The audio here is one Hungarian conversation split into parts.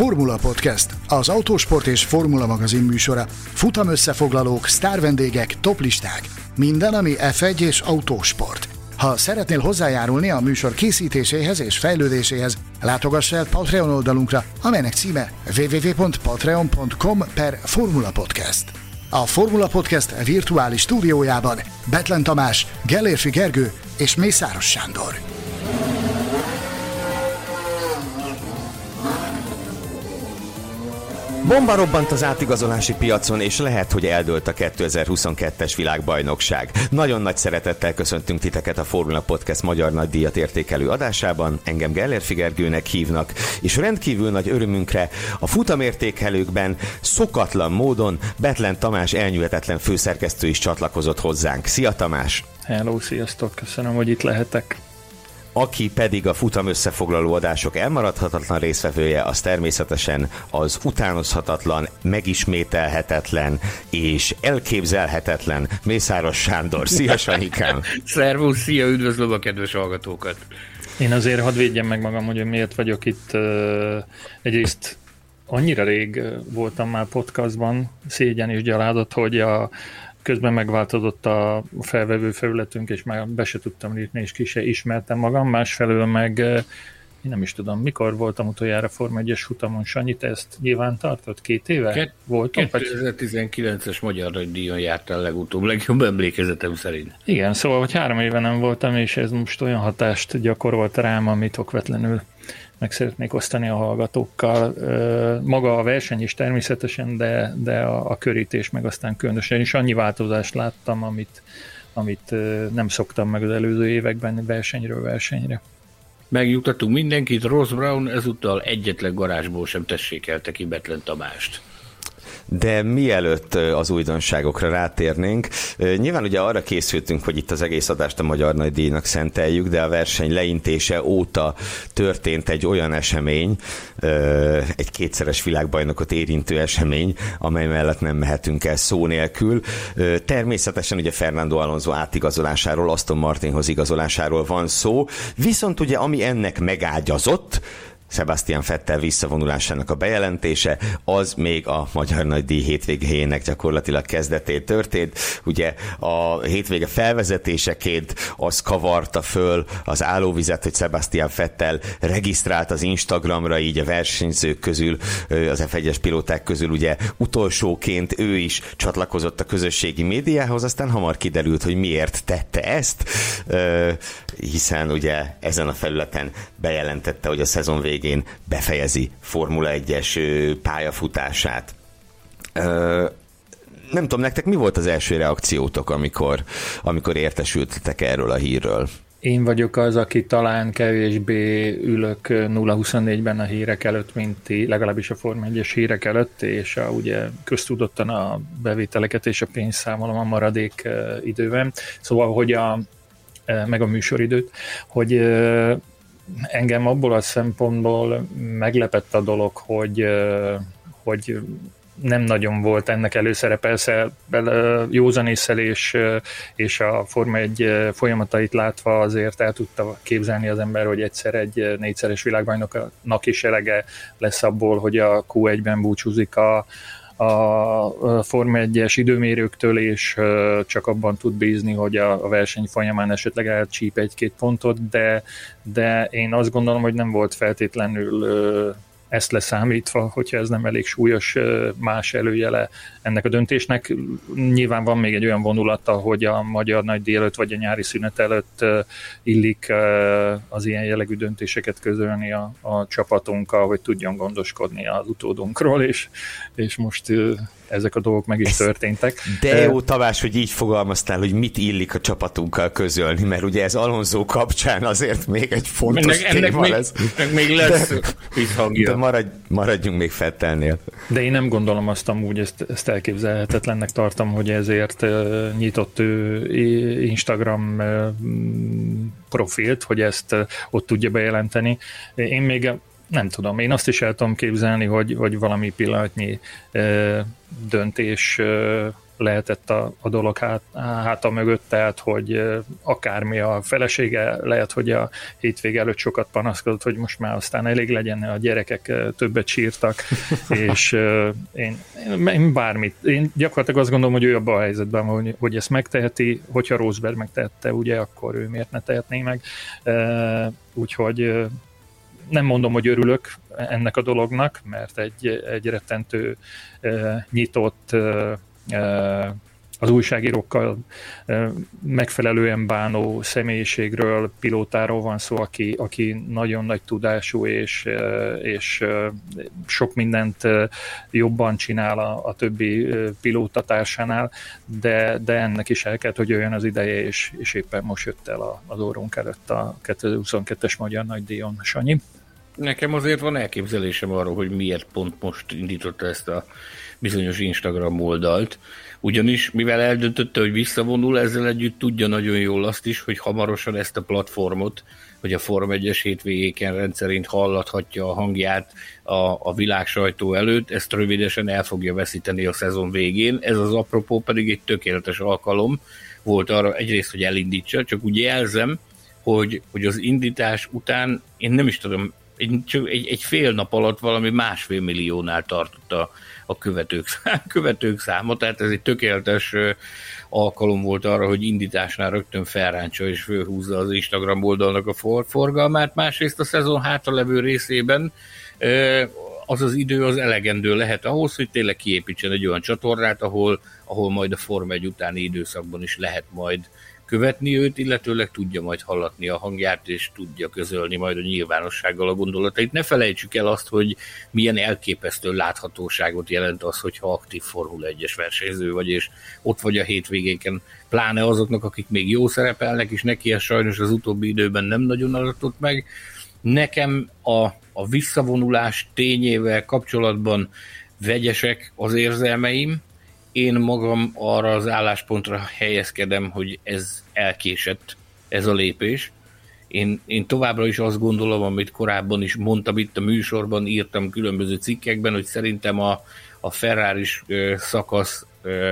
Formula Podcast, az autósport és formula magazin műsora. Futamösszefoglalók, sztárvendégek, toplisták. Minden, ami F1 és autósport. Ha szeretnél hozzájárulni a műsor készítéséhez és fejlődéséhez, látogass el Patreon oldalunkra, amelynek címe www.patreon.com/Formula Podcast. A Formula Podcast virtuális stúdiójában Bethlen Tamás, Gellérfi Gergő és Mészáros Sándor. Bomba robbant az átigazolási piacon, és lehet, hogy eldőlt a 2022-es világbajnokság. Nagyon nagy szeretettel köszöntünk titeket a Formula Podcast magyar nagydíjat értékelő adásában. Engem Gellérfi Gergőnek hívnak, és rendkívül nagy örömünkre a futamértékelőkben szokatlan módon Bethlen Tamás elnyűhetetlen főszerkesztő is csatlakozott hozzánk. Szia Tamás! Hello, sziasztok! Köszönöm, hogy itt lehetek. Aki pedig a futam összefoglaló adások elmaradhatatlan résztvevője, az természetesen az utánozhatatlan, megismételhetetlen és elképzelhetetlen Mészáros Sándor. Szia, Sanikám! Szervusz, szia, üdvözlöm a kedves hallgatókat! Én azért hadd védjem meg magam, hogy miért vagyok itt. Egyrészt annyira rég voltam már podcastban, szégyen és gyaládat, hogy közben megváltozott a felvevő felületünk, és már be se tudtam írni, és ki se ismertem magam. Másfelől meg, én nem is tudom, mikor voltam utoljára Forma 1-es futamon. Sanyi, te ezt nyilván tartott? 2 éve voltam? 2019-es Magyar Nagydíjon jártál legutóbb, legjobb emlékezetem szerint. Igen, szóval, hogy 3 éve nem voltam, és ez most olyan hatást gyakorolt rám, amit okvetlenül meg szeretnék osztani a hallgatókkal. Maga a verseny is természetesen, de a körítés meg aztán különösen. És annyi változást láttam, amit nem szoktam meg az előző években versenyről versenyre. Megnyugtatunk mindenkit, Ross Brown ezúttal egyetlen garázsból sem tessékelte ki Bethlen Tamást. De mielőtt az újdonságokra rátérnénk, nyilván ugye arra készültünk, hogy itt az egész adást a Magyar Nagydíjnak szenteljük, de a verseny leintése óta történt egy olyan esemény, egy 2-szeres világbajnokot érintő esemény, amely mellett nem mehetünk el szó nélkül. Természetesen ugye Fernando Alonso átigazolásáról, Aston Martinhoz igazolásáról van szó, viszont ugye ami ennek megágyazott, Sebastian Vettel visszavonulásának a bejelentése, az még a Magyar Nagydíj hétvégéjének gyakorlatilag kezdetén történt. Ugye a hétvége felvezetéseként az kavarta föl az állóvizet, hogy Sebastian Vettel regisztrált az Instagramra, így a versenyzők közül, az F1-es pilóták közül ugye utolsóként ő is csatlakozott a közösségi médiához, aztán hamar kiderült, hogy miért tette ezt, hiszen ugye ezen a felületen bejelentette, hogy a szezon végén befejezi Formula 1-es pályafutását. Nem tudom, nektek mi volt az első reakciótok, amikor értesültetek erről a hírről? Én vagyok az, aki talán kevésbé ülök 0-24-ben a hírek előtt, mint ti, legalábbis a Forma 1-es hírek előtt, és ugye köztudottan a bevételeket és a pénzt számolom a maradék időben. Szóval, hogy meg a műsoridőt, hogy engem abból a szempontból meglepett a dolog, hogy nem nagyon volt ennek előszere. Persze józanésszel és a Forma 1 folyamatait látva azért el tudta képzelni az ember, hogy egyszer egy 4-szeres világbajnoknak is elege lesz abból, hogy a Q1-ben búcsúzik a Forma 1-es időmérőktől, és csak abban tud bízni, hogy a verseny folyamán esetleg elcsíp 1-2 pontot, de én azt gondolom, hogy nem volt feltétlenül ezt leszámítva, hogyha ez nem elég súlyos más előjele ennek a döntésnek. Nyilván van még egy olyan vonulata, hogy a Magyar Nagydíj előtt vagy a nyári szünet előtt illik az ilyen jellegű döntéseket közölni a csapatunkkal, hogy tudjon gondoskodni az utódunkról, és most ezek a dolgok meg is történtek. De jó, Tamás, hogy így fogalmaztál, hogy mit illik a csapatunkkal közölni, mert ugye ez Alonso kapcsán azért még egy fontos téma lesz. Még lesz visszhangja. De maradjunk még Vettelnél. De én nem gondolom azt amúgy, ezt elképzelhetetlennek tartom, hogy ezért nyitott Instagram profilt, hogy ezt ott tudja bejelenteni. Én még nem tudom, én azt is el tudom képzelni, hogy valami pillanatnyi döntés lehetett a dolog háta mögött, tehát hogy akármi a felesége, lehet, hogy a hétvége előtt sokat panaszkodott, hogy most már aztán elég legyen, a gyerekek többet sírtak, és én bármit, én gyakorlatilag azt gondolom, hogy ő abban a helyzetben, hogy ezt megteheti, hogyha Rosberg megtehette, ugye, akkor ő miért ne tehetné meg, úgyhogy nem mondom, hogy örülök ennek a dolognak, mert egy rettentő nyitott, az újságírókkal megfelelően bánó személyiségről, pilótáról van szó, aki nagyon nagy tudású, és sok mindent jobban csinál a többi pilótatársánál, de ennek is el kellett, hogy jöjjön az ideje, és éppen most jött el az orrunk előtt a 2022-es Magyar Nagydíjon. Sanyi? Nekem azért van elképzelésem arról, hogy miért pont most indította ezt a bizonyos Instagram oldalt, ugyanis mivel eldöntötte, hogy visszavonul, ezzel együtt tudja nagyon jól azt is, hogy hamarosan ezt a platformot, hogy a Forma 1-es hétvégéken rendszerint hallathatja a hangját a világ sajtó előtt, ezt rövidesen el fogja veszíteni a szezon végén. Ez az apropó pedig egy tökéletes alkalom volt arra egyrészt, hogy elindítsa, csak úgy jelzem, hogy az indítás után, én nem is tudom, egy fél nap alatt valami 1,5 milliónál tartott a követők száma, tehát ez egy tökéletes alkalom volt arra, hogy indításnál rögtön felráncsa és fölhúzza az Instagram oldalnak a forgalmát. Másrészt a szezon hátralevő részében az idő az elegendő lehet ahhoz, hogy tényleg kiépítsen egy olyan csatornát, ahol majd a Forma 1 utáni időszakban is lehet majd követni őt, illetőleg tudja majd hallatni a hangját, és tudja közölni majd a nyilvánossággal a gondolatait. Ne felejtsük el azt, hogy milyen elképesztő láthatóságot jelent az, hogyha aktív Formula 1-es versenyző vagy, és ott vagy a hétvégéken, pláne azoknak, akik még jó szerepelnek, és neki ez sajnos az utóbbi időben nem nagyon adatott meg. Nekem a visszavonulás tényével kapcsolatban vegyesek az érzelmeim. Én magam arra az álláspontra helyezkedem, hogy ez elkésett, ez a lépés. Én továbbra is azt gondolom, amit korábban is mondtam itt a műsorban, írtam különböző cikkekben, hogy szerintem a Ferraris szakasz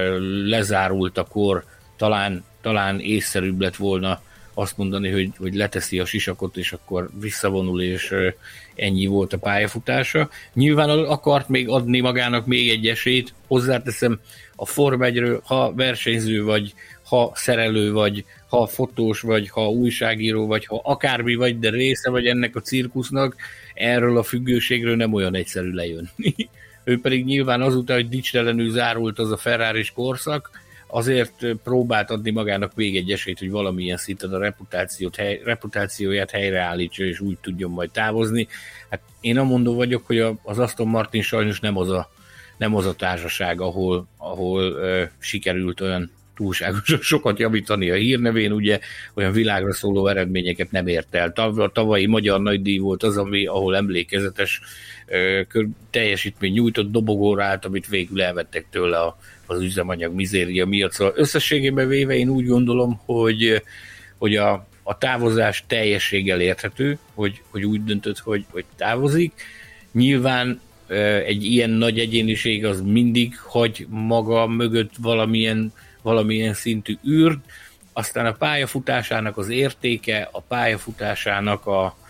lezárultakor talán észszerűbb lett volna azt mondani, hogy leteszi a sisakot, és akkor visszavonul, és ennyi volt a pályafutása. Nyilván akart még adni magának még egy esélyt, hozzáteszem, a Forma 1-ről, ha versenyző vagy, ha szerelő vagy, ha fotós vagy, ha újságíró vagy, ha akármi vagy, de része vagy ennek a cirkusznak, erről a függőségről nem olyan egyszerű lejönni. Ő pedig nyilván azután, hogy dicstelenül zárult az a Ferraris korszak, azért próbált adni magának még egy esélyt, hogy valamilyen szinten a reputációját helyreállítsa, és úgy tudjon majd távozni. Hát én amondó vagyok, hogy az Aston Martin sajnos nem az a társaság, ahol sikerült olyan túlságosan sokat javítani a hírnevén, ugye olyan világra szóló eredményeket nem ért el. A tavalyi Magyar Nagydíj volt az, ahol emlékezetes teljesítmény nyújtott, dobogóra állt, amit végül elvettek tőle az üzemanyag mizéria miatt. Szóval összességében véve én úgy gondolom, hogy a távozás teljességgel érthető, hogy úgy döntött, hogy távozik. Nyilván egy ilyen nagy egyéniség az mindig hagy maga mögött valamilyen szintű űrt, aztán a pályafutásának az értéke, a pályafutásának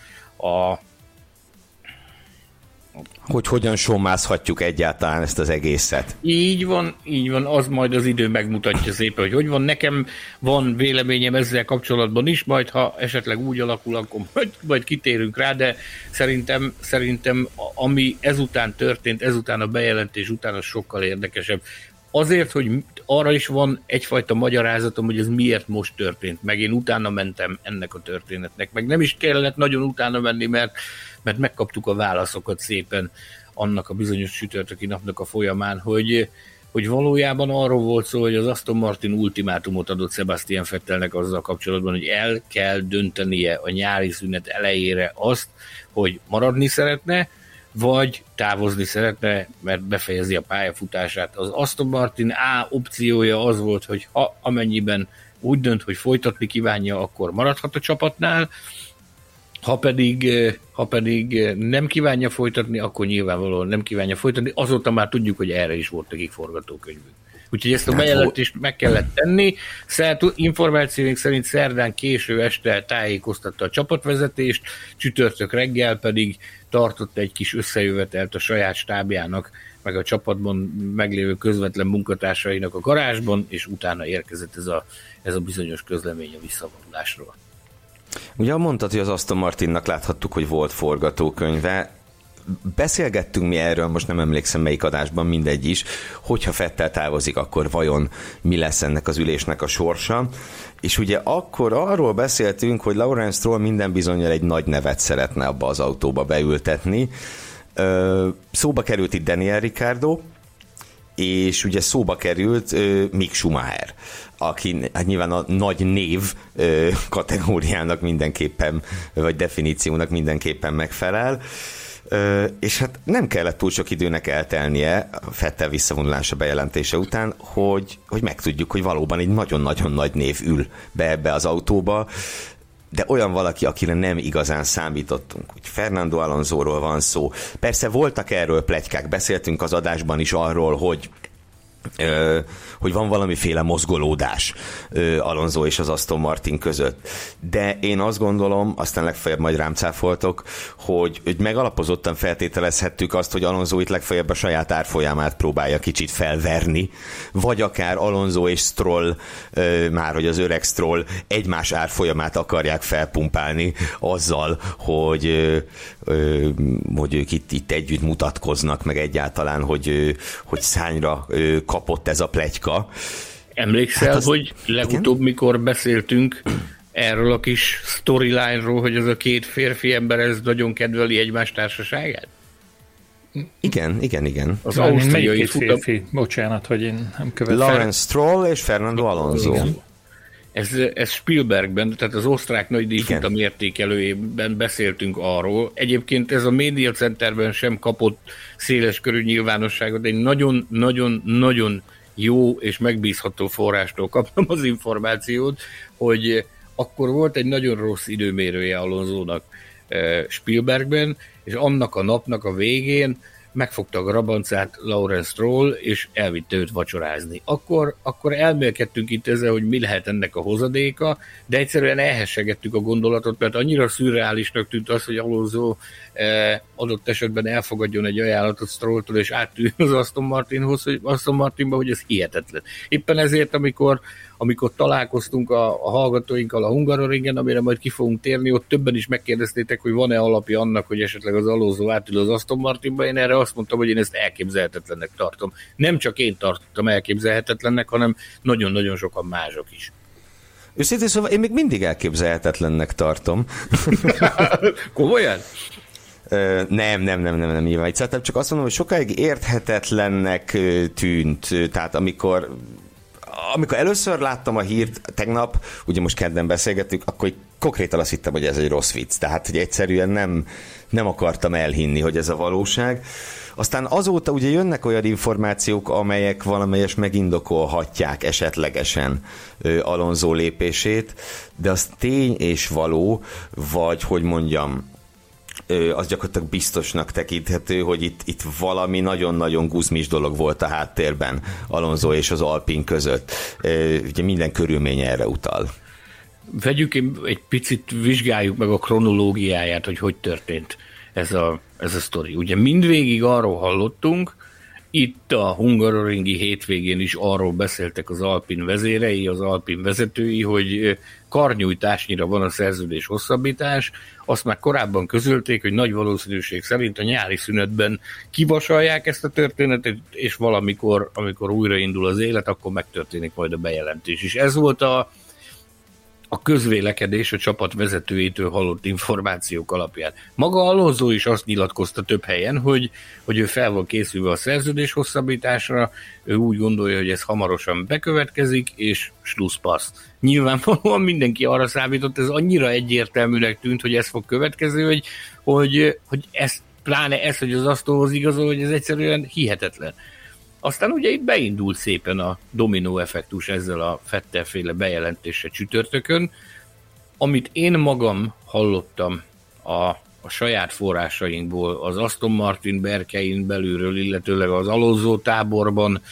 hogy hogyan sommázhatjuk egyáltalán ezt az egészet. Így van, az majd az idő megmutatja szépen, hogy van. Nekem van véleményem ezzel kapcsolatban is, majd ha esetleg úgy alakul, akkor majd kitérünk rá, de szerintem ami ezután történt, ezután a bejelentés után, az sokkal érdekesebb. Azért, hogy arra is van egyfajta magyarázatom, hogy ez miért most történt, meg én utána mentem ennek a történetnek, meg nem is kellett nagyon utána menni, mert megkaptuk a válaszokat szépen annak a bizonyos csütörtöki napnak a folyamán, hogy valójában arról volt szó, hogy az Aston Martin ultimátumot adott Sebastian Vettelnek azzal kapcsolatban, hogy el kell döntenie a nyári szünet elejére azt, hogy maradni szeretne, vagy távozni szeretne, mert befejezi a pályafutását. Az Aston Martin A opciója az volt, hogy amennyiben úgy dönt, hogy folytatni kívánja, akkor maradhat a csapatnál, ha pedig nem kívánja folytatni, akkor nyilvánvalóan nem kívánja folytatni. Azóta már tudjuk, hogy erre is volt nekik forgatókönyvük. Úgyhogy ezt a bejelentést meg kellett tenni. Információink szerint szerdán késő este tájékoztatta a csapatvezetést, csütörtök reggel pedig tartott egy kis összejövetelt a saját stábjának, meg a csapatban meglévő közvetlen munkatársainak a garázsban, és utána érkezett ez a bizonyos közlemény a visszavonulásról. Ugye mondtad, hogy az Aston Martinnak láthattuk, hogy volt forgatókönyve. Beszélgettünk mi erről, most nem emlékszem melyik adásban, mindegy is, hogyha Vettel távozik, akkor vajon mi lesz ennek az ülésnek a sorsa. És ugye akkor arról beszéltünk, hogy Lawrence Stroll minden bizonnyal egy nagy nevet szeretne abba az autóba beültetni. Szóba került itt Daniel Ricciardo, és ugye szóba került Mick Schumacher, aki hát nyilván a nagy név kategóriának mindenképpen, vagy definíciónak mindenképpen megfelel. És hát nem kellett túl sok időnek eltelnie a Vettel visszavonulása bejelentése után, hogy megtudjuk, hogy valóban egy nagyon-nagyon nagy név ül be ebbe az autóba, de olyan valaki, akire nem igazán számítottunk. Úgy Fernando Alonsóról van szó. Persze voltak erről pletykák, beszéltünk az adásban is arról, hogy van valamiféle mozgolódás Alonso és az Aston Martin között. De én azt gondolom, aztán legfeljebb majd rám cáfoltok, hogy megalapozottan feltételezhettük azt, hogy Alonso itt legfeljebb a saját árfolyamát próbálja kicsit felverni, vagy akár Alonso és Stroll, már hogy az öreg Stroll egymás árfolyamát akarják felpumpálni azzal, hogy ők itt együtt mutatkoznak, meg egyáltalán, hogy szányra kapott ez a pletyka. Emlékszel, hát hogy legutóbb, igen? Mikor beszéltünk erről a kis storyline-ról, hogy ez a két férfi ember ez nagyon kedveli egymás társaságát? Igen. Az ausztriai férfi? Bocsánat, hogy én nem követem. Lawrence Stroll és Fernando Alonso. Igen. Ez Spielbergben, tehát az osztrák nagydíj futam értékelőjében beszéltünk arról. Egyébként ez a Media Centerben sem kapott széles körű nyilvánosságot, de egy nagyon-nagyon-nagyon jó és megbízható forrástól kaptam az információt, hogy akkor volt egy nagyon rossz időmérője Alonsónak Spielbergben, és annak a napnak a végén megfogta a grabancát Lawrence Stroll, és elvitte őt vacsorázni. Akkor elmélkedtünk itt ezzel, hogy mi lehet ennek a hozadéka, de egyszerűen elhessegettük a gondolatot, mert annyira szürreálisnak tűnt az, hogy Alonso adott esetben elfogadjon egy ajánlatot Strolltól, és áttűjön az Aston Martinba, hogy ez hihetetlen. Éppen ezért, amikor találkoztunk a hallgatóinkkal a Hungaroringen, amire majd ki fogunk térni, ott többen is megkérdeztétek, hogy van-e alapja annak, hogy esetleg az Alonso átül az Aston Martinba. Én erre azt mondtam, hogy én ezt elképzelhetetlennek tartom. Nem csak én tartottam elképzelhetetlennek, hanem nagyon-nagyon sokan mások is. Őszintén szóval én még mindig elképzelhetetlennek tartom. Komolyan? Nem, nyilván így szeretem, csak azt mondom, hogy sokáig érthetetlennek tűnt. Tehát amikor először láttam a hírt tegnap, ugye most kedden beszélgettük, akkor konkrétan azt hittem, hogy ez egy rossz vicc. Tehát, hogy egyszerűen nem akartam elhinni, hogy ez a valóság. Aztán azóta ugye jönnek olyan információk, amelyek valamelyes megindokolhatják esetlegesen Alonso lépését, de az tény és való, vagy hogy mondjam, az gyakorlatilag biztosnak tekinthető, hogy itt valami nagyon-nagyon guzmis dolog volt a háttérben Alonso és az Alpine között. Ugye minden körülmény erre utal. Egy picit vizsgáljuk meg a kronológiáját, hogy történt ez a sztori. Ugye mindvégig arról hallottunk, itt a hungaroringi hétvégén is arról beszéltek az Alpine vezérei, az Alpine vezetői, hogy karnyújtásnyira van a szerződés hosszabbítás. Azt már korábban közölték, hogy nagy valószínűség szerint a nyári szünetben kivasalják ezt a történetet, és valamikor, amikor újraindul az élet, akkor megtörténik majd a bejelentés. És ez volt a közvélekedés a csapat vezetőjétől hallott információk alapján. Maga Alonso is azt nyilatkozta több helyen, hogy ő fel van készülve a szerződés hosszabbításra, ő úgy gondolja, hogy ez hamarosan bekövetkezik, és slusszpassz. Nyilvánvalóan mindenki arra számított, ez annyira egyértelműnek tűnt, hogy ez fog következni, hogy ez, pláne ez, hogy az asztalhoz igazol, hogy ez egyszerűen hihetetlen. Aztán ugye itt beindult szépen a dominó effektus ezzel a Vettel-féle bejelentéssel csütörtökön, amit én magam hallottam a saját forrásainkból, az Aston Martin berkein belülről, illetőleg az Alonso táborban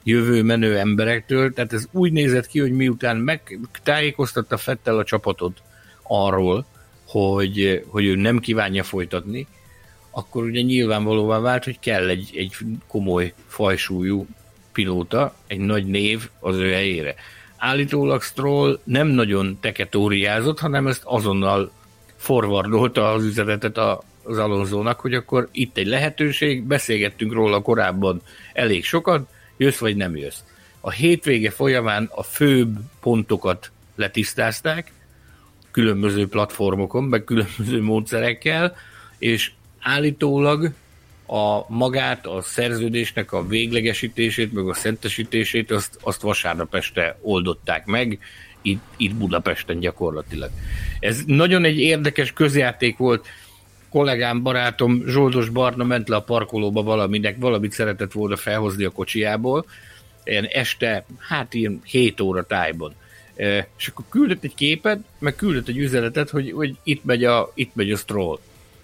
jövő menő emberektől, tehát ez úgy nézett ki, hogy miután megtájékoztatta Vettel a csapatot arról, hogy ő nem kívánja folytatni, akkor ugye nyilvánvalóvá vált, hogy kell egy komoly fajsúlyú pilóta, egy nagy név az ő helyére. Állítólag Stroll nem nagyon teketóriázott, hanem ezt azonnal forwardolta az üzenetet az Alonsónak, hogy akkor itt egy lehetőség, beszélgettünk róla korábban elég sokat, jössz vagy nem jössz. A hétvége folyamán a főbb pontokat letisztázták, különböző platformokon, meg különböző módszerekkel, és állítólag magát, a szerződésnek a véglegesítését, meg a szentesítését, azt vasárnap este oldották meg, itt Budapesten gyakorlatilag. Ez nagyon egy érdekes közjáték volt. Kollégám, barátom, Zsoldos Barna ment le a parkolóba valamit szeretett volna felhozni a kocsijából, ilyen este, ilyen 7 óra tájban. És akkor küldött egy képet, meg küldött egy üzenetet, hogy itt megy a Stroll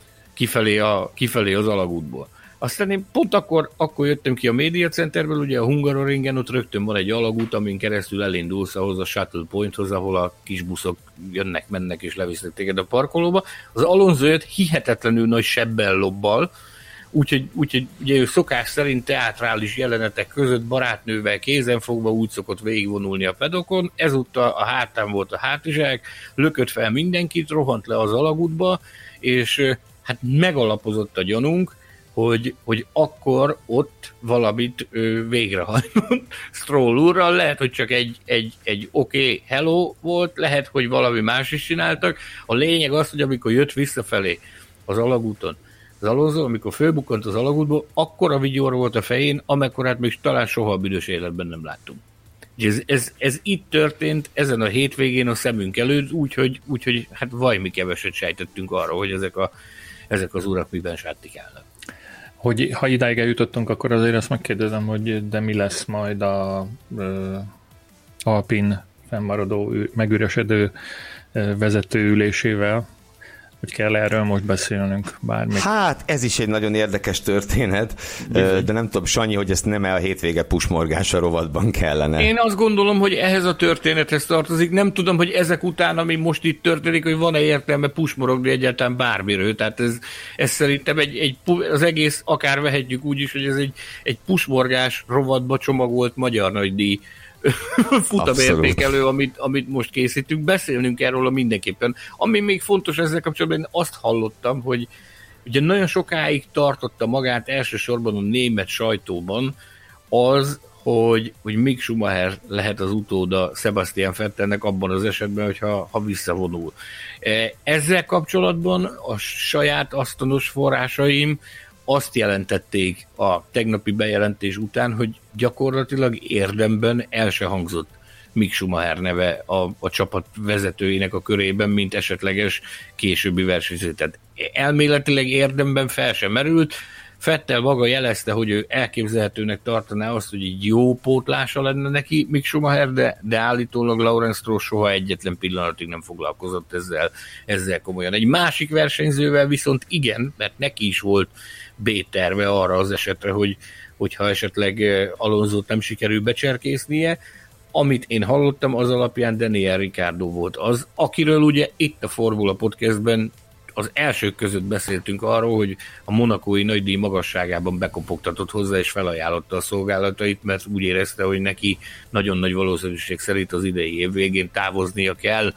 kifelé az alagútból. Aztán én pont akkor jöttem ki a Media Centerből, ugye a Hungaroringen, ott rögtön van egy alagút, amin keresztül elindulsz ahhoz a Shuttle Pointhoz, ahol a kis buszok jönnek, mennek és levisznek téged a parkolóba. Az Alonso jött hihetetlenül nagy sebbel lobbal, úgyhogy ugye ő szokás szerint teátrális jelenetek között barátnővel kézenfogva úgy szokott végigvonulni a pedokon, ezúttal a hátán volt a hátizsák, lökött fel mindenkit, rohant le az alagútba, és hát megalapozott a gyanunk, hogy akkor ott valamit végrehajtott Stroll úrral, lehet, hogy csak egy oké, hello volt, lehet, hogy valami más is csináltak. A lényeg az, hogy amikor jött visszafelé az alagúton, az Alonso, amikor fölbukkant az alagútból, akkora vigyor volt a fején, amekkorát még talán soha a büdös életben nem láttunk. Ez itt történt ezen a hétvégén a szemünk előtt, úgyhogy hát vajmi keveset sejtettünk arra, hogy ezek az urak miben sáttikálnak. Hogy ha idáig eljutottunk, akkor azért azt megkérdezem, hogy de mi lesz majd a Alpine fennmaradó, megüresedő vezetőülésével, hogy kell erről most beszélnünk bármit. Hát ez is egy nagyon érdekes történet, de nem tudom, Sanyi, hogy ezt nem a hétvége pusmorgása rovatban kellene. Én azt gondolom, hogy ehhez a történethez tartozik. Nem tudom, hogy ezek után, ami most itt történik, hogy van-e értelme pusmorogni egyáltalán bármiről. Tehát ez szerintem az egész, akár vehetjük úgy is, hogy ez egy pusmorgás rovatba csomagolt magyar nagydíj futamértékelő, amit most készítünk, beszélnünk erről mindenképpen. Ami még fontos ezzel kapcsolatban, én azt hallottam, hogy ugye nagyon sokáig tartotta magát elsősorban a német sajtóban az, hogy Mick Schumacher lehet az utóda Sebastian Vettelnek abban az esetben, hogyha visszavonul. Ezzel kapcsolatban a saját asztalos forrásaim azt jelentették a tegnapi bejelentés után, hogy gyakorlatilag érdemben el se hangzott Mick Schumacher neve a csapat vezetőinek a körében, mint esetleges későbbi versenyző. Tehát elméletileg érdemben fel sem merült. Vettel maga jelezte, hogy ő elképzelhetőnek tartaná azt, hogy egy jó pótlása lenne neki Mick Schumacher, de állítólag Lawrence Stroll soha egyetlen pillanatig nem foglalkozott ezzel komolyan. Egy másik versenyzővel viszont igen, mert neki is volt B-terve arra az esetre, hogyha esetleg Alonsót nem sikerül becserkésznie. Amit én hallottam, az alapján Daniel Ricciardo volt az, akiről ugye itt a Formula Podcastben az elsők között beszéltünk arról, hogy a monakói nagydíj magasságában bekopogtatott hozzá, és felajánlotta a szolgálatait, mert úgy érezte, hogy neki nagyon nagy valószínűség szerint az idei év végén távoznia kell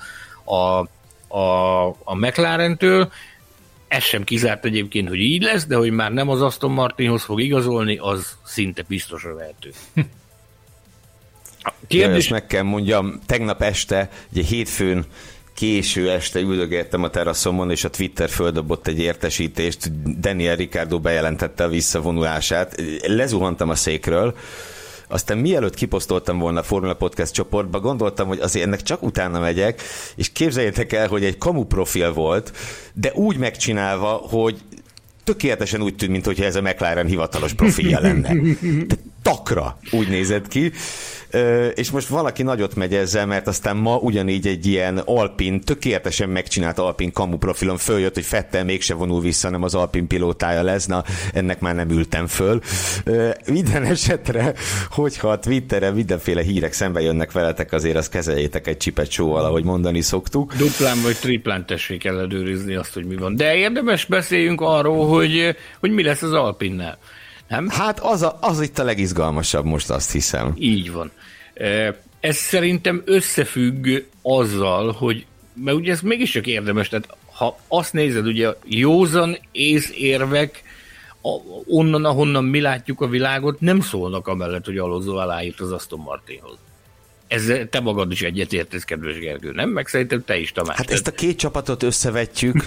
a McLarentől. Ez sem kizárt egyébként, hogy így lesz, de hogy már nem az Aston Martinhoz fog igazolni, az szinte biztosra vehető. Kérdés... meg kell mondjam, tegnap este, ugye hétfőn késő este üldögéltem a teraszomon, és a Twitter földobott egy értesítést, Daniel Ricciardo bejelentette a visszavonulását. Lezuhantam a székről, aztán mielőtt kiposztoltam volna a Formula Podcast csoportba, gondoltam, hogy azért ennek csak utána megyek, és képzeljétek el, hogy egy kamu profil volt, de úgy megcsinálva, hogy tökéletesen úgy tűnt, mintha ez a McLaren hivatalos profilja lenne. takra úgy nézett ki, és most valaki nagyot megy ezzel, mert aztán ma ugyanígy egy ilyen alpin, tökéletesen megcsinált alpin kamu profilon följött, hogy Vettel mégse vonul vissza, nem az alpin pilótája lesz, na ennek már nem ültem föl. Minden esetre, hogyha a Twitteren mindenféle hírek szembe jönnek veletek, azért azt kezeljétek egy csipet sóval, ahogy mondani szoktuk. Duplán vagy triplán tessék ellenőrizni azt, hogy mi van. De érdemes beszéljünk arról, hogy mi lesz az Alpinnál. Nem? Hát az itt a legizgalmasabb most, azt hiszem. Így van. Ez szerintem összefügg azzal, hogy, mert ugye ez mégiscsak érdemes, tehát ha azt nézed, ugye józan észérvek onnan, ahonnan mi látjuk a világot, nem szólnak amellett, hogy Alonso aláírt az Aston Martinhoz. Ezzel te magad is egyetértesz, kedves Gergő, nem? Meg szerintem te is, Tamás. Hát ezt a két csapatot összevetjük,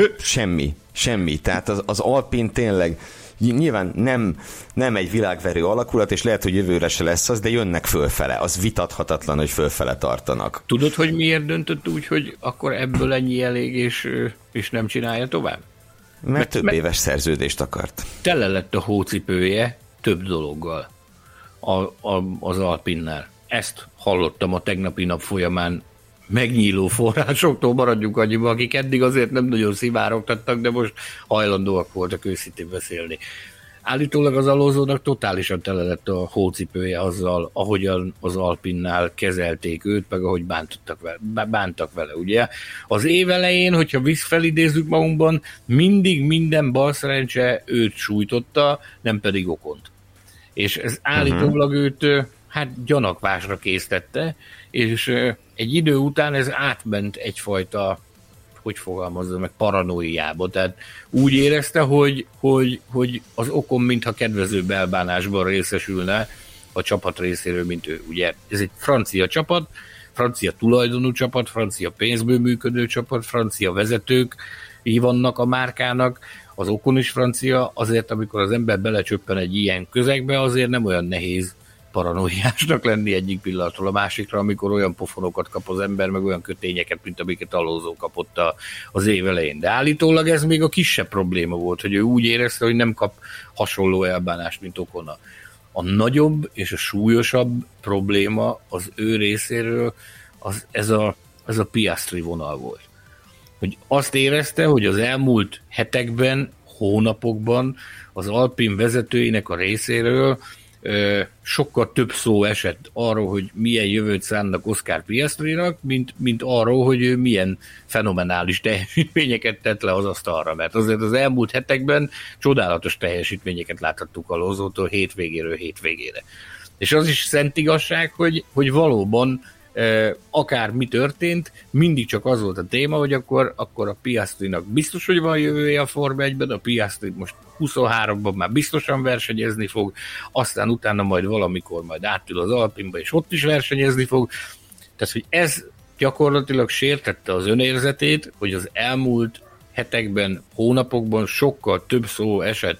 semmi. Tehát az Alpine tényleg nyilván nem egy világverő alakulat, és lehet, hogy jövőre se lesz az, de jönnek fölfele. Az vitathatatlan, hogy fölfele tartanak. Tudod, hogy miért döntött úgy, hogy akkor ebből ennyi elég, és nem csinálja tovább? Mert több éves szerződést akart. Tele lett a hócipője több dologgal az Alpinnál. Ezt hallottam a tegnapi nap folyamán megnyíló forrásoktól, maradjunk annyiba, akik eddig azért nem nagyon szivárogtattak, de most hajlandóak voltak őszintén beszélni. Állítólag az Alonsónak totálisan tele lett a hócipője azzal, ahogyan az Alpinnál kezelték őt, meg ahogy bántak vele, ugye? Az év elején, hogyha felidézzük magunkban, mindig minden balszerencse őt sújtotta, nem pedig Ocont. És ez állítólag őt gyanakvásra késztette, és egy idő után ez átment egyfajta, hogy fogalmazza meg, paranoiába. Tehát úgy érezte, hogy az Ocon mintha kedvezőbb elbánásban részesülne a csapat részéről, mint ő. Ugye ez egy francia csapat, francia tulajdonú csapat, francia pénzből működő csapat, francia vezetők vannak a márkának, az Ocon is francia, azért amikor az ember belecsöppen egy ilyen közegbe, azért nem olyan nehéz paranoiásnak lenni egyik pillanatról a másikra, amikor olyan pofonokat kap az ember, meg olyan kötényeket, mint amiket Alonso kapott az év elején. De állítólag ez még a kisebb probléma volt, hogy ő úgy érezte, hogy nem kap hasonló elbánást, mint Ocon. A nagyobb és a súlyosabb probléma az ő részéről ez a Piastri vonal volt. Hogy azt érezte, hogy az elmúlt hetekben, hónapokban az Alpine vezetőinek a részéről sokkal több szó esett arról, hogy milyen jövőt szánnak Oscar Piastrinak, mint arról, hogy ő milyen fenomenális teljesítményeket tett le az asztalra, mert azért az elmúlt hetekben csodálatos teljesítményeket láthattuk Alonsótól hétvégéről hétvégére. És az is szent igazság, hogy valóban akár mi történt, mindig csak az volt a téma, hogy akkor a Piastrinak biztos, hogy van jövője a Forma 1-ben, a Piastri most 23-ban már biztosan versenyezni fog, aztán utána majd valamikor majd átül az Alpinba, és ott is versenyezni fog. Tehát, hogy ez gyakorlatilag sértette az önérzetét, hogy az elmúlt hetekben, hónapokban sokkal több szó esett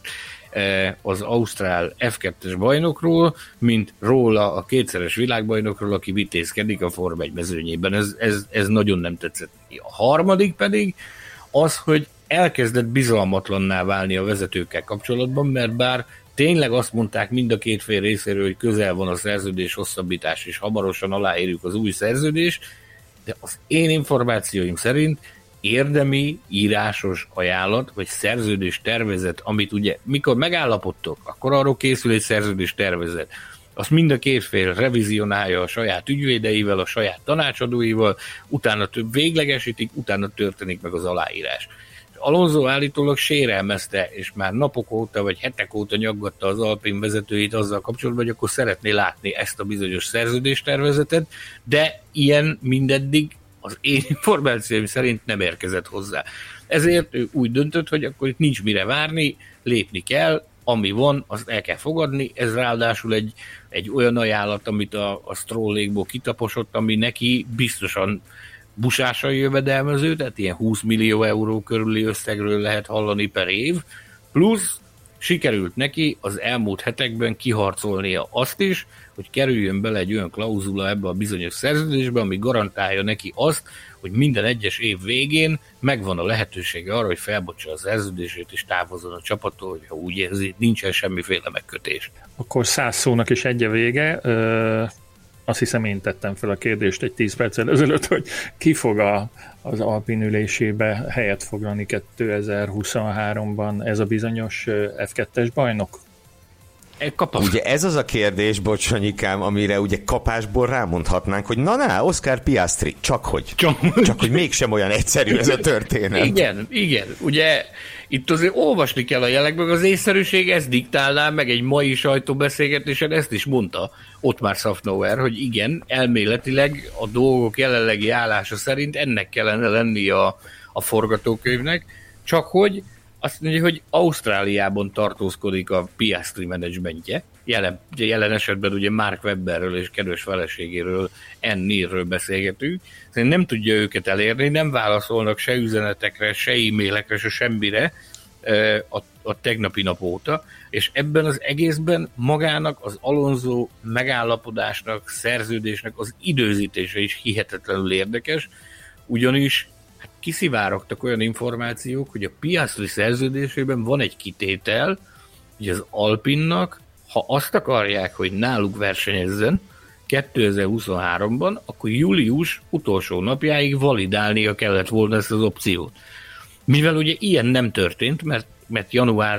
az ausztrál F2-es bajnokról, mint róla a kétszeres világbajnokról, aki vitézkedik a Forma 1 mezőnyében. Ez nagyon nem tetszett. A harmadik pedig az, hogy elkezdett bizalmatlanná válni a vezetőkkel kapcsolatban, mert bár tényleg azt mondták mind a két fél részéről, hogy közel van a szerződés hosszabbítás, és hamarosan aláírjuk az új szerződést, de az én információim szerint érdemi, írásos ajánlat, vagy szerződés tervezet, amit ugye mikor megállapodtok, akkor arról készül egy szerződés tervezet. Azt mind a két fél revizionálja a saját ügyvédeivel, a saját tanácsadóival, utána több véglegesítik, utána történik meg az aláírás. Alonso állítólag sérelmezte, és már napok óta, vagy hetek óta nyaggatta az Alpine vezetőit azzal kapcsolatban, hogy akkor szeretné látni ezt a bizonyos szerződéstervezetet, de ilyen mindeddig az én információim szerint nem érkezett hozzá. Ezért ő úgy döntött, hogy akkor itt nincs mire várni, lépni kell, ami van, azt el kell fogadni. Ez ráadásul egy olyan ajánlat, amit a Strollékból kitaposott, ami neki biztosan busásan jövedelmező, tehát ilyen 20 millió euró körüli összegről lehet hallani per év, plusz sikerült neki az elmúlt hetekben kiharcolnia azt is, hogy kerüljön bele egy olyan klauzula ebbe a bizonyos szerződésbe, ami garantálja neki azt, hogy minden egyes év végén megvan a lehetősége arra, hogy felbontsa a szerződését és távozzon a csapattól, hogyha úgy érzi, nincsen semmiféle megkötés. Akkor 100 szónak is egy a vége. Azt hiszem én tettem fel a kérdést egy 10 perccel ezelőtt, hogy ki fog az Alpin ülésébe helyet foglalni 2023-ban ez a bizonyos F2-es bajnok? Ugye ez az a kérdés, bocsanyikám, amire ugye kapásból rámondhatnánk, hogy na, Oscar Piastri, csak hogy mégsem olyan egyszerű ez a történet. Igen, ugye itt azért olvasni kell a jelekben, az észszerűség ezt diktálná, meg egy mai sajtóbeszélgetésen ezt is mondta Ottmar Safnauer, hogy igen, elméletileg a dolgok jelenlegi állása szerint ennek kellene lenni a forgatókönyvnek, csak hogy azt mondja, hogy Ausztráliában tartózkodik a Piastri menedzsmentje. Jelen esetben ugye Mark Webberről és kedves feleségéről, Ann Nealről beszélgetünk. Szerintem nem tudja őket elérni, nem válaszolnak se üzenetekre, se e-mailekre, se semmire a tegnapi nap óta, és ebben az egészben magának az Alonso megállapodásnak, szerződésnek az időzítése is hihetetlenül érdekes, ugyanis kiszivárogtak olyan információk, hogy a Piastri szerződésében van egy kitétel, hogy az Alpinnak, ha azt akarják, hogy náluk versenyezzen 2023-ban, akkor július utolsó napjáig validálnia kellett volna ezt az opciót. Mivel ugye ilyen nem történt, mert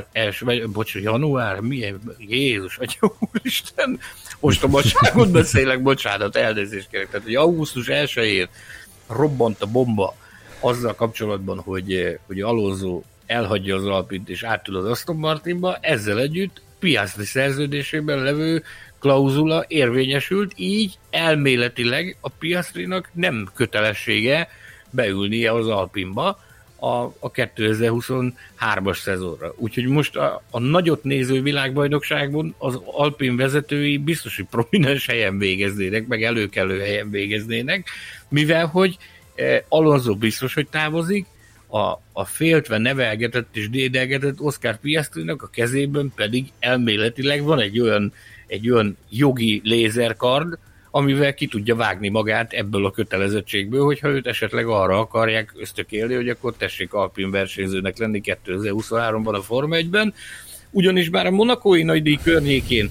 január, milyen, Jézus, Atya Úristen, ostobaságot beszélek, bocsánat, elnézést kérek, tehát hogy augusztus 1-én robbant a bomba azzal kapcsolatban, hogy Alonso elhagyja az Alpint és átül az Aston Martinba, ezzel együtt Piastri szerződésében levő klauzula érvényesült, így elméletileg a Piastrinak nem kötelessége beülnie az Alpinba a 2023-as szezonra. Úgyhogy most a nagyot néző világbajnokságban az Alpin vezetői biztos, hogy prominens helyen végeznének, meg előkelő helyen végeznének, mivel hogy Alonso biztos, hogy távozik, a féltve nevelgetett és dédelgetett Oscar Piastrinak a kezében pedig elméletileg van egy olyan jogi lézerkard, amivel ki tudja vágni magát ebből a kötelezettségből, hogyha őt esetleg arra akarják ösztökélni, hogy akkor tessék Alpin versenyzőnek lenni 2023-ban a Forma 1-ben, ugyanis bár a monakói nagydíj környékén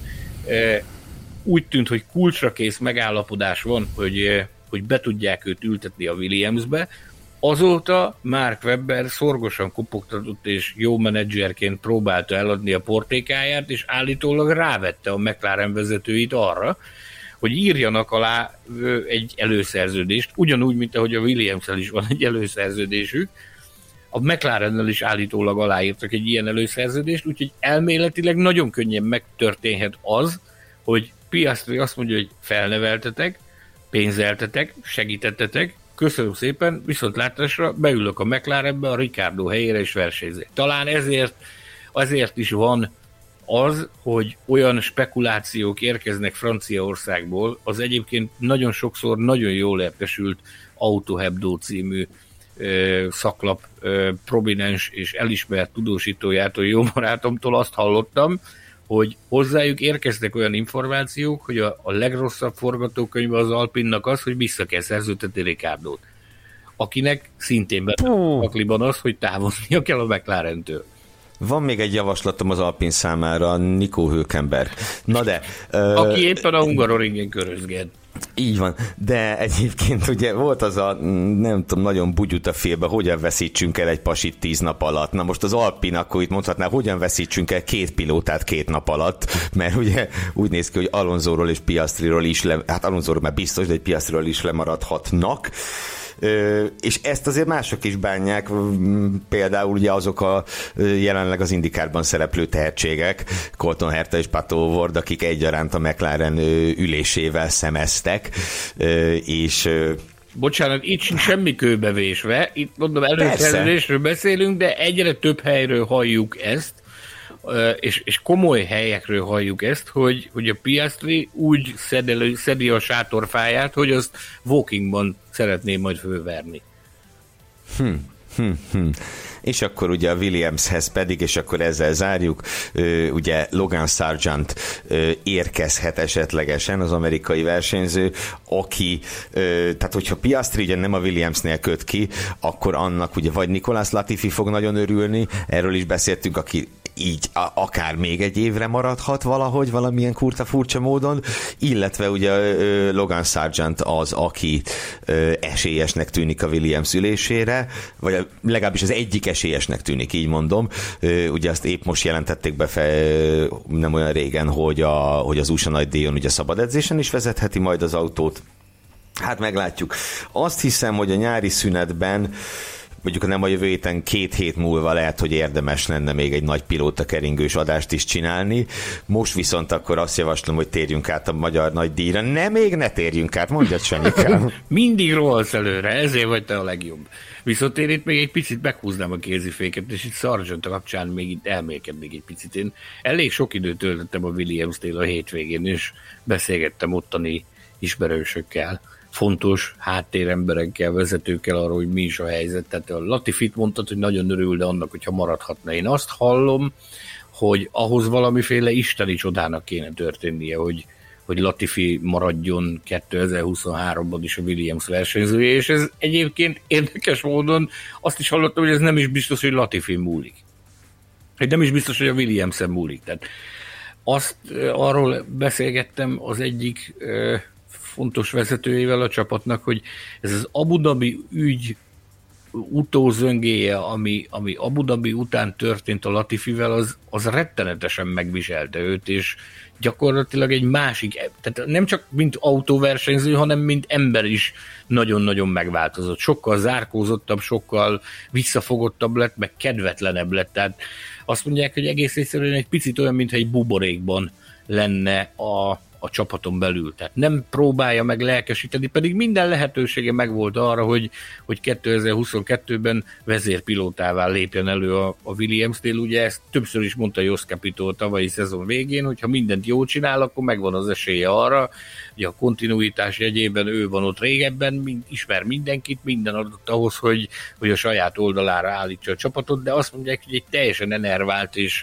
úgy tűnt, hogy kulcsra kész megállapodás van, hogy be tudják őt ültetni a Williamsbe, azóta Mark Webber szorgosan kopogtatott és jó menedzserként próbálta eladni a portékáját, és állítólag rávette a McLaren vezetőit arra, hogy írjanak alá egy előszerződést, ugyanúgy, mint ahogy a Williamsel is van egy előszerződésük, a McLarennel is állítólag aláírtak egy ilyen előszerződést, úgyhogy elméletileg nagyon könnyen megtörténhet az, hogy Piastri azt mondja, hogy felneveltetek, pénzeltetek, segítettetek, köszönöm szépen, viszontlátásra beülök a McLarenbe, a Ricciardo helyére is versenyzek. Talán ezért is van az, hogy olyan spekulációk érkeznek Franciaországból, az egyébként nagyon sokszor nagyon jól értesült Autohebdo című szaklap prominens és elismert tudósítójától, jó barátomtól azt hallottam, hogy hozzájuk érkeztek olyan információk, hogy a legrosszabb forgatókönyve az Alpinnak az, hogy vissza kell szerződtetni Ricciardót, akinek szintén pakliban az, hogy távoznia kell a McLarentől. Van még egy javaslatom az Alpin számára, Nico Hülkenberg. Na de... Aki éppen a Hungaroringen körözget. Így van, de egyébként ugye volt az a, nem tudom, nagyon bugyuta félbe, hogyan veszítsünk el egy pasit 10 nap alatt. Na most az Alpin akkor itt mondhatná, hogyan veszítsünk el 2 pilótát 2 nap alatt, mert ugye úgy néz ki, hogy Alonsoról és Piastriról is, hát Alonsoról már biztos, de egy Piastriról is lemaradhatnak. És ezt azért mások is bánják, például ugye azok a jelenleg az IndyCarban szereplő tehetségek, Colton Herta és Pato O'Ward, akik egyaránt a McLaren ülésével szemeztek, és bocsánat, itt sincs semmi kőbevésve, itt mondom, előszerződésről beszélünk, de egyre több helyről halljuk ezt, és komoly helyekről halljuk ezt, hogy a Piastri úgy szedi a sátorfáját, hogy azt walkingban szeretné majd fölverni. és akkor ugye a Williamshez pedig, és akkor ezzel zárjuk, ugye Logan Sargent érkezhet esetlegesen, az amerikai versenyző, aki, tehát hogyha Piastri ugye nem a Williamsnél köt ki, akkor annak ugye vagy Nicolas Latifi fog nagyon örülni, erről is beszéltünk, aki így akár még egy évre maradhat valahogy, valamilyen kurta-furcsa módon, illetve ugye Logan Sargent az, aki esélyesnek tűnik a Williams ülésére, vagy legalábbis az egyik esélyesnek tűnik, így mondom. Ugye azt épp most jelentették be nem olyan régen, hogy az USA nagydíjon ugye szabad edzésen is vezetheti majd az autót. Hát meglátjuk. Azt hiszem, hogy a nyári szünetben, mondjuk nem a jövő héten, 2 hét múlva lehet, hogy érdemes lenne még egy nagy pilóta keringős adást is csinálni. Most viszont akkor azt javaslom, hogy térjünk át a magyar nagydíjra. Még ne térjünk át, mondjad, Sanyikám. Mindig rohansz előre, ezért vagy te a legjobb. Viszont én itt még egy picit meghúznám a kéziféket, és itt Sargent kapcsán még itt elmélkednék egy picit. Én elég sok időt töltöttem a Williams-tél a hétvégén, és beszélgettem ottani ismerősökkel, fontos háttéremberekkel, vezetőkkel arról, hogy mi is a helyzet. Tehát a Latifit mondtad, hogy nagyon örülne annak, hogyha maradhatna. Én azt hallom, hogy ahhoz valamiféle isteni csodának kéne történnie, hogy Latifi maradjon 2023-ban is a Williams versenyzője, és ez egyébként érdekes módon azt is hallottam, hogy ez nem is biztos, hogy Latifi múlik. Nem is biztos, hogy a Williams-en múlik. Tehát arról beszélgettem az egyik fontos vezetőjével a csapatnak, hogy ez az Abu Dhabi ügy utózöngéje, ami Abu Dhabi után történt a Latifivel, az rettenetesen megviselte őt, és gyakorlatilag egy másik, tehát nem csak mint autóversenyző, hanem mint ember is nagyon-nagyon megváltozott. Sokkal zárkózottabb, sokkal visszafogottabb lett, meg kedvetlenebb lett. Tehát azt mondják, hogy egész egyszerűen egy picit olyan, mintha egy buborékban lenne a csapaton belül. Tehát nem próbálja meg lelkesíteni, pedig minden lehetősége megvolt arra, hogy 2022-ben vezérpilótává lépjen elő a Williams-nél. Ugye ezt többször is mondta Jos Capito a tavalyi szezon végén, hogyha mindent jól csinál, akkor megvan az esélye arra, hogy a kontinuitás jegyében ő van ott régebben, ismer mindenkit, minden adott ahhoz, hogy a saját oldalára állítsa a csapatot, de azt mondják, hogy egy teljesen enervált, és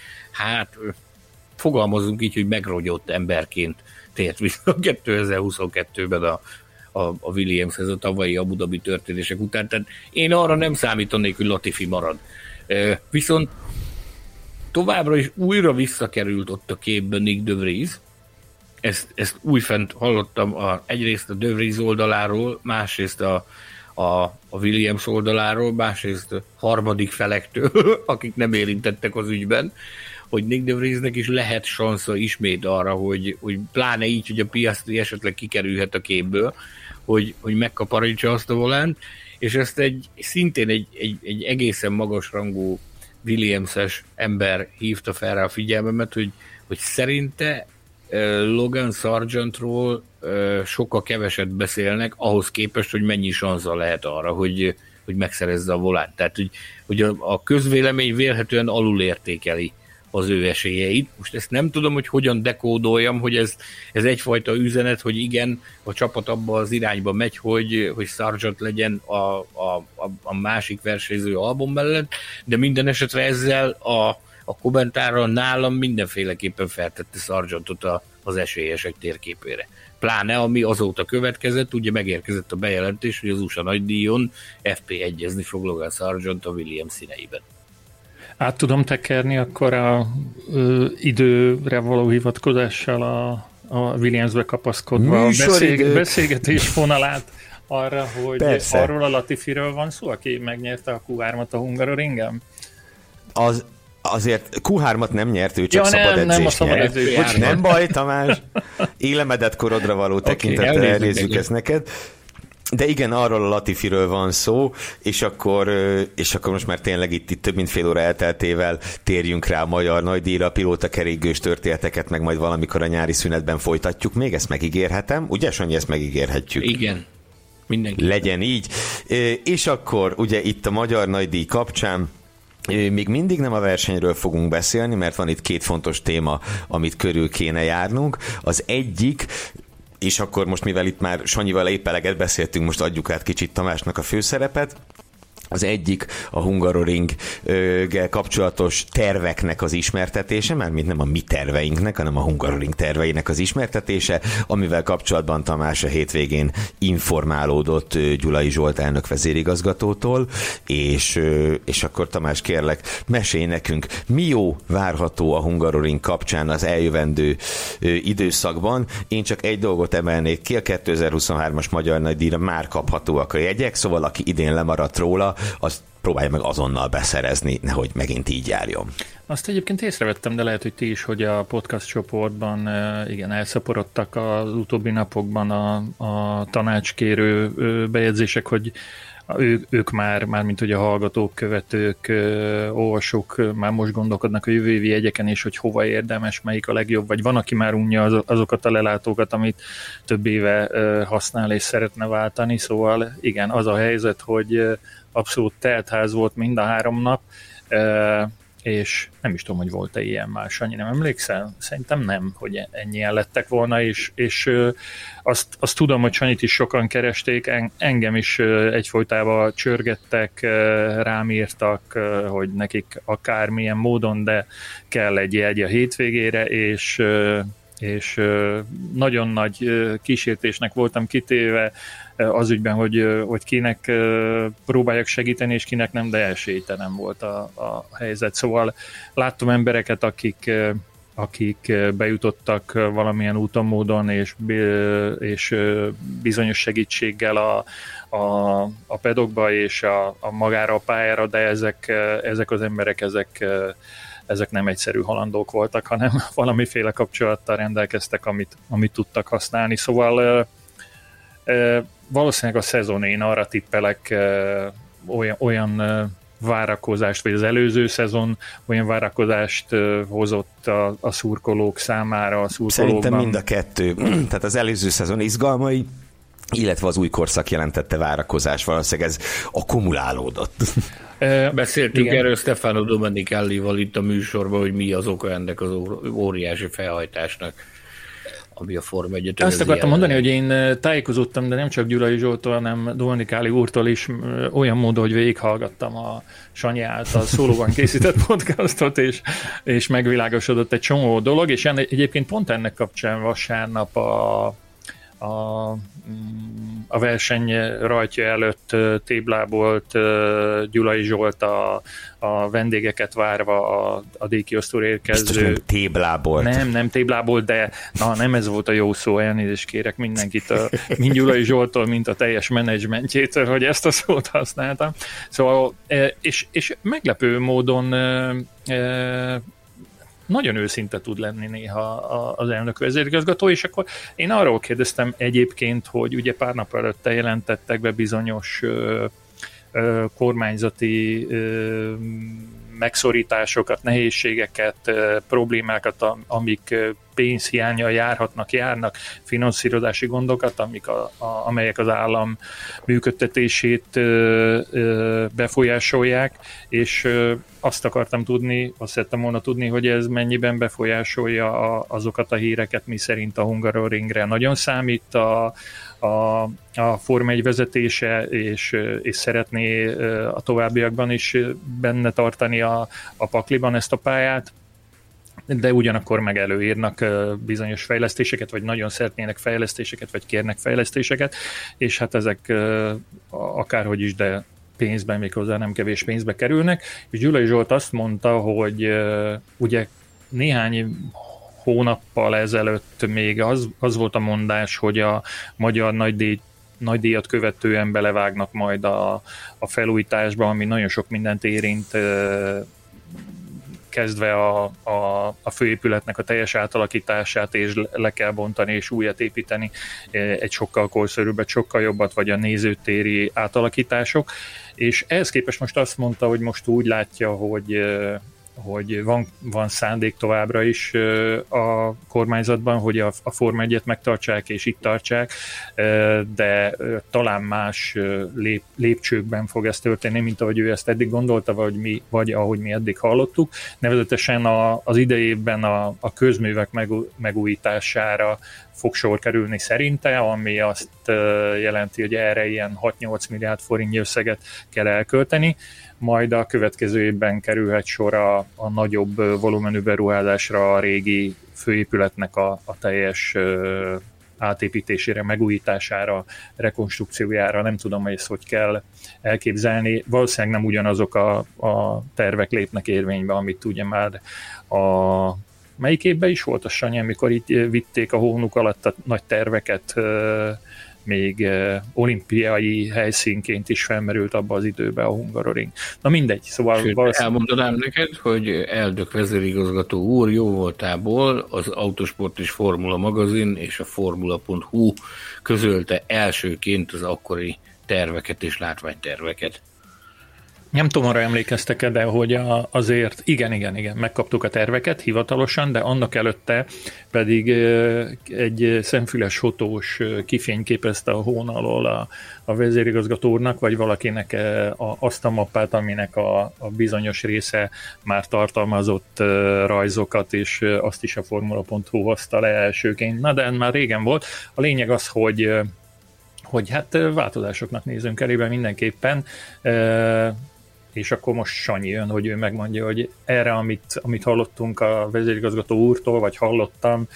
fogalmazunk így, hogy megrogyott emberként tért vissza 2022-ben a Williamshez a tavalyi Abu Dhabi történések után. Tehát én arra nem számítanék, hogy Latifi marad. Viszont továbbra is újra visszakerült ott a képben Nick de Vries. Ezt újfent hallottam egyrészt a de Vries oldaláról, másrészt a Williams oldaláról, másrészt harmadik felektől, akik nem érintettek az ügyben, hogy Nick de Vriesnek is lehet sansza ismét arra, hogy pláne így, hogy a Piastri esetleg kikerülhet a képből, hogy megkaparítsa azt a volánt, és ezt szintén egy egészen magasrangú Williams-es ember hívta fel rá a figyelmemet, hogy szerinte Logan Sargentról sokkal keveset beszélnek, ahhoz képest, hogy mennyi sansza lehet arra, hogy megszerezze a volánt. Tehát, hogy a közvélemény vélhetően alulértékeli az ő esélyeit. Most ezt nem tudom, hogy hogyan dekódoljam, hogy ez egyfajta üzenet, hogy igen, a csapat abba az irányba megy, hogy Sargent legyen a másik versenyző Albon mellett, de minden esetre ezzel a kommentárral nálam mindenféleképpen feltette Sargentot az esélyesek térképére. Pláne, ami azóta következett, ugye megérkezett a bejelentés, hogy az USA nagydíjon FP1-ezni fog Logan Sargent a Williams színeiben. Át tudom tekerni akkor a időre való hivatkozással a Williamsbe kapaszkodva a beszélgetés fonalát arra, hogy persze. Arról a Latifiről van szó, aki megnyerte a Q3-at a Hungaroringen? Azért Q3-at nem nyert, ő csak szabad edzést nyert. Nem baj, Tamás, élemedett korodra való tekintettel elnézzük ezt neked. De igen, arról a Latifiről van szó, és akkor most már tényleg itt több mint fél óra elteltével térjünk rá a magyar nagydíjra, a pilóta keringős történeteket meg majd valamikor a nyári szünetben folytatjuk. Még ezt megígérhetem, ugye Sanyi, ezt megígérhetjük? Igen, mindenki. Legyen így. És akkor ugye itt a magyar nagydíj kapcsán még mindig nem a versenyről fogunk beszélni, mert van itt 2 fontos téma, amit körül kéne járnunk. Az egyik, és akkor most, mivel itt már Sanyival épp eleget beszéltünk, most adjuk át kicsit Tamásnak a főszerepet. Az egyik a Hungaroringgel kapcsolatos terveknek az ismertetése, mármint nem a mi terveinknek, hanem a Hungaroring terveinek az ismertetése, amivel kapcsolatban Tamás a hétvégén informálódott Gyulai Zsolt elnök vezérigazgatótól, és akkor Tamás, kérlek, mesélj nekünk, mi jó várható a Hungaroring kapcsán az eljövendő időszakban. Én csak egy dolgot emelnék ki, a 2023-as Magyar Nagydíjra már kaphatóak a jegyek, szóval aki idén lemaradt róla, azt próbálja meg azonnal beszerezni, nehogy megint így járjon. Azt egyébként észrevettem, de lehet, hogy ti is, hogy a podcast csoportban igen, elszaporodtak az utóbbi napokban a tanácskérő bejegyzések, hogy ők már mint hogy a hallgatók, követők, olvasók már most gondolkodnak a jövő évi jegyeken, és hogy hova érdemes, melyik a legjobb, vagy van, aki már unja azokat a lelátókat, amit több éve használ és szeretne váltani, szóval igen, az a helyzet, hogy abszolút teltház volt mind a 3 nap, és nem is tudom, hogy volt-e ilyen már, Sanyi, nem emlékszel? Szerintem nem, hogy ennyien lettek volna, és azt tudom, hogy Sanyit is sokan keresték, engem is egyfolytában csörgettek, rám írtak, hogy nekik akármilyen módon, de kell egy jegy a hétvégére, és nagyon nagy kísértésnek voltam kitéve az ügyben, hogy kinek próbáljak segíteni, és kinek nem, de esélytelen volt a helyzet. Szóval láttam embereket, akik bejutottak valamilyen úton, módon, és bizonyos segítséggel a pedokba és a magára a pályára, de ezek az emberek, ezek nem egyszerű halandók voltak, hanem valamiféle kapcsolattal rendelkeztek, amit tudtak használni. Szóval valószínűleg a szezon, én arra tippelek, olyan várakozást, vagy az előző szezon olyan várakozást hozott a szurkolók számára. Szerintem mind a kettő. Tehát az előző szezon izgalmai, illetve az új korszak jelentette várakozás, valószínűleg ez akkumulálódott. Beszéltünk erről Stefano Domenicallival itt a műsorban, hogy mi az oka ennek az óriási felhajtásnak, ami a Forma 1-et. Azt akartam mondani, hogy én tájékozottam, de nem csak Gyulai Zsoltól, hanem Domenicalli úrtól is olyan módon, hogy végighallgattam a Sanyi által szólóban készített podcastot, és megvilágosodott egy csomó dolog, és egyébként pont ennek kapcsán vasárnap a verseny rajtja előtt téblábolt Gyulai Zsolt a vendégeket várva a díjkiosztóra érkező. Biztos, nem téblábolt. Nem téblábolt, de nem ez volt a jó szó, elnézést kérek mindenkit, mind Gyulai Zsoltól, mint a teljes menedzsmentjétől, hogy ezt a szót használtam. Szóval, és meglepő módon nagyon őszinte tud lenni néha az elnök vezérigazgató, és akkor én arról kérdeztem egyébként, hogy ugye pár nap előtte jelentettek be bizonyos kormányzati megszorításokat, nehézségeket, problémákat, amik pénzhiánnyal járnak, finanszírozási gondokat, amelyek az állam működtetését befolyásolják, és azt szerettem volna tudni, hogy ez mennyiben befolyásolja azokat a híreket, mi szerint a Hungaroringre nagyon számít a Forma 1 vezetése, és szeretné a továbbiakban is benne tartani a pakliban ezt a pályát, de ugyanakkor meg előírnak bizonyos fejlesztéseket, vagy nagyon szeretnének fejlesztéseket, vagy kérnek fejlesztéseket, és hát ezek akárhogy is, de pénzben, méghozzá nem kevés pénzbe kerülnek, és Gyulai Zsolt azt mondta, hogy ugye néhány hónappal ezelőtt még az volt a mondás, hogy a magyar nagydíjat követően belevágnak majd a felújításba, ami nagyon sok mindent érint, kezdve a főépületnek a teljes átalakítását, és le kell bontani és újat építeni egy sokkal korszerűbbet, sokkal jobbat, vagy a nézőtéri átalakítások. És ehhez képest most azt mondta, hogy most úgy látja, hogy van szándék továbbra is a kormányzatban, hogy a Forma 1-et megtartsák és itt tartsák, de talán más lépcsőkben fog ez történni, mint ahogy ő ezt eddig gondolta, vagy ahogy mi eddig hallottuk. Nevezetesen az idejében a közművek megújítására fog sor kerülni szerinte, ami azt jelenti, hogy erre ilyen 6-8 milliárd forintnyi összeget kell elkölteni, majd a következő évben kerülhet sor a nagyobb volumenű beruházásra, a régi főépületnek a teljes átépítésére, megújítására, rekonstrukciójára, nem tudom, hogy ezt hogy kell elképzelni. Valószínűleg nem ugyanazok a tervek lépnek érvénybe, amit ugye már melyik évben is volt a Sanyi, amikor itt vitték a hónuk alatt a nagy terveket, még olimpiai helyszínként is felmerült abba az időben a Hungaroring. Na mindegy, szóval... Sőt, elmondanám neked, hogy Eldök vezérigazgató úr jó voltából az Autosport és Formula magazin és a Formula.hu közölte elsőként az akkori terveket és látványterveket. Nem tudom, arra emlékeztek-e, de hogy azért igen, megkaptuk a terveket hivatalosan, de annak előtte pedig egy szemfüles fotós kifényképezte a hón alól a vezérigazgató úrnak, vagy valakinek azt a mappát, aminek a bizonyos része már tartalmazott rajzokat, és azt is a Formula.hu hozta le elsőként. Na, de már régen volt. A lényeg az, hogy hát változásoknak nézünk elébe mindenképpen, és akkor most Sanyi jön, hogy ő megmondja, hogy erre, amit hallottunk a vezérigazgató úrtól, vagy hallottam,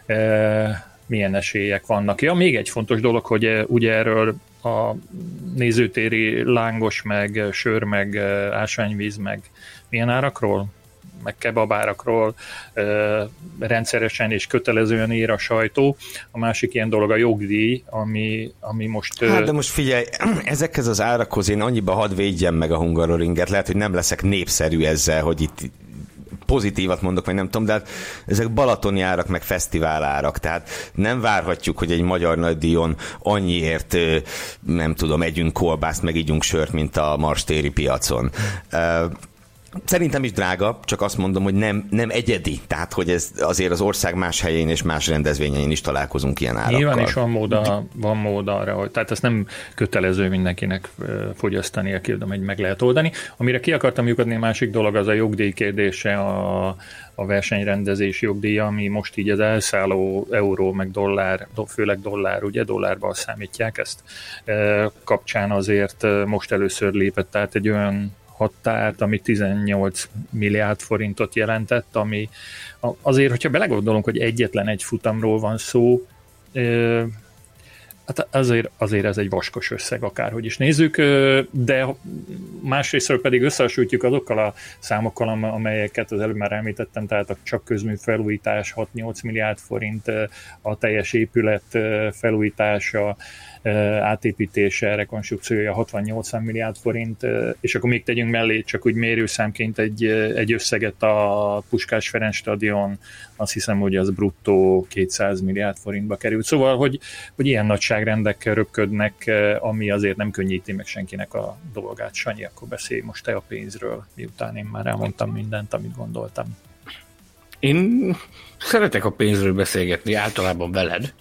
milyen esélyek vannak. Ja, még egy fontos dolog, hogy ugye erről a nézőtéri lángos, meg sör, meg ásványvíz, meg milyen árakról? Meg kebabárakról rendszeresen és kötelezően ír a sajtó. A másik ilyen dolog a jogdíj, ami most... Hát de most figyelj, ezekhez az árakhoz én annyiba hadd védjem meg a Hungaroringet, lehet, hogy nem leszek népszerű ezzel, hogy itt pozitívat mondok, vagy nem tudom, de hát ezek balatoni árak, meg fesztivál árak, tehát nem várhatjuk, hogy egy magyar nagydíjon annyiért, nem tudom, együnk kolbászt, meg ígyunk sört, mint a marstéri piacon. Szerintem is drága, csak azt mondom, hogy nem egyedi, tehát hogy ez azért az ország más helyén és más rendezvényein is találkozunk ilyen árakkal. Nyilván is van mód arra, hogy tehát ezt nem kötelező mindenkinek fogyasztani, hogy meg lehet oldani. Amire ki akartam lyukadni, a másik dolog az a jogdíj kérdése, a versenyrendezés jogdíja, ami most így az elszálló euró, meg dollár, főleg dollár, ugye dollárban számítják ezt, kapcsán azért most először lépett át egy olyan határt, ami 18 milliárd forintot jelentett, ami azért, hogyha belegondolunk, hogy egyetlen egy futamról van szó, hát azért ez egy vaskos összeg, akárhogy is nézzük, de másrésztről pedig összehasonlítjuk azokkal a számokkal, amelyeket az előbb már említettem, tehát a csak közmű felújítás 6-8 milliárd forint, a teljes épület felújítása, átépítése, rekonstrukciója 60-80 milliárd forint, és akkor még tegyünk mellé csak úgy mérőszámként egy összeget a Puskás Ferenc stadion, azt hiszem, hogy az bruttó 200 milliárd forintba került. Szóval, hogy ilyen nagyságrendek röpködnek, ami azért nem könnyíti meg senkinek a dolgát. Sanyi, akkor beszélj most te a pénzről, miután én már elmondtam mindent, amit gondoltam. Én szeretek a pénzről beszélgetni, általában veled.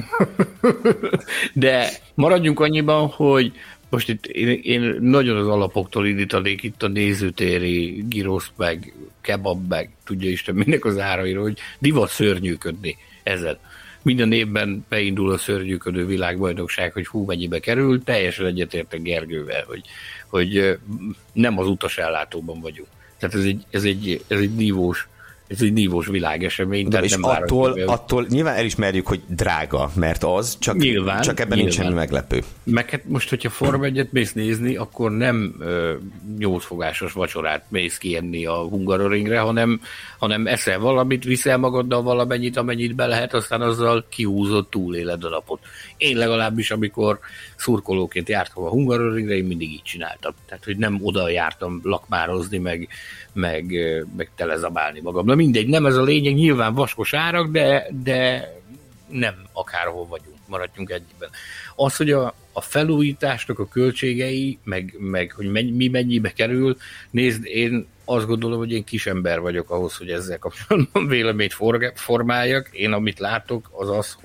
De maradjunk annyiban, hogy most itt én nagyon az alapoktól indítanék itt a nézőtéri gyrosz, meg kebab, meg tudja Isten mindenek az árairól, hogy divat szörnyűködni ezzel. Minden évben beindul a szörnyűködő világbajnokság, hogy hú, mennyibe kerül, teljesen egyetértek Gergővel, hogy nem az utasállátóban vagyunk. Tehát ez egy nívós világesemény. És attól nyilván elismerjük, hogy drága, mert az, csak ebben nincs semmi meglepő. Meg hát most, hogyha Forma 1-et mész nézni, akkor nem 8 fogásos vacsorát mész kienni a Hungaroringre, hanem eszel valamit, viszel magaddal valamennyit, amennyit be lehet, aztán azzal kihúzott, túléled a napot. Én legalábbis, amikor szurkolóként jártam a Hungaroringre, én mindig így csináltam. Tehát, hogy nem oda jártam lakmározni, meg telezabálni magam. Na mindegy, nem ez a lényeg, nyilván vaskos árak, de nem akárhol vagyunk, maradjunk egyben. Az, hogy a felújításnak a költségei, meg hogy mi mennyibe kerül, nézd, én azt gondolom, hogy én kis ember vagyok ahhoz, hogy ezzel kapcsolatban véleményt formáljak. Én amit látok, az az,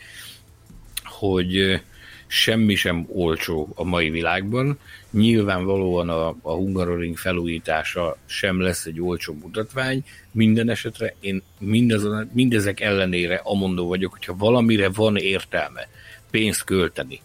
hogy semmi sem olcsó a mai világban. Nyilvánvalóan a Hungaroring felújítása sem lesz egy olcsó mutatvány. Minden esetre én mindezek ellenére amondó vagyok, hogyha valamire van értelme pénzt költeni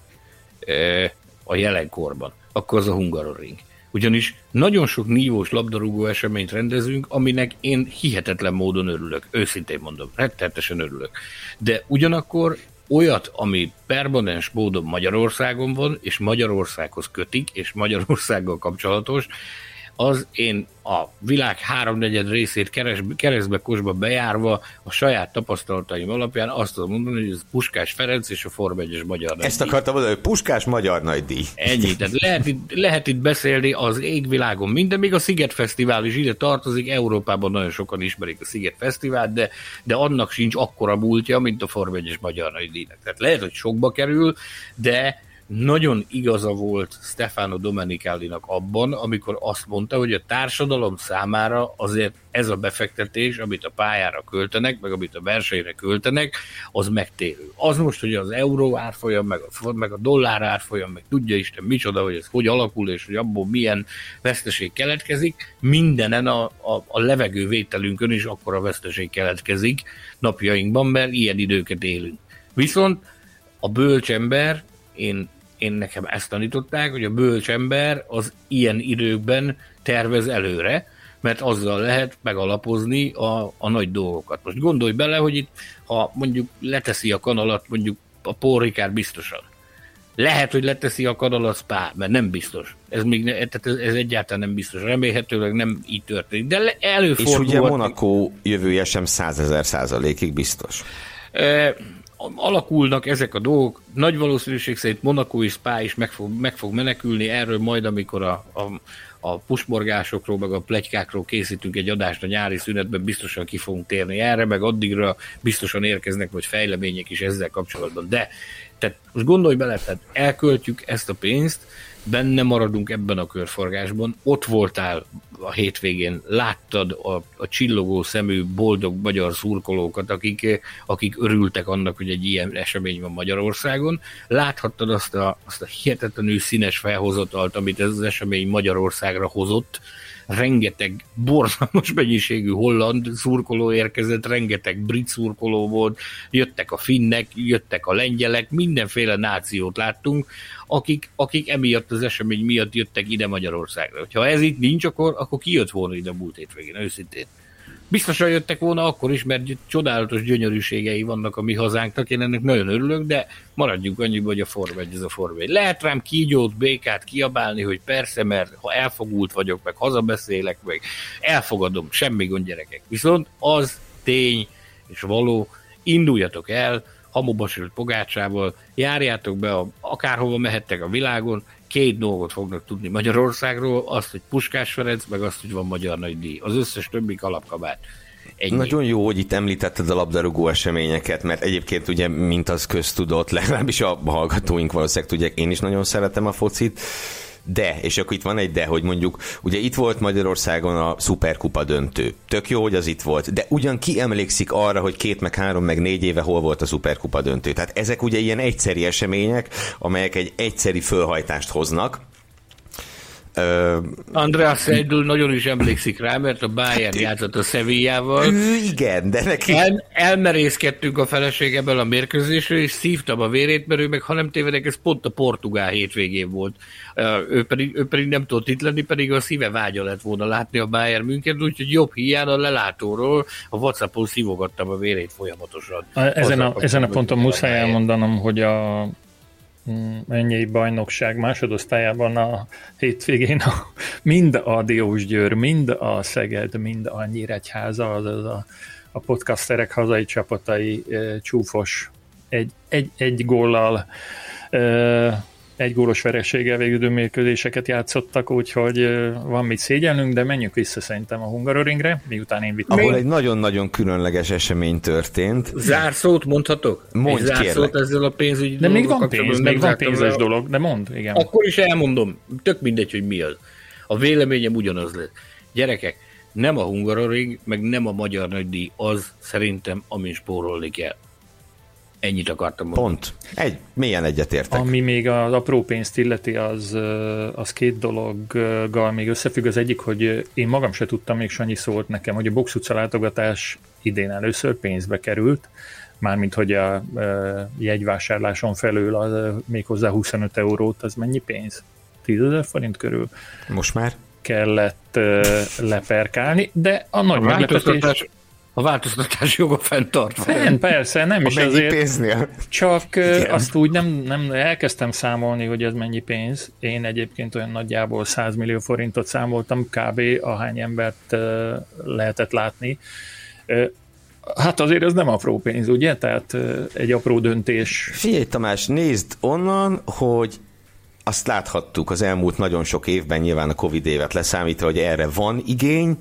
a jelenkorban, akkor az a Hungaroring. Ugyanis nagyon sok nívós labdarúgó eseményt rendezünk, aminek én hihetetlen módon örülök, őszintén mondom, rettenetesen örülök. De ugyanakkor olyat, ami permanens módon Magyarországon van, és Magyarországhoz kötik, és Magyarországgal kapcsolatos, az én a világ 3/4 részét keresztbe-kosba bejárva a saját tapasztalataim alapján azt tudom mondani, hogy ez Puskás Ferenc és a Forma 1-es magyar nagydíj. Ezt akartam mondani, hogy Puskás magyar nagydíj. Ennyi, tehát lehet itt beszélni az égvilágon minden, még a Sziget Fesztivál is ide tartozik, Európában nagyon sokan ismerik a Sziget Fesztivált, de annak sincs akkora múltja, mint a Forma 1-es magyar nagydíjnak. Tehát lehet, hogy sokba kerül, de nagyon igaza volt Stefano Domenicalinak abban, amikor azt mondta, hogy a társadalom számára azért ez a befektetés, amit a pályára költenek, meg amit a versenyre költenek, az megtérül. Az most, hogy az euró árfolyam, meg a dollár árfolyam, meg tudja Isten micsoda, hogy ez hogy alakul, és hogy abból milyen veszteség keletkezik, mindenen a levegővételünkön is akkora veszteség keletkezik napjainkban, mert ilyen időket élünk. Viszont a bölcs ember, én nekem ezt tanították, hogy a bölcs ember az ilyen időkben tervez előre, mert azzal lehet megalapozni a nagy dolgokat. Most gondolj bele, hogy itt, ha mondjuk leteszi a kanalat, mondjuk a Paul Ricard biztosan. Lehet, hogy leteszi a kanalat Spa, mert nem biztos. Ez egyáltalán nem biztos. Remélhetőleg nem így történik. De előfordul. És ugye Monaco jövője sem 100,000% biztos. Alakulnak ezek a dolgok, nagy valószínűség szerint Monaco és Spa is meg fog menekülni, erről majd, amikor a pusmorgásokról, meg a pletykákról készítünk egy adást a nyári szünetben, biztosan ki fogunk térni erre, meg addigra biztosan érkeznek vagy fejlemények is ezzel kapcsolatban. De tehát most gondolj bele, tehát elköltjük ezt a pénzt, benne maradunk ebben a körforgásban, ott voltál a hétvégén, láttad a csillogó szemű, boldog magyar szurkolókat, akik örültek annak, hogy egy ilyen esemény van Magyarországon, láthattad azt a hihetetlenül színes felhozatalt, amit ez az esemény Magyarországra hozott, rengeteg borzalmas mennyiségű holland szurkoló érkezett, rengeteg brit szurkoló volt, jöttek a finnek, jöttek a lengyelek, mindenféle nációt láttunk, akik emiatt az esemény miatt jöttek ide Magyarországra. Ha ez itt nincs, akkor ki jött volna ide a múlt hétvégén, őszintén. Biztosan jöttek volna akkor is, mert csodálatos gyönyörűségei vannak a mi hazánknak, én ennek nagyon örülök, de maradjunk annyiban, hogy a Forma 1 ez a Forma 1. Lehet rám kígyót, békát kiabálni, hogy persze, mert ha elfogult vagyok, meg hazabeszélek, meg elfogadom, semmi gond, gyerekek. Viszont az tény és való, induljatok el, hamuba sült pogácsával, járjátok be, akárhova mehettek a világon, 2 dolgot fognak tudni Magyarországról, azt, hogy Puskás Ferenc, meg azt, hogy van magyar nagydíj. Az összes többi kalapkabát. Ennyi. Nagyon jó, hogy itt említetted a labdarúgó eseményeket, mert egyébként ugye, mint az köztudott, legalábbis a hallgatóink valószínűleg tudják, én is nagyon szeretem a focit, de, és akkor itt van egy de, hogy mondjuk, ugye itt volt Magyarországon a Szuperkupa döntő. Tök jó, hogy az itt volt, de ugyan ki emlékszik arra, hogy 2, meg 3, meg 4 éve hol volt a Szuperkupa döntő. Tehát ezek ugye ilyen egyszeri események, amelyek egy egyszeri fölhajtást hoznak. Andreas Seidl nagyon is emlékszik rá, mert a Bayern játszott a Sevillával. Igen, de neki... Elmerészkedtünk a feleségemben a mérkőzésről, és szívtam a vérét, mert ő meg, ha nem tévedek, ez pont a portugál hétvégén volt. Ő pedig nem tudott itt lenni, pedig a szíve vágya lett volna látni a Bayern München, úgyhogy jobb hiány a lelátóról a WhatsAppon szívogattam a vérét folyamatosan. Ezen a ponton muszáj elmondanom, hogy a mennyei bajnokság másodosztályában a hétvégén mind a Diósgyőr, mind a Szeged, mind a Nyíregyháza, azaz a podcasterek hazai csapatai csúfos egy góllal, egy gólos vereséggel végződő mérkőzéseket játszottak, úgyhogy van mit szégyelnünk, de menjünk vissza szerintem a Hungaroringre, miután én vittem. Ahol egy nagyon-nagyon különleges esemény történt. Zárszót mondhatok? Mondj, zárszót ezzel a pénzügyi de még van pénzes dolog, de mondd, igen. Akkor is elmondom, tök mindegy, hogy mi az. A véleményem ugyanaz lesz. Gyerekek, nem a Hungaroring, meg nem a magyar nagydíj az szerintem, amin spórolni kell. Ennyit akartam mondani. Pont. Mélyen egyetértek. Ami még az apró pénzt illeti, az két dologgal még összefügg. Az egyik, hogy én magam se tudtam, még Sanyi szólt nekem, hogy a Box utca látogatás idén először pénzbe került, mármint hogy a jegyvásárláson felül méghozzá 25 eurót, az mennyi pénz? 10 000 forint körül. Most már? Kellett leperkálni, de a nagy meglepetés... A változtatás joga fenntart. Persze, nem is azért. Pénznél? Csak azt úgy nem elkezdtem számolni, hogy ez mennyi pénz. Én egyébként olyan nagyjából 100 millió forintot számoltam, kb. Ahány embert lehetett látni. Hát azért ez nem apró pénz, ugye? Tehát egy apró döntés. Figyelj Tamás, nézd onnan, hogy azt láthattuk az elmúlt nagyon sok évben, nyilván a Covid évet leszámítva, hogy erre van igény,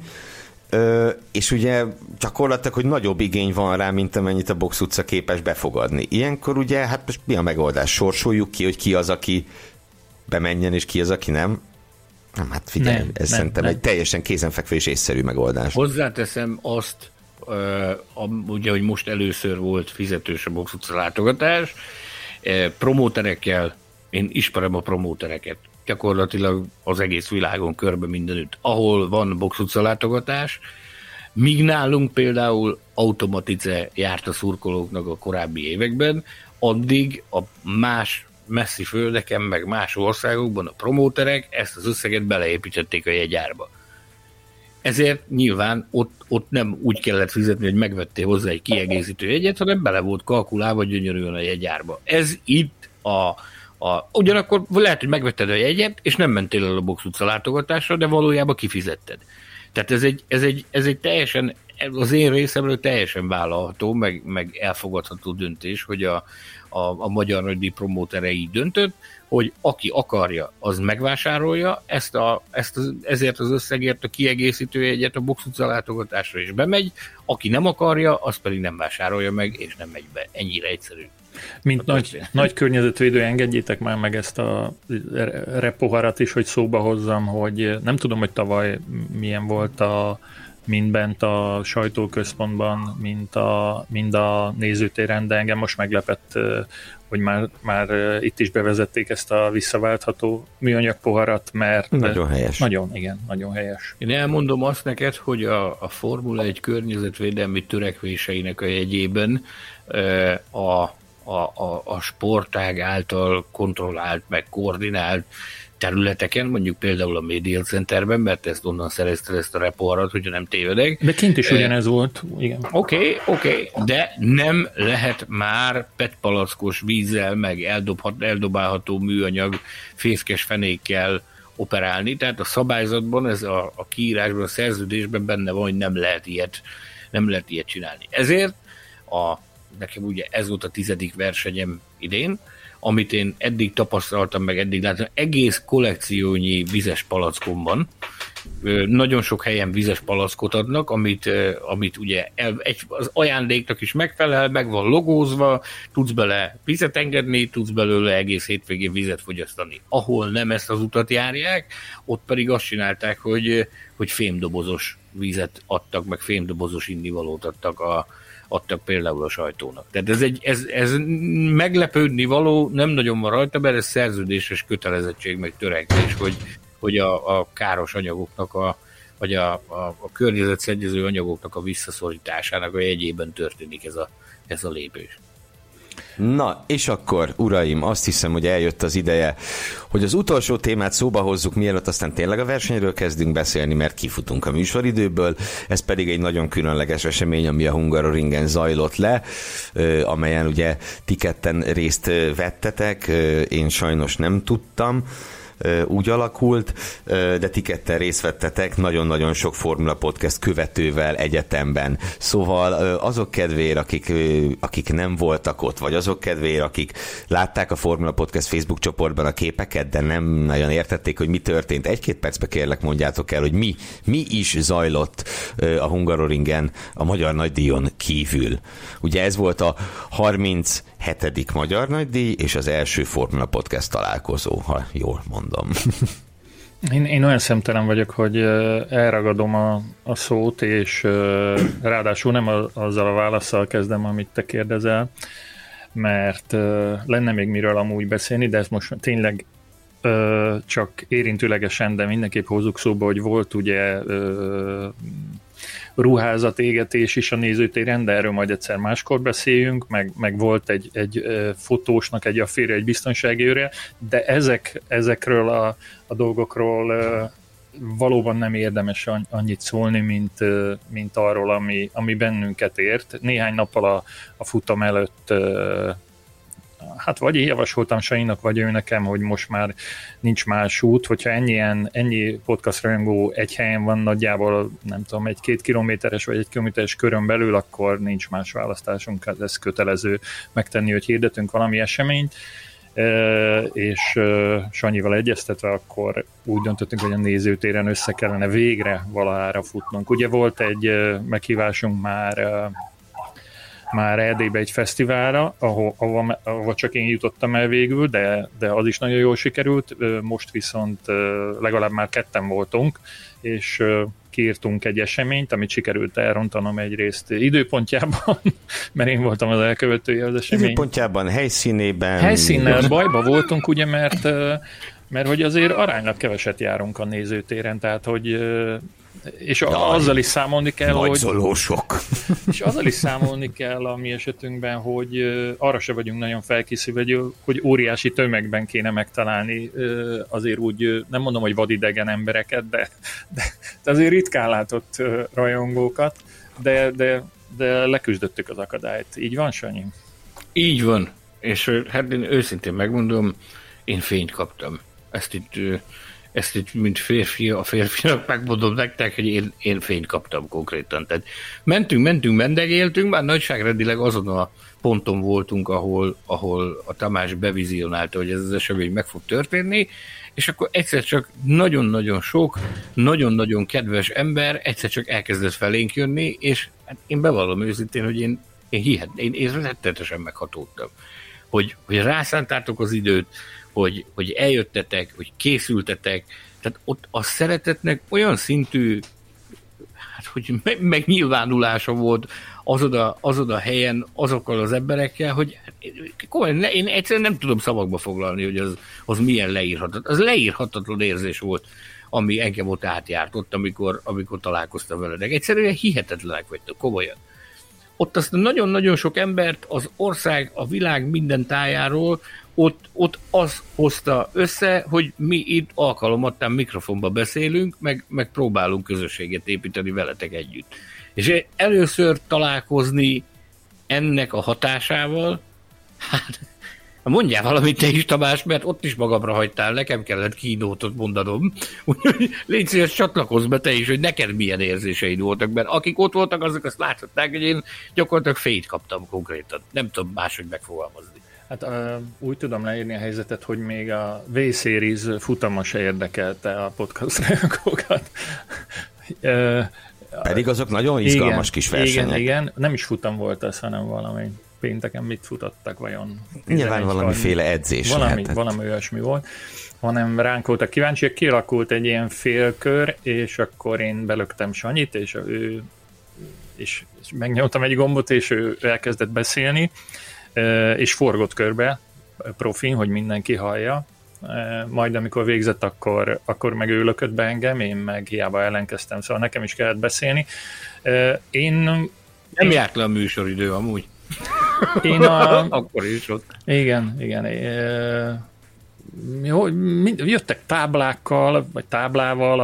és ugye gyakorlatilag, hogy nagyobb igény van rá, mint amennyit a Box utca képes befogadni. Ilyenkor ugye, hát most mi a megoldás? Sorsoljuk ki, hogy ki az, aki bemenjen, és ki az, aki nem? Nem, hát figyelj, ez szerintem egy teljesen kézenfekvő és észszerű megoldás. Hozzáteszem azt, ugye, hogy most először volt fizetős a Box utca látogatás, promóterekkel, én ismerem a promótereket, gyakorlatilag az egész világon körbe mindenütt, ahol van Box utca látogatás, míg nálunk például automatice járt a szurkolóknak a korábbi években, addig a más messzi földeken, meg más országokban a promóterek ezt az összeget beleépítették a jegyárba. Ezért nyilván ott nem úgy kellett fizetni, hogy megvettél hozzá egy kiegészítő jegyet, hanem bele volt kalkulálva gyönyörűen a jegyárba. Ez itt ugyanakkor lehet, hogy megvetted a jegyet, és nem mentél el a Box utca látogatásra, de valójában kifizetted. Tehát ez egy teljesen, az én részemről teljesen vállalható, meg elfogadható döntés, hogy a magyar nagydíj promótere így döntött, hogy aki akarja, az megvásárolja ezért az összegért a kiegészítő jegyet a Box utca látogatásra, és bemegy, aki nem akarja, az pedig nem vásárolja meg, és nem megy be. Ennyire egyszerű. Mint nagy környezetvédő, engedjétek már meg ezt a repoharat is, hogy szóba hozzam, hogy nem tudom, hogy tavaly milyen volt mind bent a sajtóközpontban, mind a nézőtéren, de engem most meglepett, hogy már itt is bevezették ezt a visszaváltható műanyag poharat, mert... Nagyon helyes. Nagyon helyes. Én elmondom azt neked, hogy a Formula 1 környezetvédelmi törekvéseinek a jegyében a sportág által kontrollált, meg koordinált területeken, mondjuk például a Media Centerben, mert ezt onnan szerezted ezt a repoharat, hogyha nem tévedek. De kint is ugyanez volt, igen. Oké, de nem lehet már petpalackos vízzel, meg eldobálható műanyag fészkes fenékkel operálni, tehát a szabályzatban, ez a kiírásban, a szerződésben benne van, hogy nem lehet ilyet csinálni. Ezért nekem ugye ez volt a 10. versenyem idén, amit én eddig tapasztaltam, meg eddig láttam, egész kollekciónyi vizes palackom van. Nagyon sok helyen vizes palackot adnak, amit ugye az ajándéknak is megfelel, meg van logózva, tudsz bele vizet engedni, tudsz belőle egész hétvégén vizet fogyasztani. Ahol nem ezt az utat járják, ott pedig azt csinálták, hogy fémdobozos vizet adtak, meg fémdobozos innivalót adtak például a sajtónak. Tehát ez meglepődni való, nem nagyon van rajta, mert ez szerződéses kötelezettség, meg törekvés, hogy a káros anyagoknak, vagy a környezetszennyező anyagoknak a visszaszorításának a jegyében történik ez a lépés. Na, és akkor, uraim, azt hiszem, hogy eljött az ideje, hogy az utolsó témát szóba hozzuk, mielőtt aztán tényleg a versenyről kezdünk beszélni, mert kifutunk a műsoridőből, ez pedig egy nagyon különleges esemény, ami a Hungaroringen zajlott le, amelyen ugye ti ketten részt vettetek, én sajnos nem tudtam, úgy alakult, de ti ketten részt vettetek nagyon-nagyon sok Formula Podcast követővel egyetemben. Szóval azok kedvéért, akik nem voltak ott, vagy azok kedvéért, akik látták a Formula Podcast Facebook csoportban a képeket, de nem nagyon értették, hogy mi történt. 1-2 percbe kérlek mondjátok el, hogy mi is zajlott a Hungaroringen a magyar nagydíjon kívül. Ugye ez volt a 37. magyar nagydíj, és az első Formula Podcast találkozó, ha jól mondom. Én olyan szemtelen vagyok, hogy elragadom a szót, és ráadásul nem azzal a válaszsal kezdem, amit te kérdezel, mert lenne még miről amúgy beszélni, de ezt most tényleg csak érintőlegesen, de mindenképp hozzuk szóba, hogy volt ugye ruházatégetés is a nézőtéren, de erről majd egyszer máskor beszéljünk, meg volt egy fotósnak egy afférje, egy biztonsági őre, de ezekről a dolgokról valóban nem érdemes annyit szólni, mint arról, ami bennünket ért. Néhány nappal a futam előtt hát vagy én javasoltam Sanyinak, vagy ő nekem, hogy most már nincs más út, hogyha ennyi podcast rajongó egy helyen van nagyjából, nem tudom, egy 2 kilométeres vagy 1 kilométeres körön belül, akkor nincs más választásunk, ez kötelező megtenni, hogy hirdetünk valami eseményt, és Sanyival egyeztetve akkor úgy döntöttünk, hogy a nézőtéren össze kellene végre valahára futnunk. Ugye volt egy meghívásunk már Erdélybe egy fesztiválra, ahova csak én jutottam el végül, de az is nagyon jól sikerült. Most viszont legalább már 2-en voltunk, és kiírtunk egy eseményt, amit sikerült elrontanom egyrészt időpontjában, mert én voltam az elkövetője az esemény. Időpontjában, helyszínében. Helyszínnel bajba voltunk, ugye, mert hogy azért aránylag keveset járunk a nézőtéren, tehát hogy és azzal is számolni kell, és azzal is számolni kell a mi esetünkben, hogy arra se vagyunk nagyon felkészülve, hogy óriási tömegben kéne megtalálni azért úgy, nem mondom, hogy vadidegen embereket, de azért ritkán látott rajongókat, de leküzdöttük az akadályt. Így van, Sanyi? Így van, és hát én őszintén megmondom, én fényt kaptam. Ezt itt mint férfi, a férfinak megmondom nektek, hogy én fényt kaptam konkrétan. Tehát mentünk, mendegéltünk, már nagyságrendileg azon a ponton voltunk, ahol a Tamás bevizionálta, hogy ez az esemény meg fog történni, és akkor egyszer csak nagyon-nagyon sok, nagyon-nagyon kedves ember egyszer csak elkezdett felénk jönni, és hát én bevallom őszintén, hogy én rettenetesen meghatódtam. Hogy rászántátok az időt, hogy eljöttetek, hogy készültetek, tehát ott a szeretetnek olyan szintű, hát hogy megnyilvánulása volt azon a helyen, azokkal az emberekkel, hogy komolyan, én egyszerűen nem tudom szavakba foglalni, hogy az milyen leírhatatlan. Az leírhatatlan érzés volt, ami engem ott átjárt ott, amikor találkoztam veletek. Egyszerűen hihetetlenek vagytok, komolyan. Ott azt nagyon-nagyon sok embert az ország, a világ minden tájáról ott az hozta össze, hogy mi itt alkalomattán mikrofonba beszélünk, meg próbálunk közösséget építeni veletek együtt. És először találkozni ennek a hatásával, hát mondjál valamit te is, Tamás, mert ott is magamra hagytál, nekem kellett kínótot mondanom. Úgyhogy légy szíves, csatlakozz be te is, hogy neked milyen érzéseid voltak, mert akik ott voltak, azok azt láthatták, hogy én gyakorlatilag fényt kaptam konkrétan. Nem tudom máshogy megfogalmazni. Hát úgy tudom leírni a helyzetet, hogy még a V-Series futama se érdekelte a podcast rajongókat. Pedig azok nagyon izgalmas kis versenyek. Igen, nem is futam volt ez, hanem valami pénteken mit futottak vajon? Nyilván valamiféle edzés. Valami olyasmi volt, hanem ránk voltak kíváncsiak, kialakult egy ilyen félkör, és akkor én belöktem Sanyit, és megnyomtam egy gombot, és ő elkezdett beszélni, és forgott körbe profin, hogy mindenki hallja. Majd amikor végzett, akkor meg ő lökött be engem, én meg hiába ellenkeztem, szóval nekem is kellett beszélni. Nem járt le a műsoridő amúgy. Akkor is ott. Igen. Jöttek táblákkal, vagy táblával,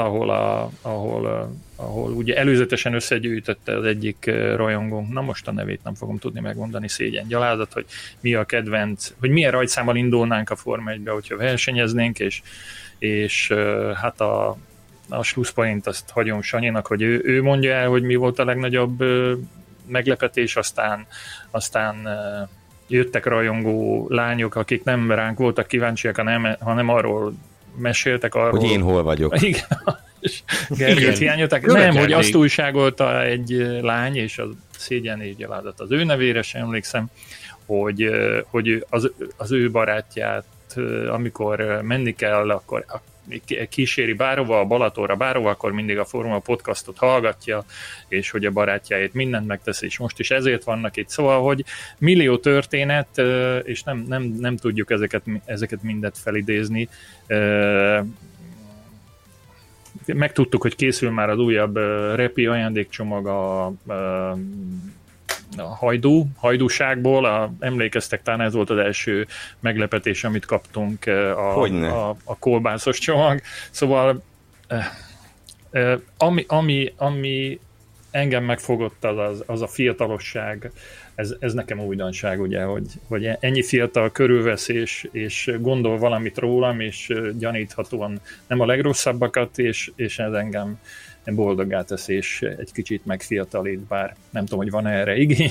ahol ugye előzetesen összegyűjtötte az egyik rajongónk, na most a nevét nem fogom tudni megmondani, szégyen gyalázat, hogy mi a kedvenc, hogy milyen rajtszámmal indulnánk a Forma 1-be, hogyha versenyeznénk, és hát a slusszpoint azt hagyom Sanyinak, hogy ő mondja el, hogy mi volt a legnagyobb meglepetés, aztán jöttek rajongó lányok, akik nem ránk voltak kíváncsiak, hanem arról meséltek. Arról, hogy én hol vagyok. Igen, és Gergőt hiányolták. Nem, hogy azt újságolta egy lány, és a szégyen és gyalázat az ő nevére sem emlékszem, hogy az ő barátját, amikor menni kell, akkor kíséri bárhova, a Balatonra, bárhova, akkor mindig a Formula podcastot hallgatja, és hogy a barátjáért mindent megtesz, és most is ezért vannak itt. Szóval, hogy millió történet, és nem tudjuk ezeket mindet felidézni. Megtudtuk, hogy készül már az újabb repi ajándékcsomag a hajdúságból. Emlékeztek, talán ez volt az első meglepetés, amit kaptunk, a kolbászos csomag. Szóval ami engem megfogott, az a fiatalosság. Ez nekem újdonság, ugye, hogy ennyi fiatal körülvesz, és gondol valamit rólam, és gyaníthatóan nem a legrosszabbakat, és ez engem boldoggá tesz, és egy kicsit megfiatalít, bár nem tudom, hogy van erre igény,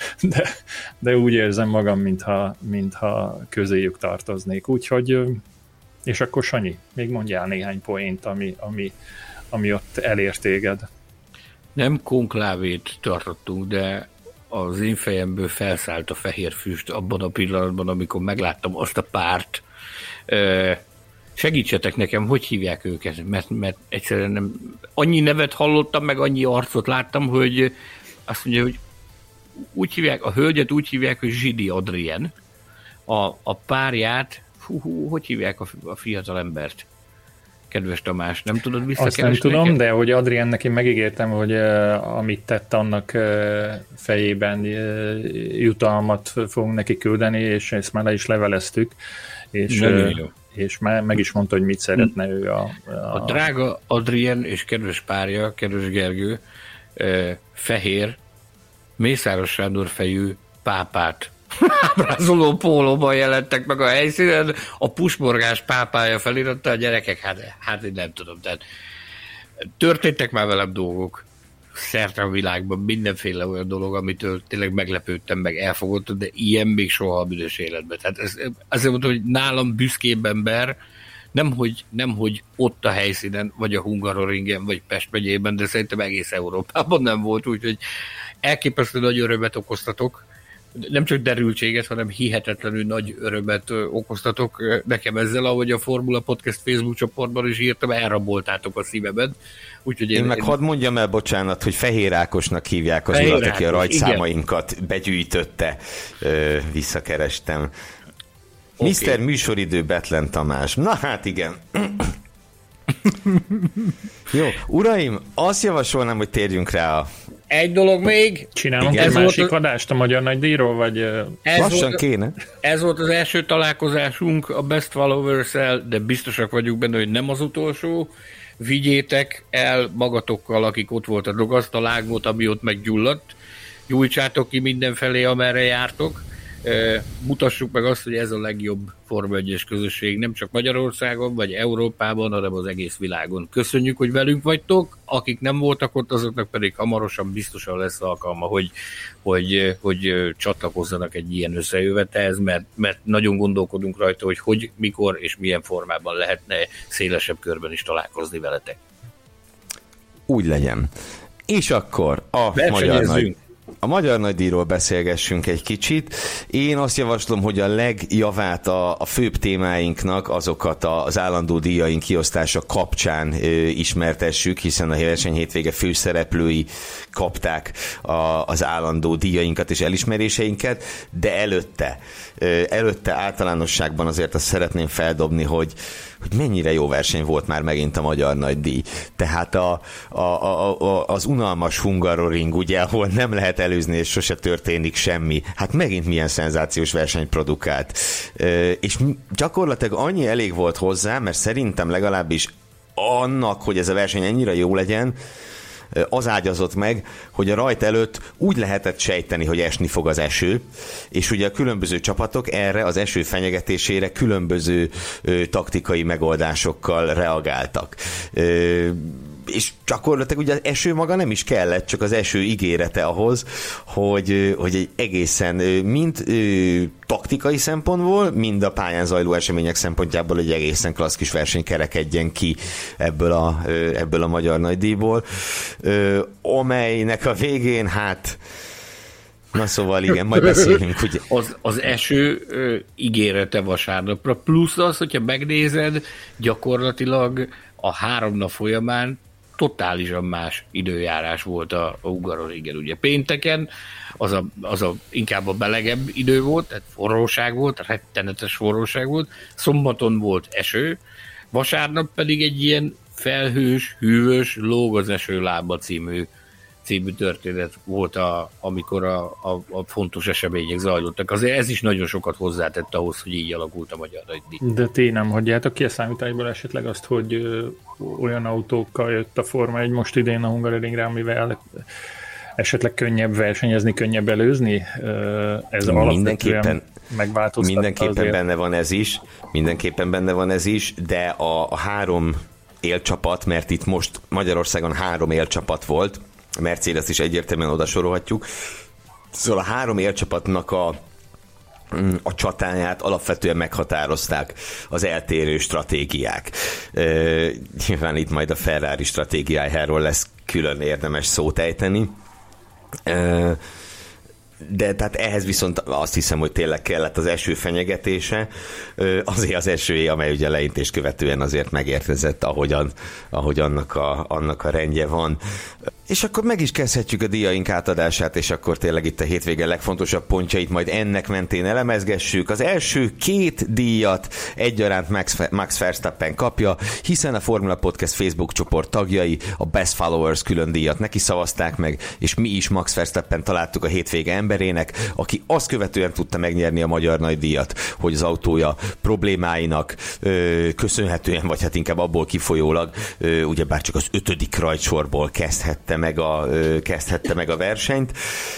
de úgy érzem magam, mintha közéjük tartoznék. Úgyhogy, és akkor Sanyi, még mondjál néhány poént, ami ott elért téged. Nem konklávét tartottunk, de az én fejemből felszállt a fehér füst abban a pillanatban, amikor megláttam azt a párt. Segítsetek nekem, hogy hívják őket, mert egyszerűen nem... Annyi nevet hallottam, meg annyi arcot láttam, hogy azt mondja, hogy úgy hívják, a hölgyet úgy hívják, hogy Zsidi Adrien. A párját, hogy hívják a fiatal embert? Kedves Tamás, nem tudod visszakeresni? Azt nem tudom, de hogy Adriennek én megígértem, hogy amit tett, annak fejében jutalmat fogunk neki küldeni, és ezt már le is leveleztük, és meg is mondta, hogy mit szeretne ő a drága Adrien és kedves párja, kedves Gergő, fehér, Mészáros Sándor fejű pápát ábrázoló pólóban jelentek meg a helyszínen, a pusmorgás pápája feliratta, a gyerekek, hát én nem tudom, tehát történtek már velem dolgok szerte a világban, mindenféle olyan dolog, amitől tényleg meglepődtem, meg elfogottam, de ilyen még soha a büdös életben. Tehát azért mondtam, hogy nálam büszkébb ember, nemhogy ott a helyszínen, vagy a Hungaroringen, vagy Pest megyében, de szerintem egész Európában nem volt, úgyhogy elképesztő nagy örömet okoztatok. Nem csak derültséget, hanem hihetetlenül nagy örömet okoztatok nekem ezzel, ahogy a Formula Podcast Facebook csoportban is írtam, elraboltátok a szívemet. Úgyhogy én meg hadd mondjam el, bocsánat, hogy Fehér Ákosnak hívják az urat, aki a rajtszámainkat begyűjtötte. Visszakerestem. Okay. Mr. Műsoridő Betlen Tamás. Na hát igen. Jó, uraim, azt javasolnám, hogy térjünk rá egy dolog még. Csinálunk egy másik adást a Magyar Nagydíjról, vagy... Lassan kéne. Ez volt az első találkozásunk a Best Followers-el, de biztosak vagyunk benne, hogy nem az utolsó. Vigyétek el magatokkal, akik ott voltatok, azt a lángot, ami ott meggyulladt. Gyújtsátok ki mindenfelé, amerre jártok. Mutassuk meg azt, hogy ez a legjobb Forma 1-es közösség nem csak Magyarországon, vagy Európában, hanem az egész világon. Köszönjük, hogy velünk vagytok, akik nem voltak ott, azoknak pedig hamarosan biztosan lesz alkalma, hogy csatlakozzanak egy ilyen összejövetelhez, mert nagyon gondolkodunk rajta, hogy mikor és milyen formában lehetne szélesebb körben is találkozni veletek. Úgy legyen. És akkor a Magyar Nagydíjról beszélgessünk egy kicsit. Én azt javaslom, hogy a legjavát a főbb témáinknak, azokat az állandó díjaink kiosztása kapcsán ismertessük, hiszen a verseny hétvége főszereplői kapták az állandó díjainkat és elismeréseinket, de előtte általánosságban azért azt szeretném feldobni, hogy mennyire jó verseny volt már megint a Magyar Nagydíj. Tehát az unalmas Hungaroring, ugye, ahol nem lehet előzni, és sose történik semmi. Hát megint milyen szenzációs verseny produkált. És gyakorlatilag annyi elég volt hozzá, mert szerintem legalábbis annak, hogy ez a verseny ennyire jó legyen, az ágyazott meg, hogy a rajt előtt úgy lehetett sejteni, hogy esni fog az eső, és ugye a különböző csapatok erre az eső fenyegetésére különböző taktikai megoldásokkal reagáltak. És gyakorlatilag ugye az eső maga nem is kellett, csak az eső ígérete ahhoz, hogy egy egészen mind taktikai szempontból, mind a pályán zajló események szempontjából egy egészen klassz kis verseny kerekedjen ki ebből a Magyar Nagydíjból, amelynek a végén Na szóval igen, majd beszélünk, ugye. Az eső ígérete vasárnapra, plusz az, hogyha megnézed, gyakorlatilag a 3 nap folyamán totálisan más időjárás volt a Hungaroringen. Ugye pénteken az inkább a belegebb idő volt, tehát forróság volt, rettenetes forróság volt, szombaton volt eső, vasárnap pedig egy ilyen felhős, hűvös, lóg az eső lába című történet volt, amikor a fontos események zajlottak. Azért ez is nagyon sokat hozzátett ahhoz, hogy így alakult a Magyar Nagydíj. De ti nem hagyjátok ki a számításból esetleg azt, hogy olyan autókkal jött a Forma 1 most idén a Hungaroringre, amivel esetleg könnyebb versenyezni, könnyebb előzni? Ez alapvetően megváltoztatta. Mindenképpen benne van ez is, de a 3 élcsapat, mert itt most Magyarországon 3 élcsapat volt, a Mercedes is egyértelműen oda sorolhatjuk. Szóval a 3 élcsapatnak a csatáját alapvetően meghatározták az eltérő stratégiák. Nyilván itt majd a Ferrari stratégiájáról lesz külön érdemes szót ejteni. De tehát ehhez viszont azt hiszem, hogy tényleg kellett az eső fenyegetése, azért az esőé, amely ugye leintést követően azért megérkezett, ahogy annak a rendje van. És akkor meg is kezdhetjük a díjaink átadását, és akkor tényleg itt a hétvége legfontosabb pontjait majd ennek mentén elemezgessük. Az első 2 díjat egyaránt Max Verstappen kapja, hiszen a Formula Podcast Facebook csoport tagjai a Best Followers külön díjat neki szavazták meg, és mi is Max Verstappen találtuk a hétvége emberének, aki azt követően tudta megnyerni a Magyar Nagydíjat, hogy az autója problémáinak köszönhetően, vagy hát inkább abból kifolyólag, ugyebár csak az 5. rajtsorból kezdhette meg a versenyt.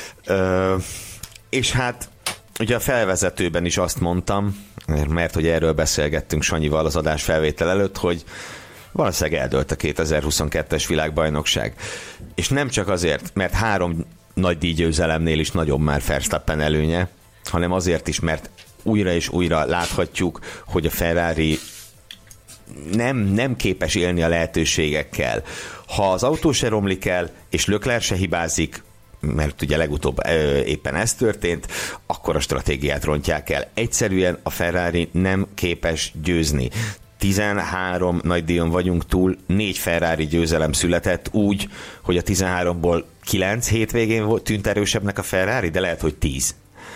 És hát ugye a felvezetőben is azt mondtam, mert hogy erről beszélgettünk Sanyival az adás felvétel előtt, hogy valószínűleg eldőlt a 2022-es világbajnokság. És nem csak azért, mert 3 nagy díjgyőzelemnél is nagyobb már Verstappen előnye, hanem azért is, mert újra és újra láthatjuk, hogy a Ferrari nem képes élni a lehetőségekkel. Ha az autó se romlik el, és Leclerc se hibázik, mert ugye legutóbb éppen ez történt, akkor a stratégiát rontják el. Egyszerűen a Ferrari nem képes győzni. 13 nagydíjon vagyunk túl, 4 Ferrari győzelem született úgy, hogy a 13-ból 9 hétvégén tűnt erősebbnek a Ferrari, de lehet, hogy 10.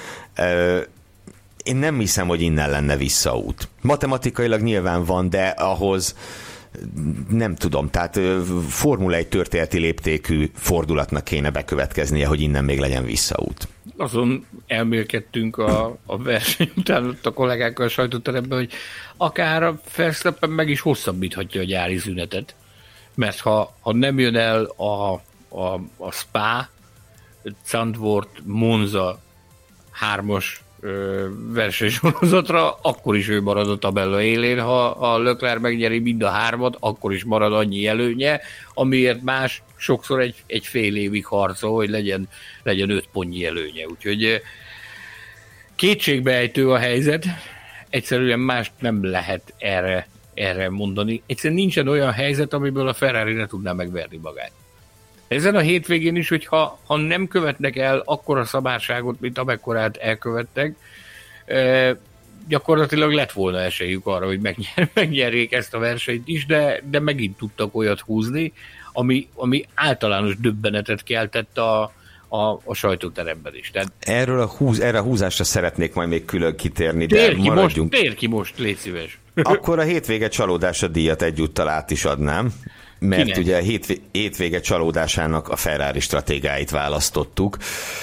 Én nem hiszem, hogy innen lenne visszaút. Matematikailag nyilván van, de ahhoz nem tudom, tehát Formula 1 történeti léptékű fordulatnak kéne bekövetkeznie, hogy innen még legyen visszaút. Azon elmélkedtünk a verseny után ott a kollégákkal a sajtóteremben, hogy akár a Verstappen meg is hosszabbíthatja a gyári szünetet, mert ha nem jön el a Spa, Zandvoort, Monza 3-as versenysorozatra, akkor is ő marad a tabella élén, ha a Leclerc megnyeri mind a 3-at, akkor is marad annyi előnye, amiért más sokszor egy fél évig harcol, hogy legyen 5 pontnyi előnye. Úgyhogy kétségbeejtő a helyzet, egyszerűen mást nem lehet erre mondani. Egyszerűen nincsen olyan helyzet, amiből a Ferrari ne tudná megverni magát. Ezen a hétvégén is, hogy ha nem követnek el akkora szabárságot, mint amekkorát elkövettek, gyakorlatilag lett volna esélyük arra, hogy megnyerjék ezt a versenyt is, de megint tudtak olyat húzni, ami általános döbbenetet keltett a sajtóteremben is. Tehát erre a húzásra szeretnék majd még külön kitérni, de maradjunk. Tér ki most, légy szíves. Akkor a hétvége csalódása díjat egyúttal át is adnám, mert kinek? Ugye a hétvége csalódásának a Ferrari stratégáit választottuk.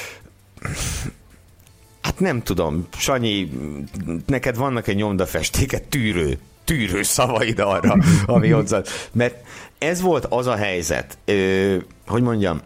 Hát nem tudom, Sanyi, neked vannak egy nyomdafestéket tűrő szavaid arra, ami hozzá. Mert ez volt az a helyzet, hogy mondjam,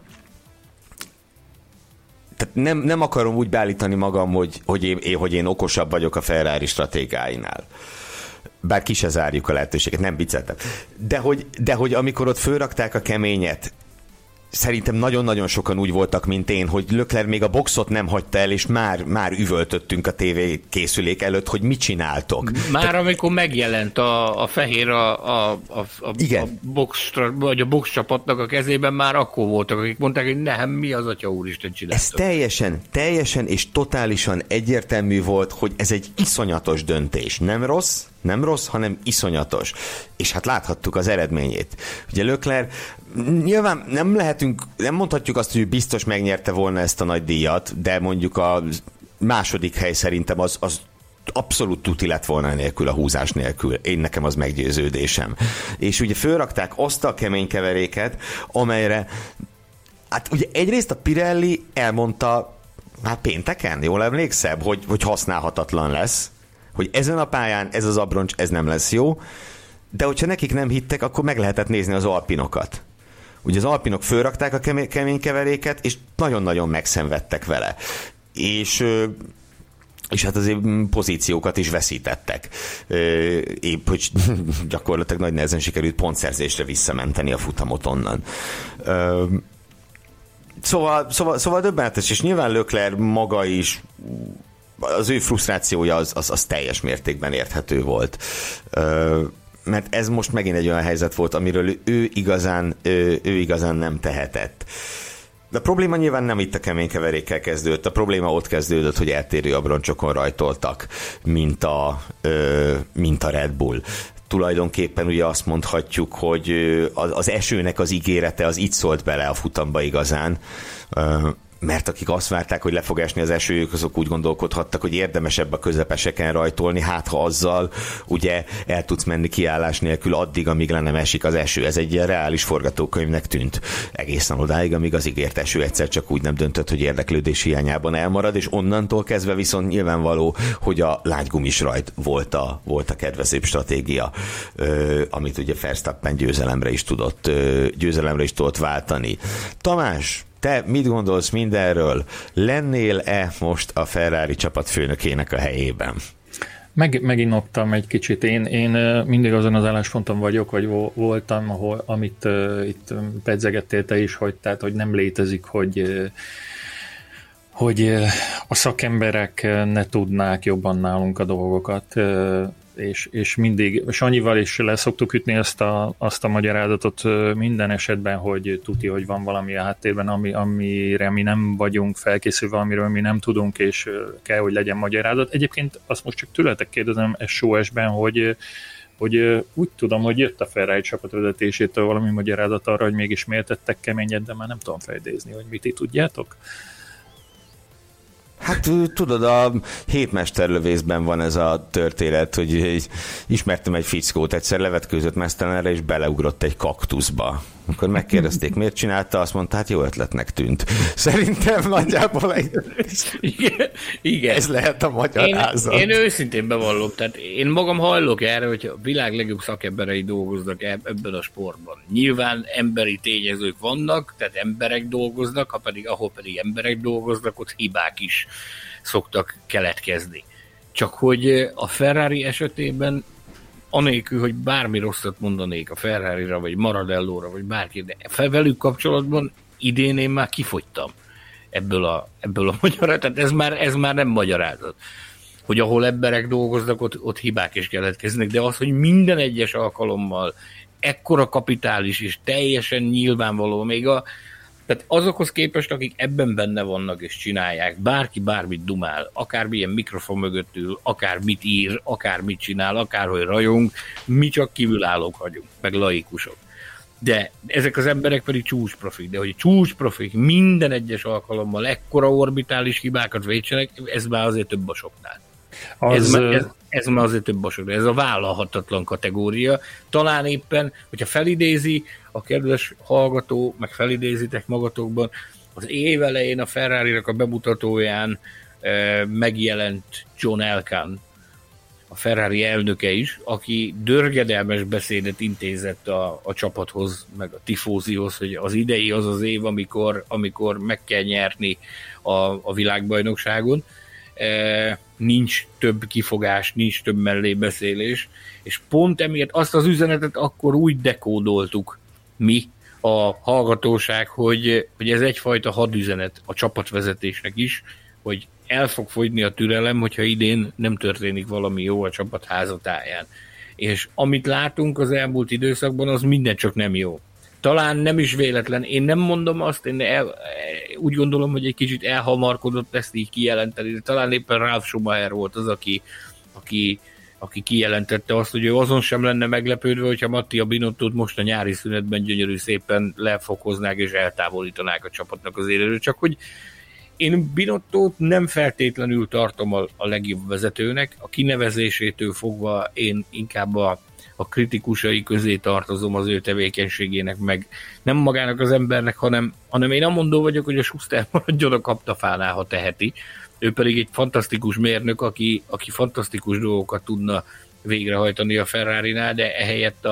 tehát nem akarom úgy beállítani magam, hogy én okosabb vagyok a Ferrari stratégáinál. Bár ki se zárjuk a lehetőséget, nem vicceltem. De hogy amikor ott fölrakták a keményet szerintem nagyon-nagyon sokan úgy voltak, mint én, hogy Leclerc még a boxot nem hagyta el, és már üvöltöttünk a tévékészülék előtt, hogy mit csináltok. Már amikor megjelent a fehér a box, vagy a box csapatnak a kezében, már akkor voltak, akik mondták, hogy nem, mi az atya úristen csináltok. Ez teljesen és totálisan egyértelmű volt, hogy ez egy iszonyatos döntés. Nem rossz, hanem iszonyatos. És hát láthattuk az eredményét. Ugye Leclerc, nyilván nem mondhatjuk azt, hogy biztos megnyerte volna ezt a nagy díjat, de mondjuk a második hely szerintem az abszolút tuti lett volna nélkül, a húzás nélkül. Nekem az meggyőződésem. És ugye fölrakták azt a kemény keveréket, amelyre hát ugye egyrészt a Pirelli elmondta, hát pénteken, jól emlékszem, hogy használhatatlan lesz, hogy ezen a pályán ez az abroncs, ez nem lesz jó, de hogyha nekik nem hittek, akkor meg lehetett nézni az alpinokat. Ugye az alpinok fölrakták a kemény keveréket, és nagyon-nagyon megszenvedtek vele. És hát azért pozíciókat is veszítettek. Épp, hogy gyakorlatilag nagy nehezen sikerült pontszerzésre visszamenteni a futamot onnan. Szóval döbbenetes, és nyilván Leclerc maga is, az ő frusztrációja az teljes mértékben érthető volt. Mert ez most megint egy olyan helyzet volt, amiről ő igazán nem tehetett. De a probléma nyilván nem itt a kemény keverékkel kezdődött, a probléma ott kezdődött, hogy eltérő abroncsokon rajtoltak, mint a Red Bull. Tulajdonképpen ugye azt mondhatjuk, hogy az esőnek az ígérete az itt szólt bele a futamba igazán, mert akik azt várták, hogy le fog esni az esőjük, azok úgy gondolkodhattak, hogy érdemesebb a közepeseken rajtolni, hát ha azzal ugye el tudsz menni kiállás nélkül addig, amíg le nem esik az eső. Ez egy ilyen reális forgatókönyvnek tűnt egészen odáig, amíg az ígért eső egyszer csak úgy nem döntött, hogy érdeklődés hiányában elmarad, és onnantól kezdve viszont nyilvánvaló, hogy a lágygumis rajt volt a kedvezőbb stratégia, amit ugye Verstappen győzelemre is tudott váltani. Tamás, te mit gondolsz mindenről? Lennél-e most a Ferrari csapatfőnökének a helyében? Megint optam egy kicsit. Én mindig azon az állásponton vagyok, vagy voltam, amit itt pedzegettél te is, hogy nem létezik, hogy a szakemberek ne tudnák jobban nálunk a dolgokat, és mindig Sanyival is leszoktuk ütni azt a magyarázatot minden esetben, hogy tuti, hogy van valami a háttérben, amire mi nem vagyunk felkészülve, amiről mi nem tudunk, és kell, hogy legyen magyarázat. Egyébként azt most csak tőletek kérdezem SOS-ben, hogy úgy tudom, hogy jött a Ferrari csapatvezetésétől valami magyarázat arra, hogy mégis miért tettek keményet, de már nem tudom felidézni, hogy mit ti tudjátok? Hát tudod, a hétmesterlövészben van ez a történet, hogy ismertem egy fickót, egyszer levetkőzött mesztelenre, és beleugrott egy kaktuszba. Akkor megkérdezték, miért csinálta, azt mondta, hát jó ötletnek tűnt. Szerintem nagyjából igen. Ez lehet a magyarázat. Én őszintén bevallok, tehát én magam hajlok erre, hogy a világ legjobb szakemberei dolgoznak ebben a sportban. Nyilván emberi tényezők vannak, tehát emberek dolgoznak, ahol pedig emberek dolgoznak, ott hibák is szoktak keletkezni. Csak hogy a Ferrari esetében anélkül, hogy bármi rosszat mondanék a Ferrarira, vagy Maranellóra, vagy bárki, de velük kapcsolatban idén én már kifogytam ebből a magyarázat. Tehát ez már nem magyarázat. Hogy ahol emberek dolgoznak, ott hibák is keletkeznek, de az, hogy minden egyes alkalommal ekkora kapitális és teljesen nyilvánvaló, tehát azokhoz képest, akik ebben benne vannak és csinálják, bárki bármit dumál, akármilyen mikrofon mögött ül, akármit ír, akármit csinál, akárhogy rajong, mi csak kívülállók vagyunk, meg laikusok. De ezek az emberek pedig csúcsprofik, de hogy csúcsprofik minden egyes alkalommal ekkora orbitális hibákat vétsenek, ez már azért több a soknál. Ez már azért több a soknál. Ez a vállalhatatlan kategória. Talán éppen, hogyha felidézi a kedves hallgató, meg felidézitek magatokban, az év elején a Ferrari-nak a bemutatóján megjelent John Elkann, a Ferrari elnöke is, aki dörgedelmes beszédet intézett a csapathoz, meg a tifózihoz, hogy az idei az az év, amikor meg kell nyerni a világbajnokságon. Nincs több kifogás, nincs több mellébeszélés, és pont emiatt azt az üzenetet akkor úgy dekódoltuk mi, a hallgatóság, hogy ez egyfajta hadüzenet a csapatvezetésnek is, hogy el fog fogyni a türelem, hogyha idén nem történik valami jó a csapat házatáján. És amit látunk az elmúlt időszakban, az minden csak nem jó. Talán nem is véletlen. Én nem mondom azt, úgy gondolom, hogy egy kicsit elhamarkodott ezt így kijelenteni, de talán éppen Ralf Schumacher volt az, aki kijelentette azt, hogy ő azon sem lenne meglepődve, hogyha Mattia Binottót most a nyári szünetben gyönyörű szépen lefokoznák és eltávolítanák a csapatnak az élről. Csak hogy én Binottót nem feltétlenül tartom a legjobb vezetőnek, a kinevezésétől fogva én inkább a kritikusai közé tartozom az ő tevékenységének, meg nem magának az embernek, hanem én amondó vagyok, hogy a Schuster maradjon a kaptafánál, ha teheti. Ő pedig egy fantasztikus mérnök, aki fantasztikus dolgokat tudna végrehajtani a Ferrarinál, de ehelyett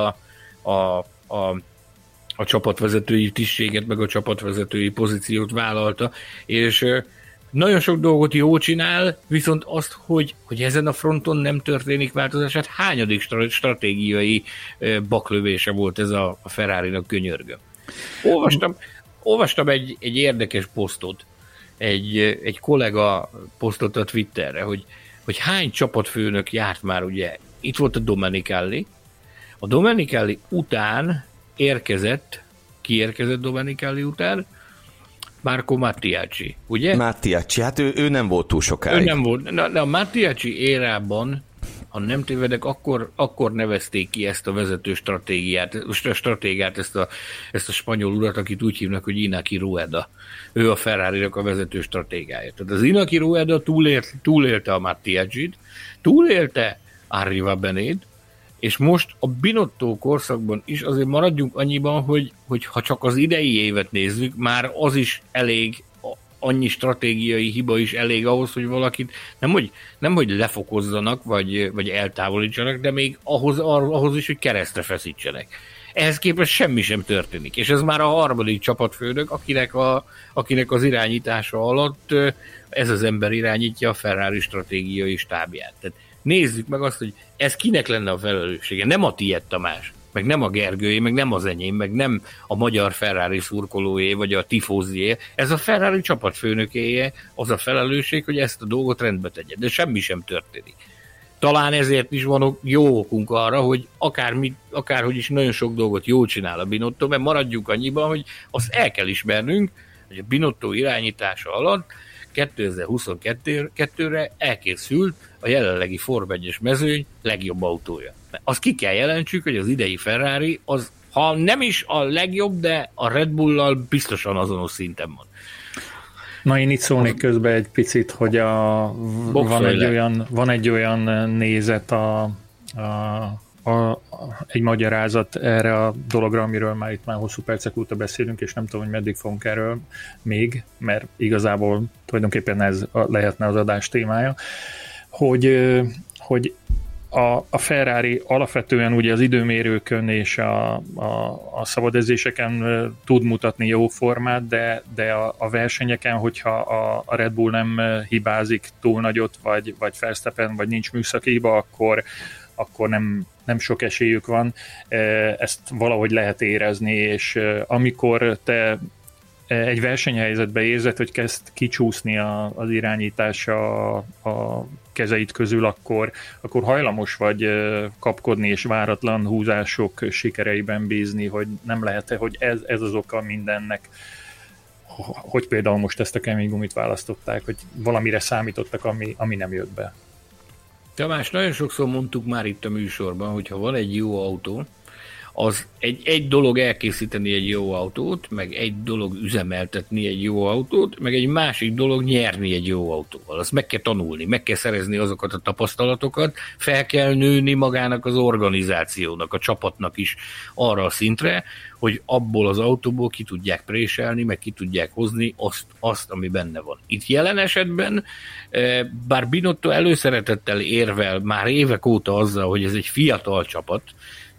a csapatvezetői tisztséget, meg a csapatvezetői pozíciót vállalta, és nagyon sok dolgot jól csinál, viszont azt, hogy ezen a fronton nem történik változás, hát hányadik stratégiai baklövése volt ez a Ferrarinak, könyörgöm. Olvastam egy érdekes posztot, egy kollega posztot a Twitterre, hogy hány csapatfőnök járt már, ugye, itt volt a Domenicali. A Domenicali után ki érkezett Domenicali után? Marco Mattiacci, ugye? Mattiacci, hát ő nem volt túl sokáig. Ő nem volt. De a Mattiacci érában, ha nem tévedek, akkor nevezték ki ezt a vezető stratégiát, ezt a spanyol urat, akit úgy hívnak, hogy Iñaki Rueda. Ő a Ferrari-nak a vezető stratégája. Tehát az Iñaki Rueda túlélte a Mattiaccit, túlélte Arriva Benét, és most a Binotto korszakban is azért maradjunk annyiban, hogy ha csak az idei évet nézzük, már az is elég, annyi stratégiai hiba is elég ahhoz, hogy valakit nem hogy lefokozzanak, vagy eltávolítsanak, de még ahhoz is, hogy keresztre feszítsenek. Ehhez képest semmi sem történik. És ez már a harmadik csapatfőnök, akinek az irányítása alatt ez az ember irányítja a Ferrari stratégiai stábját. Tehát nézzük meg azt, hogy ez kinek lenne a felelőssége. Nem a tiéd, Tamás, meg nem a Gergőjé, meg nem az enyém, meg nem a magyar Ferrari szurkolójé, vagy a tifózié. Ez a Ferrari csapatfőnökéje, az a felelősség, hogy ezt a dolgot rendbe tegye. De semmi sem történik. Talán ezért is van jó okunk arra, hogy akárhogy is nagyon sok dolgot jól csinál a Binotto, mert maradjunk annyiban, hogy azt el kell ismernünk, hogy a Binotto irányítása alatt 2022-re elkészült a jelenlegi Form 1-es mezőny legjobb autója. Azt ki kell jelentsük, hogy az idei Ferrari, az, ha nem is a legjobb, de a Red Bull-lal biztosan azonos szinten van. Na, én itt szólnék közben egy picit, hogy van egy olyan nézet, egy magyarázat erre a dologra, amiről már itt hosszú percek óta beszélünk, és nem tudom, hogy meddig fogunk erről még, mert igazából tulajdonképpen ez lehetne az adás témája, hogy a Ferrari alapvetően ugye az időmérőkön és a szabadedzéseken tud mutatni jó formát, de a versenyeken, hogyha a Red Bull nem hibázik túl nagyot, vagy Verstappen, vagy nincs műszaki hiba, akkor nem sok esélyük van. Ezt valahogy lehet érezni, és amikor te egy versenyhelyzetbe érzed, hogy kezd kicsúszni az irányítása a kezeid közül, akkor hajlamos vagy kapkodni és váratlan húzások sikereiben bízni, hogy nem lehet-e, hogy ez az oka mindennek, hogy például most ezt a kemény gumit választották, hogy valamire számítottak, ami nem jött be. Tamás, nagyon sokszor mondtuk már itt a műsorban, hogy ha van egy jó autó, az egy dolog elkészíteni egy jó autót, meg egy dolog üzemeltetni egy jó autót, meg egy másik dolog nyerni egy jó autóval. Azt meg kell tanulni, meg kell szerezni azokat a tapasztalatokat, fel kell nőni magának az organizációnak, a csapatnak is arra a szintre, hogy abból az autóból ki tudják préselni, meg ki tudják hozni azt, ami benne van. Itt jelen esetben, bár Binotto előszeretettel érvel már évek óta azzal, hogy ez egy fiatal csapat,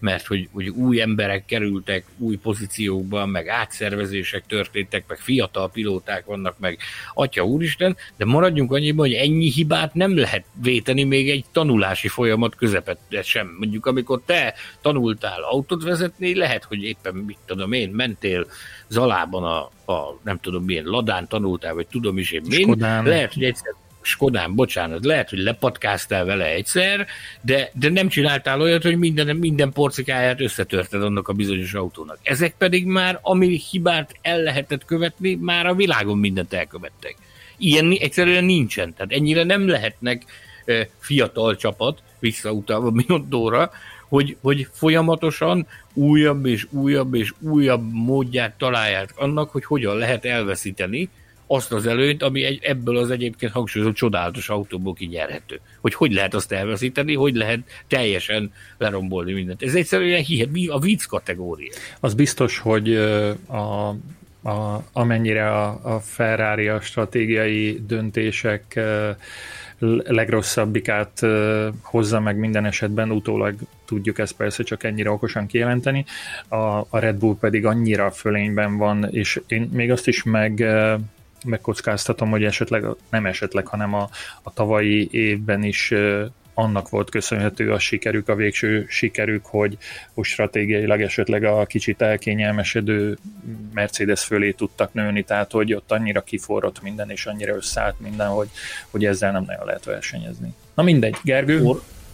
mert hogy új emberek kerültek új pozíciókban, meg átszervezések történtek, meg fiatal pilóták vannak, meg atya úristen, de maradjunk annyiban, hogy ennyi hibát nem lehet véteni még egy tanulási folyamat közepette sem. Mondjuk amikor te tanultál autót vezetni, lehet, hogy éppen, mit tudom én, mentél Zalában a nem tudom milyen Ladán tanultál, vagy tudom is én min, lehet, hogy egyszer Skodán, bocsánat, lehet, hogy lepatkáztál vele egyszer, de nem csináltál olyat, hogy minden porcikáját összetörted annak a bizonyos autónak. Ezek pedig már, ami hibát el lehetett követni, már a világon mindent elkövettek. Ilyen egyszerűen nincsen. Tehát ennyire nem lehetnek fiatal csapat, visszautalva Binottóra, hogy folyamatosan újabb és újabb és újabb módját találják annak, hogy hogyan lehet elveszíteni azt az előnyt, ami ebből az egyébként hangsúlyozott csodálatos autóból kinyerhető. Hogy lehet azt elveszíteni, hogy lehet teljesen lerombolni mindent. Ez egyszerűen a vicc kategória. Az biztos, hogy amennyire a Ferrari a stratégiai döntések legrosszabbikát hozza meg minden esetben, utólag tudjuk ezt persze csak ennyire okosan kijelenteni, a Red Bull pedig annyira fölényben van, és én még azt is megkockáztatom, hogy hanem a tavalyi évben is annak volt köszönhető a sikerük, a végső sikerük, hogy stratégiailag esetleg a kicsit elkényelmesedő Mercedes fölé tudtak nőni, tehát hogy ott annyira kiforrott minden, és annyira összeállt minden, hogy ezzel nem nagyon lehet versenyezni. Na mindegy, Gergő?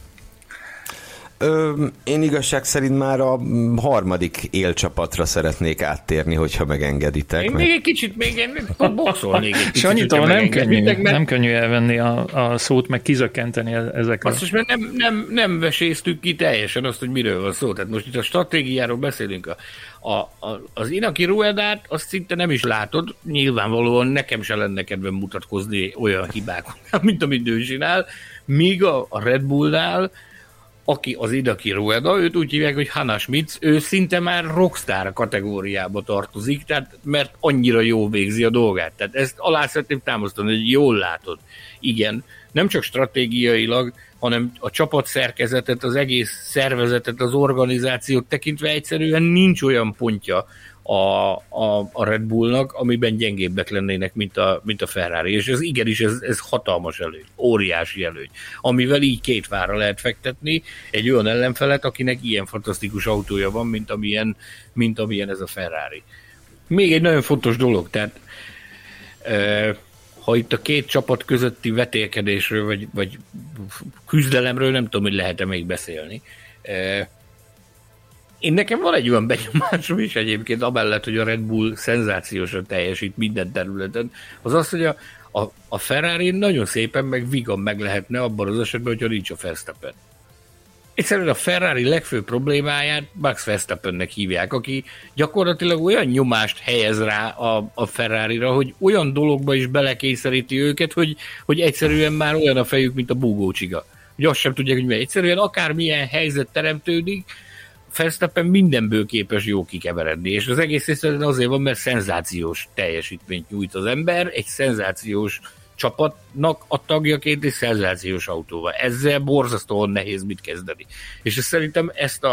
Én igazság szerint már a harmadik élcsapatra szeretnék áttérni, hogyha megengeditek. Én még egy kicsit, boxolnék egy kicsit. Sanyitól nem könnyű elvenni a szót, meg kizökkenteni ezekre. Azt most nem veséztük ki teljesen azt, hogy miről van szó. Tehát most itt a stratégiáról beszélünk. Az Inaki Ruedát azt szinte nem is látod, nyilvánvalóan nekem se lenne kedvem mutatkozni olyan hibákon, mint amit ő csinál, míg a Red Bullnál, aki az Inaki Rueda, őt úgy hívják, hogy Hannah Schmitz, ő szinte már rockstar kategóriába tartozik, tehát mert annyira jól végzi a dolgát. Tehát ezt alá szeretném támasztani, hogy jól látod. Igen, nem csak stratégiailag, hanem a csapatszerkezetet, az egész szervezetet, az organizációt tekintve egyszerűen nincs olyan pontja a Red Bullnak, amiben gyengébbek lennének, mint a Ferrari. És ez igenis, ez hatalmas előny, óriási előny, amivel így két vára lehet fektetni egy olyan ellenfelet, akinek ilyen fantasztikus autója van, mint amilyen ez a Ferrari. Még egy nagyon fontos dolog, tehát ha itt a két csapat közötti vetélkedésről, vagy küzdelemről nem tudom, hogy lehet-e még beszélni. Én nekem van egy olyan benyomásom is egyébként, amellett, hogy a Red Bull szenzációsan teljesít minden területen, az, hogy a Ferrari nagyon szépen meg vigan meg lehetne abban az esetben, hogyha nincs a Verstappen. Egyszerűen a Ferrari legfőbb problémáját Max Verstappennek hívják, aki gyakorlatilag olyan nyomást helyez rá a Ferrarira, hogy olyan dologba is belekényszeríti őket, hogy egyszerűen már olyan a fejük, mint a búgócsiga. Hogy azt sem tudják, hogy mi. Egyszerűen akármilyen helyzet teremtődik, Verstappen mindenből képes jó kikeveredni, és az egész egyszerűen azért van, mert szenzációs teljesítményt nyújt az ember, egy szenzációs csapatnak a tagjaként egy szenzációs autóval. Ezzel borzasztóan nehéz mit kezdeni. És szerintem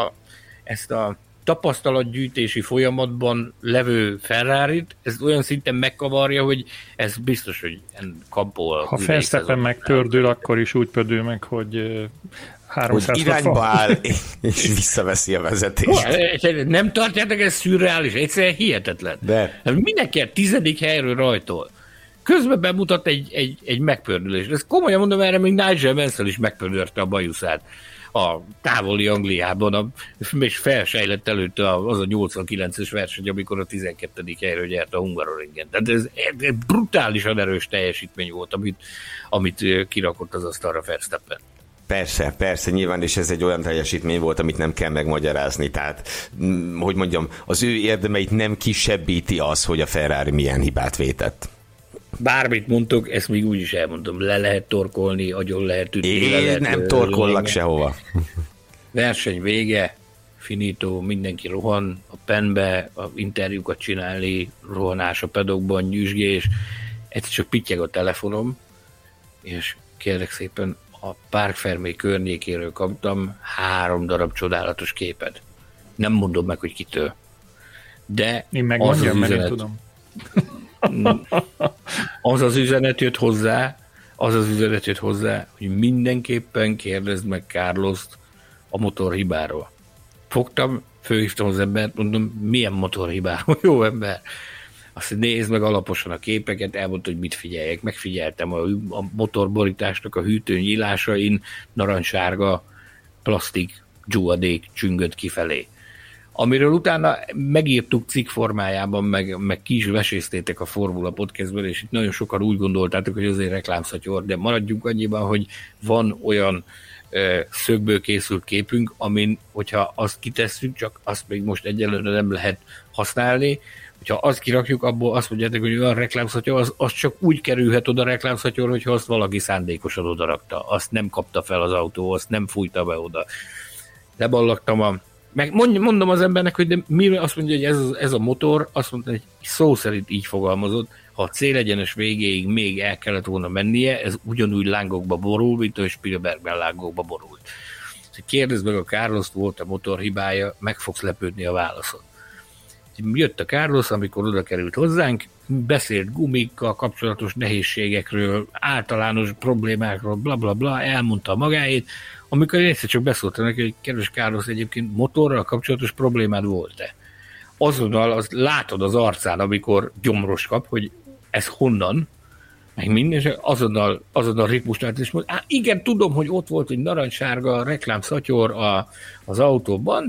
ezt a tapasztalatgyűjtési folyamatban levő Ferrarit, ez olyan szinten megkavarja, hogy ez biztos, hogy kampol. Ha Verstappen megpördül, akkor is úgy pördül meg, hogy 300 hogy irányba áll, és visszaveszi a vezetést. Nem tartjátok, ez szürreális, egyszerűen hihetetlen. De. Mindenki a 10. helyről rajtol. Közben bemutat egy megpördülést. Ezt komolyan mondom, erre még Nigel Mansell is megpördörte a bajuszát a távoli Angliában, és felsejlett előtte az a 89-es verseny, amikor a 12. helyről nyert a Hungaroringen. Tehát ez brutálisan erős teljesítmény volt, amit kirakott az asztalra Verstappen. Persze, nyilván, és ez egy olyan teljesítmény volt, amit nem kell megmagyarázni, tehát, hogy mondjam, az ő érdemeit nem kisebbíti az, hogy a Ferrari milyen hibát vétett. Bármit mondtok, ezt még úgy is elmondom, le lehet torkolni, agyon lehet ütni. Én nem torkollak sehova. Verseny vége, finito, mindenki rohan a penbe, a interjúkat csinálni, rohanás a pedokban, nyüzsgés, egyszer csak pittyeg a telefonom, és kérlek szépen, a Parc Fermé környékéről kaptam 3 darab csodálatos képet. Nem mondom meg, hogy kitől. De én megmondjam, mert én tudom. Az az üzenet jött hozzá, hogy mindenképpen kérdezd meg Carlost a motorhibáról. Fogtam, fölhívtam az embert, mondom, milyen motorhibáról, jó ember. Azt nézd meg alaposan a képeket, elmondta, hogy mit figyeljek. Megfigyeltem a motorborításnak a hűtő nyílásain, narancssárga plastik dzsúvadék csüngött kifelé. Amiről utána megírtuk cikk formájában, meg ki is veséztétek a Formula Podcastben, és itt nagyon sokan úgy gondoltátok, hogy azért reklámszatyor, de maradjunk annyiban, hogy van olyan szögből készült képünk, amin, hogyha azt kitesszük, csak azt még most egyelőre nem lehet használni, hogyha azt kirakjuk, abból azt mondjátok, hogy olyan reklámszatyor, az csak úgy kerülhet oda reklámszatyor, hogyha azt valaki szándékosan odarakta. Azt nem kapta fel az autó, azt nem fújta be oda. Leballagtam mondom az embernek, hogy de mire azt mondja, hogy ez a motor, azt mondta, hogy szó szerint így fogalmazott, ha a célegyenes végéig még el kellett volna mennie, ez ugyanúgy lángokba borul, mint ahogy Spielbergben lángokba borult. Kérdezd meg a Carlost, volt a motor hibája, meg fogsz lepődni a válaszon. Jött a Carlos, amikor oda került hozzánk, beszélt gumikkal kapcsolatos nehézségekről, általános problémákról, blablabla, bla, bla, elmondta magáét, amikor én egyszer csak beszóltam neki, hogy kedves Carlos, egyébként motorral kapcsolatos problémád volt-e? Azonnal azt látod az arcán, amikor gyomros kap, hogy ez honnan, meg minden, és azonnal ritmust állt, és mondta, igen, tudom, hogy ott volt egy narancssárga reklámszatyor az autóban,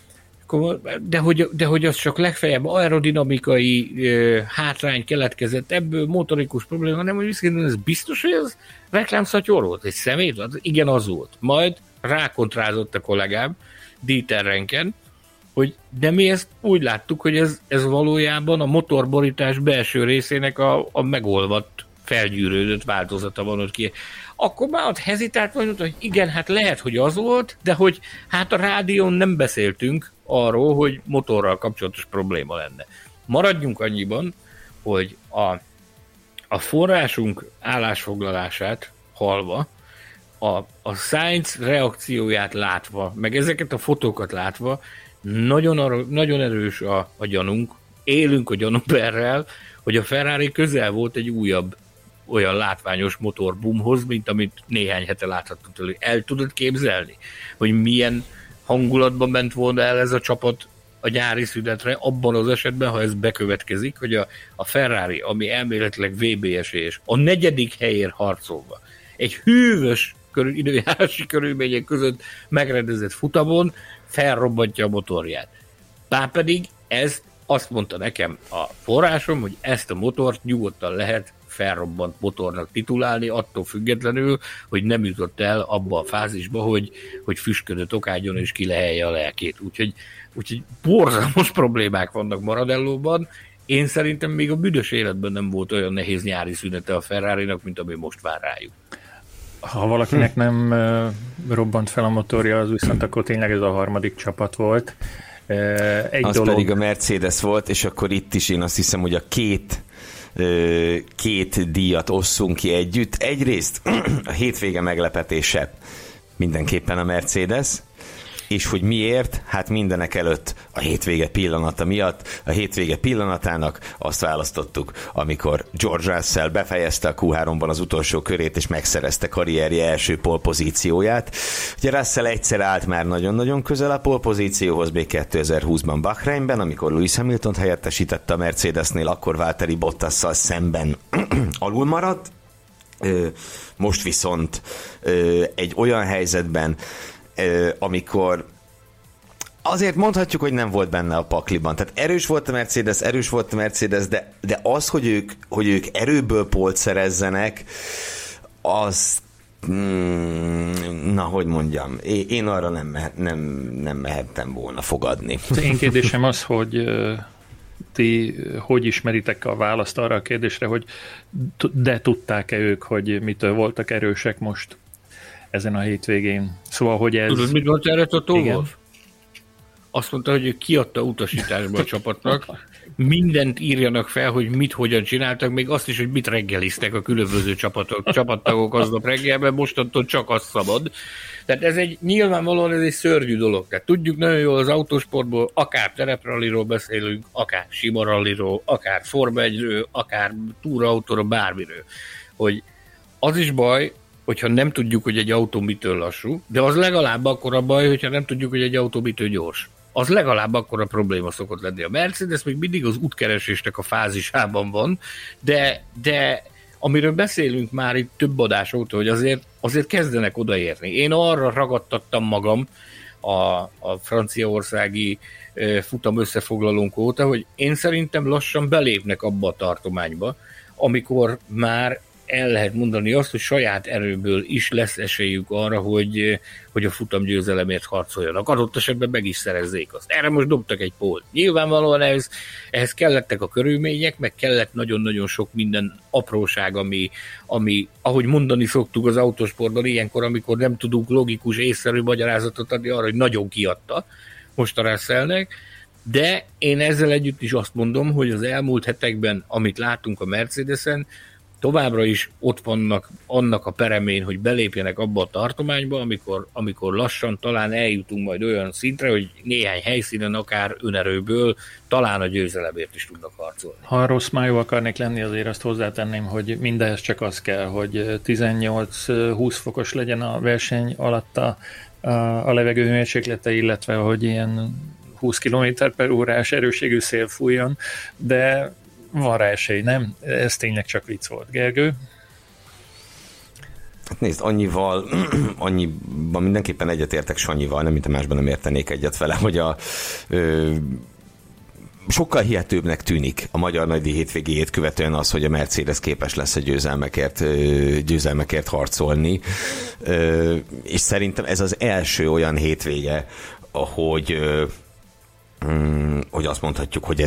de hogy az csak legfeljebb aerodinamikai hátrány keletkezett ebből, motorikus probléma, hanem hogy viszont ez biztos, hogy ez reklámszatyor volt? Egy szemét? Igen, az volt. Majd rákontrázott a kollégám, Dieter Renken, hogy de mi ezt úgy láttuk, hogy ez valójában a motorborítás belső részének a megolvadt, felgyűrődött változata van ott ki. Akkor már ott hezitált vagy, hogy igen, hát lehet, hogy az volt, de hogy hát a rádión nem beszéltünk arról, hogy motorral kapcsolatos probléma lenne. Maradjunk annyiban, hogy a forrásunk állásfoglalását hallva, a Sainz reakcióját látva, meg ezeket a fotókat látva, nagyon erős a gyanunk, élünk a gyanúperrel, hogy a Ferrari közel volt egy újabb olyan látványos motorbumhoz, mint amit néhány hete láthattunk tőle. El tudod képzelni, hogy milyen hangulatban ment volna el ez a csapat a nyári szünetre, abban az esetben, ha ez bekövetkezik, hogy a Ferrari, ami elméletileg VB-es, a 4. helyért harcolva, egy hűvös időjárási körülmények között megrendezett futamon felrobbantja a motorját. Pedig ez azt mondta nekem a forrásom, hogy ezt a motort nyugodtan lehet felrobbant motornak titulálni, attól függetlenül, hogy nem jutott el abba a fázisba, hogy füstködött okágyon és kilehelje a lelkét. Úgyhogy borzalmas problémák vannak Maranellóban. Én szerintem még a büdös életben nem volt olyan nehéz nyári szünete a Ferrarinak, mint ami most vár rájuk. Ha valakinek nem robbant fel a motorja, az viszont akkor tényleg ez a harmadik csapat volt. Az pedig a Mercedes volt, és akkor itt is én azt hiszem, hogy a két díjat osszunk ki együtt. Egyrészt a hétvége meglepetése mindenképpen a Mercedes, és hogy miért? Hát mindenek előtt a hétvége pillanata miatt. A hétvége pillanatának azt választottuk, amikor George Russell befejezte a Q3-ban az utolsó körét, és megszerezte karrierje első polpozícióját. Ugye Russell egyszer állt már nagyon-nagyon közel a polpozícióhoz, még 2020-ban Bahreinben, amikor Lewis Hamiltont helyettesítette a Mercedesnél, akkor Valtteri Bottasszal szemben alul maradt. Most viszont egy olyan helyzetben, amikor azért mondhatjuk, hogy nem volt benne a pakliban. Tehát erős volt a Mercedes, de az, hogy ők erőből pólt szerezzenek, az na, hogy mondjam, én arra nem mehettem volna fogadni. Én kérdésem az, hogy ti hogy ismeritek a választ arra a kérdésre, hogy de tudták-e ők, hogy mitől voltak erősek most ezen a hétvégén? Szóval, hogy ez... Tudod, mit mondta erre a Wolff? Azt mondta, hogy ő kiadta utasításba a csapatnak, mindent írjanak fel, hogy mit, hogyan csináltak, még azt is, hogy mit reggeliztek a különböző csapattagok aznap reggelben, mostantól csak az szabad. Tehát nyilvánvalóan ez egy szörnyű dolog. Tehát tudjuk nagyon jól az autósportból, akár terepralliról beszélünk, akár sima ralliról, akár Forma 1-ről, akár túrautóról, bármiről, hogy az is baj, hogyha nem tudjuk, hogy egy autó mitől lassú, de az legalább akkora baj, hogyha nem tudjuk, hogy egy autó mitől gyors. Az legalább akkora probléma szokott lenni. A Mercedes még mindig az útkeresésnek a fázisában van, de amiről beszélünk már itt több adás óta, hogy azért kezdenek odaérni. Én arra ragadtattam magam a franciaországi futam összefoglalónk óta, hogy én szerintem lassan belépnek abba a tartományba, amikor már el lehet mondani azt, hogy saját erőből is lesz esélyük arra, hogy a futamgyőzelemért harcoljanak. Adott esetben meg is szerezzék azt. Erre most dobtak egy pólt. Nyilvánvalóan ehhez kellettek a körülmények, meg kellett nagyon-nagyon sok minden apróság, ami ahogy mondani szoktuk az autósportban ilyenkor, amikor nem tudunk logikus, észszerű magyarázatot adni arra, hogy nagyon kiadta most a Russellnek, de én ezzel együtt is azt mondom, hogy az elmúlt hetekben, amit látunk a Mercedesen, továbbra is ott vannak annak a peremén, hogy belépjenek abba a tartományba, amikor lassan talán eljutunk majd olyan szintre, hogy néhány helyszínen akár önerőből talán a győzelemért is tudnak harcolni. Ha rossz májú akarnék lenni, azért azt hozzátenném, hogy mindehhez csak az kell, hogy 18-20 fokos legyen a verseny alatt a levegő hőmérséklete, illetve hogy ilyen 20 km per órás erősségű szél fújjon, de van rá esély, nem? Ez tényleg csak vicc volt. Gergő? Hát nézd, annyiban mindenképpen egyetértek Sanyival, nem mint a másban nem értenék egyet vele, hogy sokkal hihetőbbnek tűnik a magyar nagydíj hétvégéjét követően az, hogy a Mercedes képes lesz a győzelmekért harcolni, és szerintem ez az első olyan hétvége, hogy azt mondhatjuk, hogy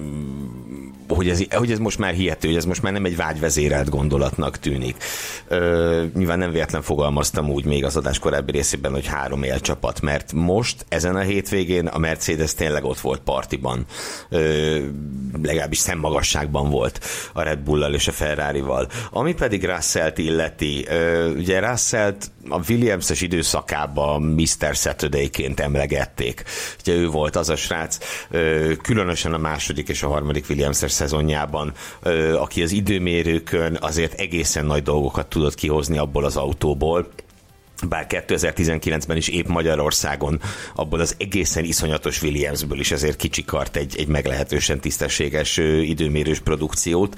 ez most már hihető, hogy ez most már nem egy vágyvezérelt gondolatnak tűnik. Nyilván nem véletlen fogalmaztam úgy még az adás korábbi részében, hogy 3 élcsapat, mert most ezen a hétvégén a Mercedes tényleg ott volt partiban. Legalábbis szemmagasságban volt a Red Bull-lal és a Ferrari-val. Ami pedig Russellt illeti, ugye Russellt a Williams-es időszakában Mr. Saturday-ként emlegették. Ugye ő volt az a srác, különösen a második és a harmadik Williams-es szezonjában, aki az időmérőkön azért egészen nagy dolgokat tudott kihozni abból az autóból, bár 2019-ben is épp Magyarországon abból az egészen iszonyatos Williamsből is ezért kicsikart egy meglehetősen tisztességes időmérős produkciót.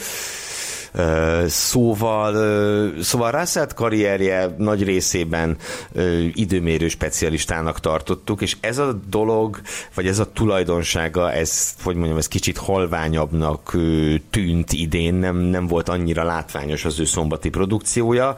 Szóval Russell karrierje nagy részében időmérő specialistának tartottuk, és ez a dolog, vagy ez a tulajdonsága, ez kicsit halványabbnak tűnt idén, nem volt annyira látványos az ő szombati produkciója,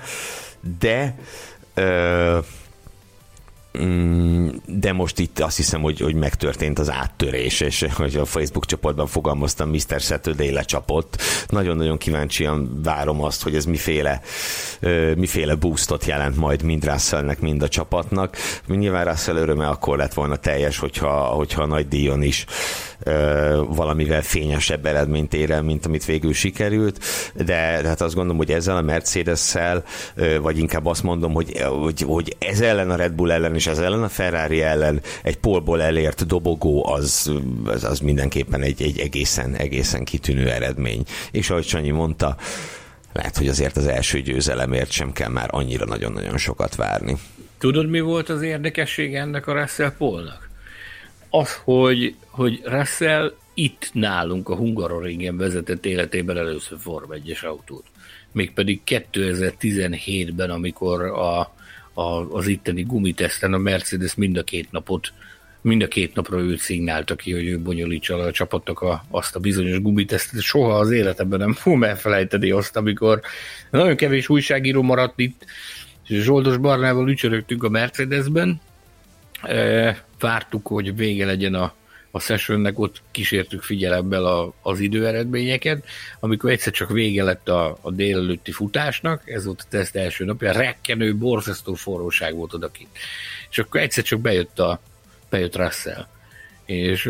de most itt azt hiszem, hogy megtörtént az áttörés, és hogy a Facebook csoportban fogalmaztam, Mr. Saturday lecsapott. Nagyon-nagyon kíváncsian várom azt, hogy ez miféle boostot jelent majd mind Russellnek, mind a csapatnak. Nyilván Russell öröme akkor lett volna teljes, hogyha a nagy díjon is valamivel fényesebb eredményt ér el, mint amit végül sikerült, de hát azt gondolom, hogy ezzel a Mercedes-szel, vagy inkább azt mondom, hogy ez ellen a Red Bull ellen és ez ellen a Ferrari ellen egy pólból elért dobogó az mindenképpen egy egészen kitűnő eredmény. És ahogy Sanyi mondta, lehet, hogy azért az első győzelemért sem kell már annyira nagyon-nagyon sokat várni. Tudod, mi volt az érdekessége ennek a Russell pólnak? Az, hogy Russell itt nálunk a Hungaroringen vezetett életében először Forma 1-es autót. Mégpedig 2017-ben, amikor az itteni gumiteszten a Mercedes mind a két napra őt szignálta ki, hogy ő bonyolítsa a csapatnak azt a bizonyos gumitesztet. Soha az életemben nem fogom elfelejteni azt, amikor nagyon kevés újságíró maradt itt, és Zsoldos Barnával ücsörögtünk a Mercedesben, vártuk, hogy vége legyen a sessionnek, ott kísértük figyelemmel az időeredményeket, amikor egyszer csak vége lett a délelőtti futásnak, ez volt a teszt első napja, rekkenő, borzasztó forróság volt odakint. És akkor egyszer csak bejött Russell. És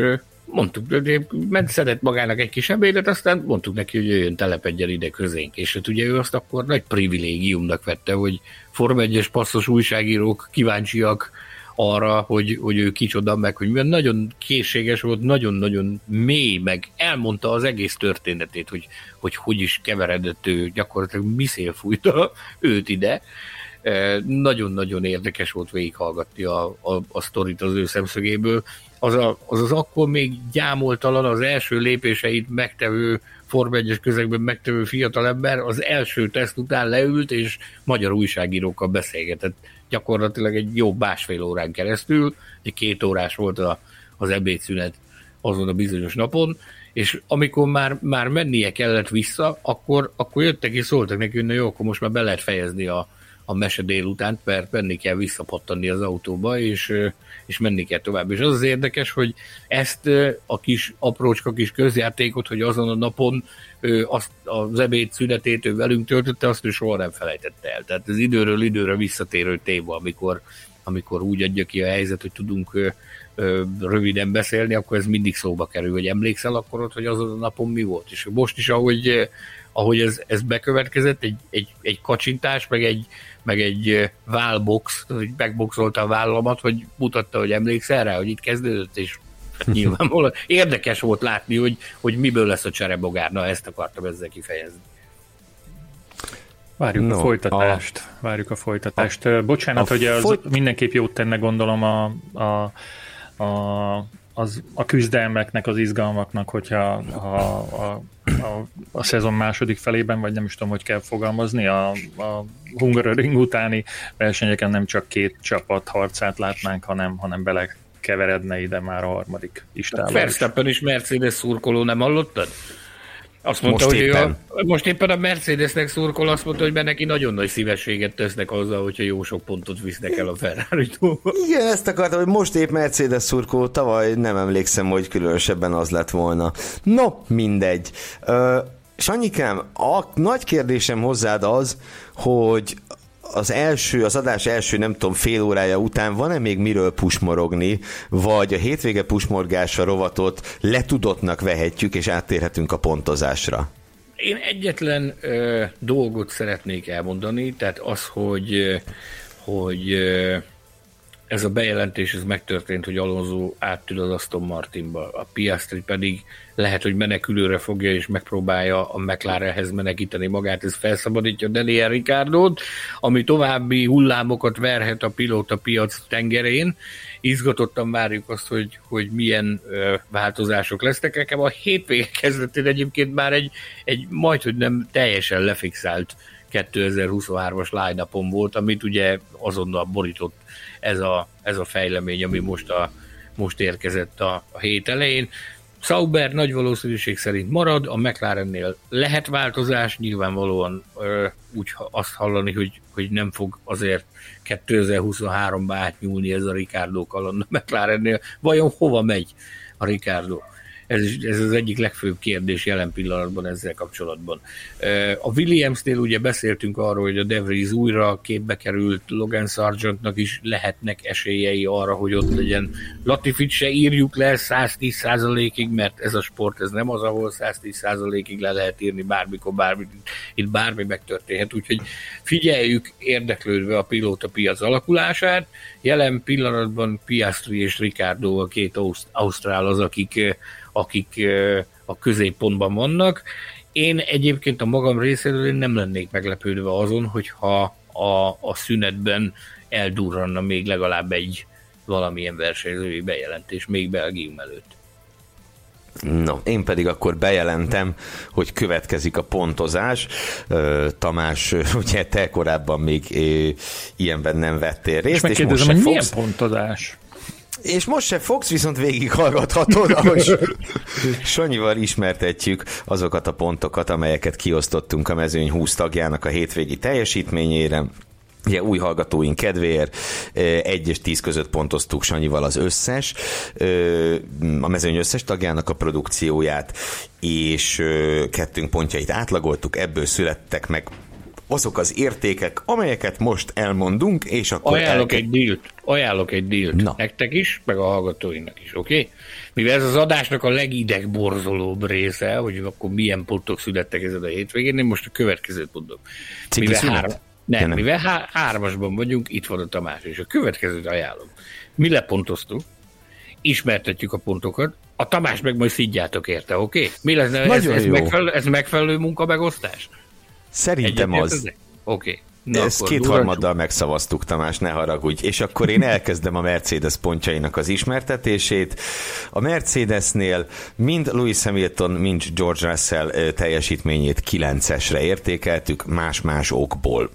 mondtuk, szedett magának egy kis ebédet, aztán mondtuk neki, hogy jöjjön, telepedjen ide közénk. És hát ugye ő azt akkor nagy privilégiumnak vette, hogy Forma 1-es passzos újságírók kíváncsiak arra, hogy ő kicsoda, meg hogy milyen nagyon készséges volt, nagyon-nagyon mély, meg elmondta az egész történetét, hogy is keveredett ő, gyakorlatilag mi szél fújta őt ide. Nagyon-nagyon érdekes volt végighallgatni a sztorit az ő szemszögéből. Az akkor még gyámoltalan, az első lépéseit megtevő, Forma 1-es közegben megtevő fiatalember az első teszt után leült, és magyar újságírókkal beszélgetett. Gyakorlatilag egy jó másfél órán keresztül, egy 2 órás volt az ebédszünet azon a bizonyos napon, és amikor már mennie kellett vissza, akkor jöttek és szóltak neki, hogy na jó, akkor most már be lehet fejezni a mese délutánt, mert menni kell visszapattanni az autóba, és menni kell tovább. És az érdekes, hogy ezt a kis aprócska kis közjátékot, hogy azon a napon azt az ebéd szünetét ő velünk töltötte, azt ő soha nem felejtette el. Tehát ez időről időre visszatérő téma, amikor úgy adja ki a helyzet, hogy tudunk röviden beszélni, akkor ez mindig szóba kerül, hogy emlékszel akkor ott, hogy azon a napon mi volt. És most is, ahogy ez bekövetkezett, egy kacsintás, meg egy válbox, hogy megboxolta a vállamat, hogy mutatta, hogy emlékszel rá, hogy itt kezdődött, és hát nyilvánvalóan érdekes volt látni, hogy miből lesz a cserebogár. Na, ezt akartam ezzel kifejezni. Várjuk a folytatást. Bocsánat, hogy mindenképp jót tenne, gondolom a küzdelmeknek, az izgalmaknak, hogyha a szezon második felében, vagy nem is tudom, hogy kell fogalmazni, a Hungaroring utáni versenyeken nem csak 2 csapat harcát látnánk, hanem belekeveredne ide már a harmadik istába. Verstappen is Mercedes szurkoló, nem hallottad? Azt mondta, most éppen a Mercedesnek szurkol, azt mondta, hogy neki nagyon nagy szívességet tesznek azzal, hogyha jó sok pontot visznek el a Ferrari-tól. Igen, ezt akartam, hogy most épp Mercedes szurkoló, tavaly nem emlékszem, hogy különösebben az lett volna. No, mindegy. Sanyikám, a nagy kérdésem hozzád az, hogy az adás első, nem tudom, fél órája után van-e még miről pusmorogni, vagy a hétvége pusmorgása rovatot letudottnak vehetjük, és áttérhetünk a pontozásra? Én egyetlen dolgot szeretnék elmondani, tehát az, hogy ez a bejelentés ez megtörtént, hogy Alonso áttül az Aston Martinba. A Piastri pedig lehet, hogy menekülőre fogja és megpróbálja a McLarenhez menekíteni magát, ez felszabadítja Daniel Ricciardót, ami további hullámokat verhet a pilótapiac tengerén. Izgatottan várjuk azt, hogy milyen változások lesznek. Nekem a hétvége kezdetén egyébként már egy majdhogy nem teljesen lefixált 2023-as line-upon volt, amit ugye azonnal borított ez a fejlemény, ami most érkezett a hét elején. Sauber nagy valószínűség szerint marad, a McLarennél lehet változás, nyilvánvalóan úgy azt hallani, hogy nem fog azért 2023-ba átnyúlni ez a Ricciardo kaland a McLarennél. Vajon hova megy a Ricciardo? Ez az egyik legfőbb kérdés jelen pillanatban ezzel kapcsolatban. A Williamsnél ugye beszéltünk arról, hogy a De Vries újra képbe került, Logan Sargentnak is lehetnek esélyei arra, hogy ott legyen. Latifit se írjuk le 110%-ig, mert ez a sport, ez nem az, ahol 110%-ig le lehet írni bármikor, itt bármi megtörténhet, úgyhogy figyeljük érdeklődve a pilótapiac alakulását. Jelen pillanatban Piastri és Ricciardo, a 2 ausztrál az, akik a középpontban vannak. Én egyébként a magam részéről nem lennék meglepődve azon, hogyha a szünetben eldurranna még legalább egy valamilyen versenyzői bejelentés, még Belgium előtt. No, én pedig akkor bejelentem, hogy következik a pontozás. Tamás, ugye te korábban még ilyenben nem vettél részt. És megkérdezem, hogy milyen pontozás? És most se fogsz, viszont végighallgathatod, ahogy Sanyival ismertetjük azokat a pontokat, amelyeket kiosztottunk a mezőny 20 tagjának a hétvégi teljesítményére. Ugye új hallgatóink kedvéért 1 és 10 között pontoztuk Sanyival az összes, a mezőny összes tagjának a produkcióját, és 2 pontjait átlagoltuk, ebből születtek meg azok az értékek, amelyeket most elmondunk, és akkor... Ajánlok egy dílt. Nektek is, meg a hallgatóinak is, oké? Okay? Mivel ez az adásnak a legidegborzolóbb része, hogy akkor milyen pontok születtek ezen a hétvégén, én most a következőt mondom. Mivel hármasban vagyunk, itt van a Tamás, és a következőt ajánlom. Mi lepontoztuk, ismertetjük a pontokat, a Tamás meg majd szidjátok érte, oké? Okay? Mi lesz? Ez megfelelő munkamegosztás? Szerintem az. Oké. Ezt kétharmaddal megszavaztuk, Tamás, ne haragudj. És akkor én elkezdem a Mercedes pontjainak az ismertetését. A Mercedesnél mind Lewis Hamilton, mind George Russell teljesítményét 9-esre értékeltük, más-más okból.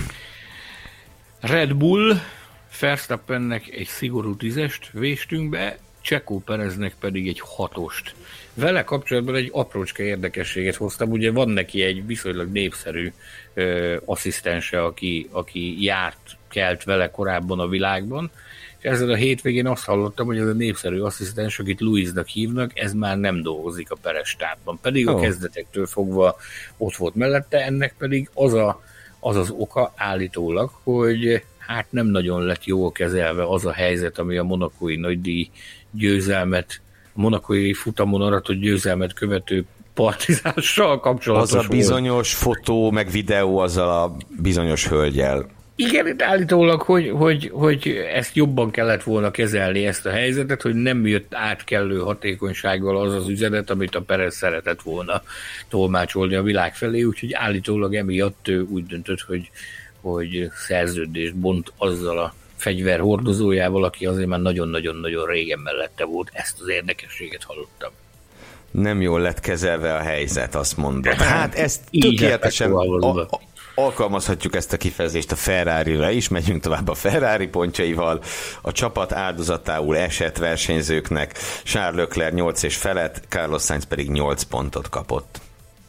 Red Bull, Verstappennek egy szigorú 10-est véstünk be, Checo Pereznek pedig egy 6-ost. Vele kapcsolatban egy aprócska érdekességet hoztam, ugye van neki egy viszonylag népszerű asszisztense, aki kelt vele korábban a világban, és ezen a hétvégén azt hallottam, hogy ez a népszerű asszisztens, akit Louisnak hívnak, ez már nem dolgozik a Perez stábban, pedig a kezdetektől fogva ott volt mellette, ennek pedig az oka állítólag, hogy hát nem nagyon lett jól kezelve az a helyzet, ami a monacói nagydíj győzelmet, a monacói futamon aratott győzelmet követő Partizással kapcsolatos az a bizonyos fotó, meg videó azzal a bizonyos hölgyel. Igen, itt állítólag, hogy ezt jobban kellett volna kezelni, ezt a helyzetet, hogy nem jött át kellő hatékonysággal az az üzenet, amit a Perez szeretett volna tolmácsolni a világ felé, úgyhogy állítólag emiatt úgy döntött, hogy szerződést bont azzal a fegyverhordozójával, aki azért már nagyon-nagyon-nagyon régen mellette volt. Ezt az érdekességet hallottam. Nem jól lett kezelve a helyzet, azt mondod. Hát ezt tökéletesen alkalmazhatjuk ezt a kifejezést a Ferrari-ra is, megyünk tovább a Ferrari pontjaival. A csapat áldozatául esett versenyzőknek Charles Leclerc 8 és felett, Carlos Sainz pedig 8 pontot kapott.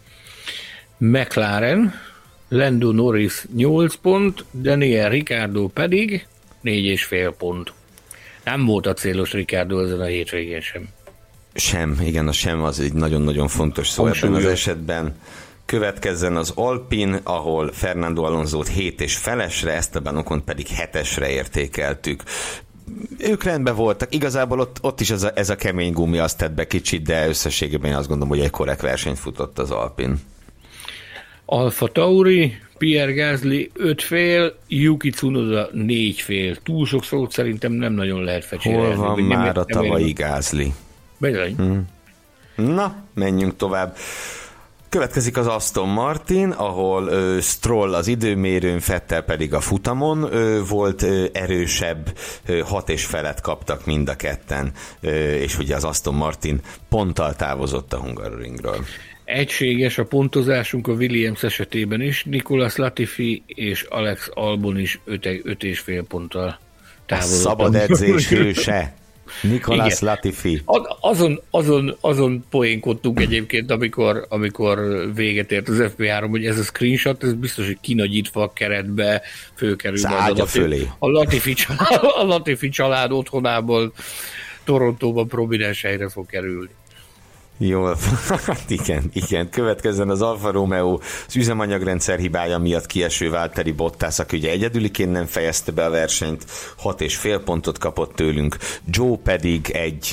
McLaren, Lando Norris 8 pont, Daniel Ricciardo pedig 4,5 pont. Nem volt a célos Ricciardo ezen a hétvégén sem. Sem, igen, a sem az egy nagyon-nagyon fontos szó ebben az esetben. Következzen az Alpine, ahol Fernando Alonsót 7 és felesre, Esteban Ocont pedig 7-esre értékeltük. Ők rendben voltak, igazából ott is ez a kemény gumi azt tett be kicsit, de összességében azt gondolom, hogy egy korrekt versenyt futott az Alpine. Alfa Tauri, Pierre Gasly 5 fél, Yuki Tsunoda 4 fél. Túl sok szót szerintem nem nagyon lehet fecsérelni. Hol van már a tavalyi Gasly? Na, menjünk tovább. Következik az Aston Martin, ahol Stroll az időmérőn, Vettel pedig a futamon volt erősebb, 6 és felett kaptak mind a ketten, és ugye az Aston Martin ponttal távozott a Hungaroringről. Egységes a pontozásunk a Williams esetében is, Nicolas Latifi és Alex Albon is 5,5 ponttal távozott. A szabad edzés hőse. Nicolas Latifi. Azon poénkodtunk egyébként, amikor véget ért az FP3, hogy ez a screenshot, ez biztos, hogy kinagyítva a keretbe fölkerül. A Latifi család otthonából Torontóban prominens helyre fog kerülni. Jól, igen. Következzen az Alfa Romeo az üzemanyagrendszer hibája miatt kieső Valtteri Bottas, aki ugye egyedüliként nem fejezte be a versenyt, 6,5 pontot kapott tőlünk, Joe pedig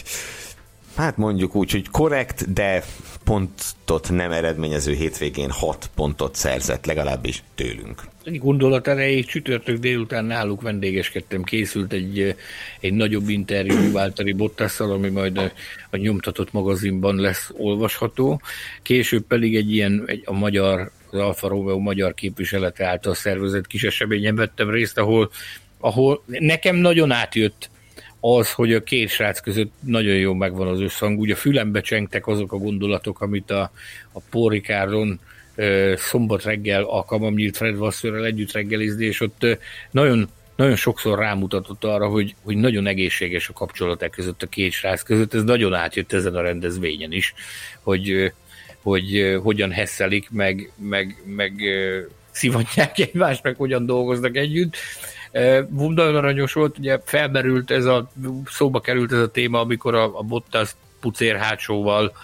hát mondjuk úgy, hogy korrekt, de pontot nem eredményező hétvégén 6 pontot szerzett, legalábbis tőlünk. Egy gondolat erejéig csütörtök délután náluk vendégeskedtem, készült egy nagyobb interjú Valtteri Bottasszal, ami majd a nyomtatott magazinban lesz olvasható. Később pedig az Alfa Romeo magyar képviselete által szervezett kis eseményen vettem részt, ahol nekem nagyon átjött az, hogy a két srác között nagyon jól megvan az összhang. Ugye a fülembe csengtek azok a gondolatok, amit a Paul Ricardon szombat reggel alkalmam nyílt Fred Vassörrel együtt reggelizni, és ott nagyon, nagyon sokszor rámutatott arra, hogy nagyon egészséges a kapcsolatok között a két srác között. Ez nagyon átjött ezen a rendezvényen is, hogy hogyan hesszelik, meg szivatják egymást, meg hogyan dolgoznak együtt. Nagyon aranyos volt, ugye szóba került ez a téma, amikor a Bottas pucér hátsóval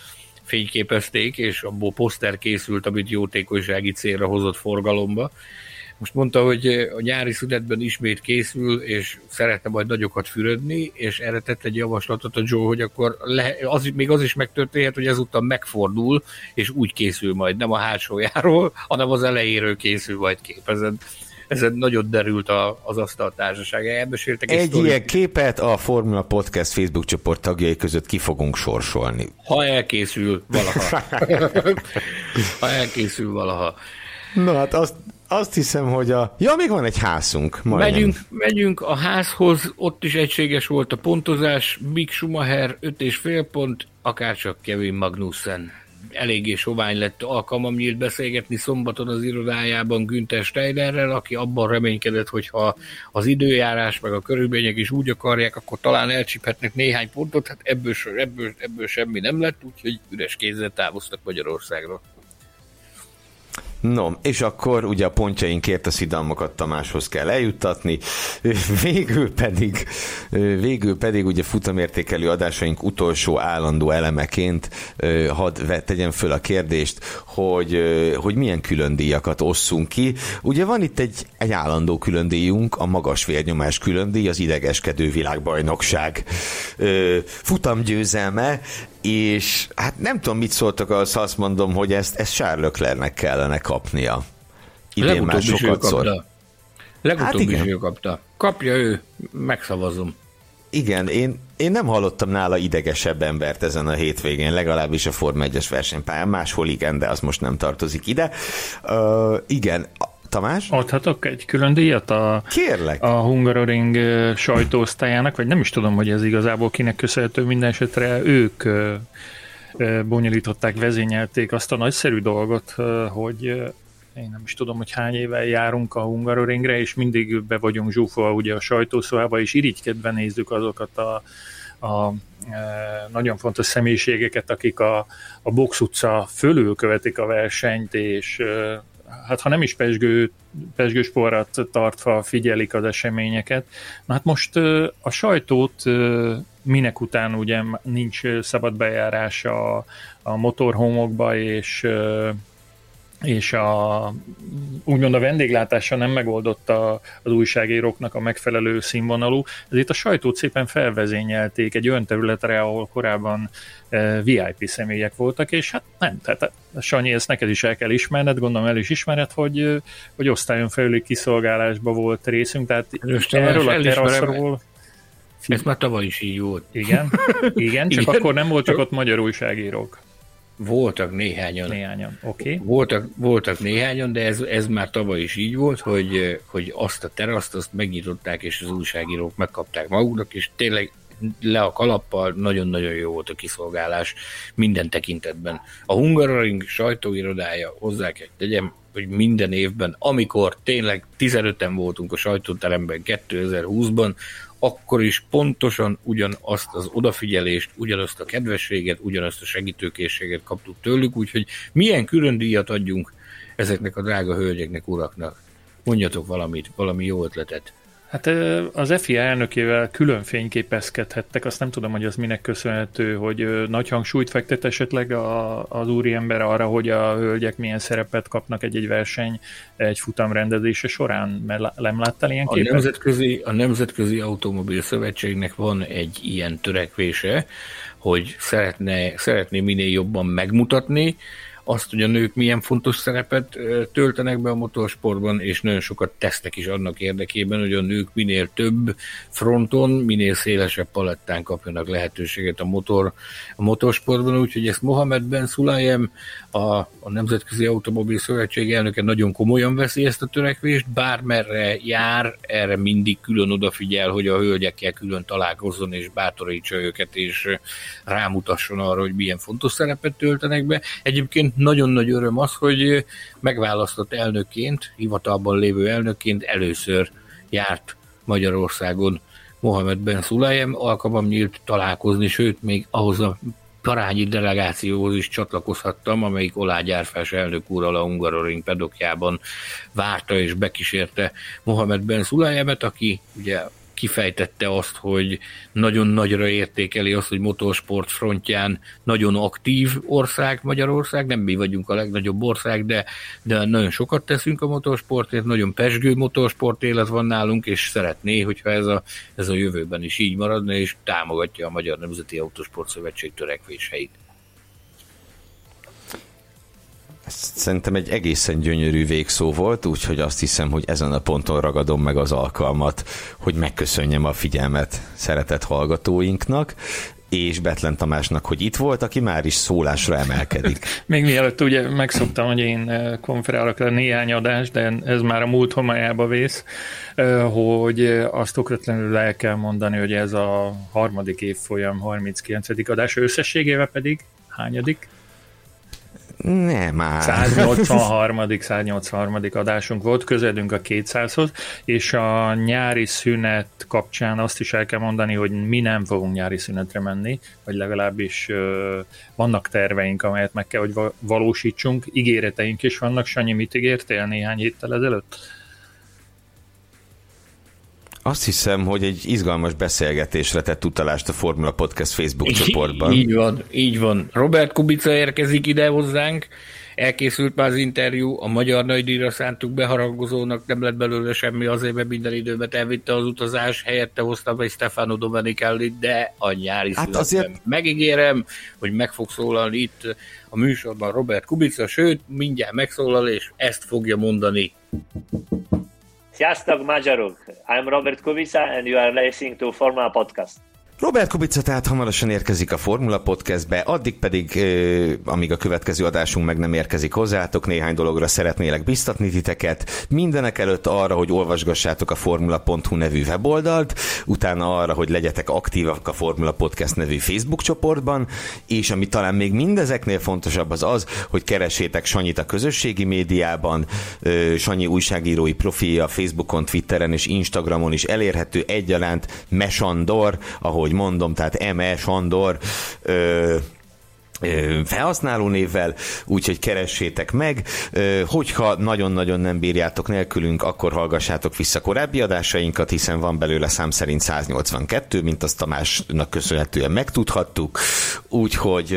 fényképezték, és abból poszter készült, amit jótékonysági célra hozott forgalomba. Most mondta, hogy a nyári szünetben ismét készül, és szeretne majd nagyokat fürödni, és erre tett egy javaslatot a Joe, hogy akkor még az is megtörténhet, hogy ezúttal megfordul, és úgy készül majd, nem a hátsójáról, hanem az elejéről készül majd kép. Ezen nagyon derült az asztaltársaság. Egy ilyen képet a Formula Podcast Facebook csoport tagjai között ki fogunk sorsolni. Ha elkészül valaha. Ha elkészül valaha. Na hát azt hiszem, hogy még van egy házunk. Megyünk a házhoz, ott is egységes volt a pontozás, Mick Schumacher 5,5 pont, akárcsak Kevin Magnussen. Eléggé sovány lett, alkalmam nyílt beszélgetni szombaton az irodájában Günther Steinerrel, aki abban reménykedett, hogy ha az időjárás meg a körülmények is úgy akarják, akkor talán elcsíphetnek néhány pontot, hát ebből semmi nem lett, úgyhogy üres kézzel távoztak Magyarországról. No, és akkor ugye a pontjainkért a szidalmakat Tamáshoz kell eljuttatni, végül pedig ugye futamértékelő adásaink utolsó állandó elemeként hadd tegyem föl a kérdést, hogy milyen különdíjakat osszunk ki. Ugye van itt egy állandó különdíjunk, a magas vérnyomás különdíj, az idegeskedő világbajnokság futamgyőzelme, és hát nem tudom, mit szóltak, azt mondom, hogy ezt Charles Leclercnek kellene kapnia. Idén már sokatszor. Legutóbb is ő kapta. Kapja ő, megszavazom. Igen, én nem hallottam nála idegesebb embert ezen a hétvégén, legalábbis a Forma 1-es versenypályán, máshol igen, de az most nem tartozik ide. Igen, Tamás? Adhatok egy külön díjat Kérlek. A Hungaroring sajtóosztályának, vagy nem is tudom, hogy ez igazából kinek köszönhető, minden esetre ők bonyolították, vezényelték azt a nagyszerű dolgot, hogy én nem is tudom, hogy hány éve járunk a Hungaroringre, és mindig be vagyunk zsúfolva ugye a sajtószobába, és irigykedve nézzük azokat a nagyon fontos személyiségeket, akik a box utca fölül követik a versenyt, és hát ha nem is pezsgős porrat tartva figyelik az eseményeket. Na hát most a sajtót minek után ugye nincs szabad bejárás a motorhomokba, és úgymond a vendéglátása nem megoldotta az újságíróknak a megfelelő színvonalú, ezért a sajtót szépen felvezényelték egy olyan területre, ahol korábban VIP személyek voltak, és hát nem, tehát Sanyi, ezt neked is el kell ismerned, gondolom el is ismered, hogy osztályon felüli kiszolgálásba volt részünk, tehát erről a teraszról... Ez már tavaly is így volt. Igen, csak akkor nem volt csak ott magyar újságírók. Voltak néhányan. Oké. Voltak néhányan, de ez már tavaly is így volt, hogy azt a teraszt, azt megnyitották, és az újságírók megkapták maguknak, és tényleg le a kalappal, nagyon-nagyon jó volt a kiszolgálás minden tekintetben. A Hungaroring sajtóirodája, hozzá kell tegyem, hogy minden évben, amikor tényleg 15-en voltunk a sajtóteremben 2020-ban, akkor is pontosan ugyanazt az odafigyelést, ugyanazt a kedvességet, ugyanazt a segítőkészséget kaptuk tőlük, úgyhogy milyen külön díjat adjunk ezeknek a drága hölgyeknek, uraknak? Mondjatok valami jó ötletet. Hát az FIA elnökével külön fényképezkedhettek, azt nem tudom, hogy az minek köszönhető, hogy nagy hangsúlyt fektet esetleg az úriember arra, hogy a hölgyek milyen szerepet kapnak egy verseny, egy futam rendezése során, mert nem láttál ilyen képet? A Nemzetközi Automobil Szövetségnek van egy ilyen törekvése, hogy szeretné minél jobban megmutatni azt, hogy a nők milyen fontos szerepet töltenek be a motorsportban, és nagyon sokat tesznek is annak érdekében, hogy a nők minél több fronton, minél szélesebb palettán kapjanak lehetőséget a motorsportban, úgyhogy ezt Mohamed Ben Sulayem, a Nemzetközi Automobil Szövetség elnöke nagyon komolyan veszi ezt a törekvést, bármerre jár, erre mindig külön odafigyel, hogy a hölgyekkel külön találkozzon, és bátorítsa őket, és rámutasson arra, hogy milyen fontos szerepet töltenek be. Egyébként nagyon nagy öröm az, hogy megválasztott elnökként, hivatalban lévő elnökként először járt Magyarországon Mohamed Ben Sulayem, alkalmam nyílt találkozni, sőt, még ahhoz a parányi delegációhoz is csatlakozhattam, amelyik Oláh Gyárfás elnök úrral a Hungaroring pedokjában várta és bekísérte Mohamed Ben Sulayemet, aki ugye kifejtette azt, hogy nagyon nagyra értékeli azt, hogy motorsport frontján nagyon aktív ország Magyarország, nem mi vagyunk a legnagyobb ország, de nagyon sokat teszünk a motorsportért, nagyon pezsgő motorsport élet van nálunk, és szeretné, hogyha ez a jövőben is így maradna, és támogatja a Magyar Nemzeti Autósport Szövetség törekvéseit. Szerintem egy egészen gyönyörű végszó volt, úgyhogy azt hiszem, hogy ezen a ponton ragadom meg az alkalmat, hogy megköszönjem a figyelmet szeretett hallgatóinknak, és Bethlen Tamásnak, hogy itt volt, aki már is szólásra emelkedik. Még mielőtt ugye megszoktam, hogy én konferálok le néhány adást, de ez már a múlt homályába vész, hogy azt okvetlenül el kell mondani, hogy ez a harmadik évfolyam 39. adás, összességével pedig hányadik? Nem már. 183. adásunk volt, közeledünk a 200-hoz, és a nyári szünet kapcsán azt is el kell mondani, hogy mi nem fogunk nyári szünetre menni, vagy legalábbis vannak terveink, amelyet meg kell, hogy valósítsunk, ígéreteink is vannak. Sanyi, mit ígértél néhány héttel ezelőtt? Azt hiszem, hogy egy izgalmas beszélgetésre tett utalást a Formula Podcast Facebook csoportban. Így van. Robert Kubica érkezik ide hozzánk, elkészült már az interjú, a magyar nagydíjra szántuk beharangozónak, nem lett belőle semmi, azért, mert minden időben elvitte az utazás, helyette hoztam egy Stefano Domenichellit, de a nyári szünetben azért megígérem, hogy meg fog szólalni itt a műsorban Robert Kubica, sőt, mindjárt megszólal, és ezt fogja mondani. Sziasztok, magyarok! I'm Robert Kubica, and you are listening to Formula Podcast. Robert Kubica tehát hamarosan érkezik a Formula Podcastbe, addig pedig, amíg a következő adásunk meg nem érkezik hozzátok, néhány dologra szeretnélek biztatni titeket. Mindenek előtt arra, hogy olvasgassátok a formula.hu nevű weboldalt, utána arra, hogy legyetek aktívak a Formula Podcast nevű Facebook csoportban, és ami talán még mindezeknél fontosabb az, hogy keressétek Sanyit a közösségi médiában. Sanyi újságírói profilja Facebookon, Twitteren és Instagramon is elérhető egyaránt Mesandor, ahogy mondom, tehát M.E. Sandor felhasználó névvel, úgyhogy keressétek meg. Hogyha nagyon-nagyon nem bírjátok nélkülünk, akkor hallgassátok vissza korábbi adásainkat, hiszen van belőle szám szerint 182, mint azt Tamásnak köszönhetően megtudhattuk. Úgyhogy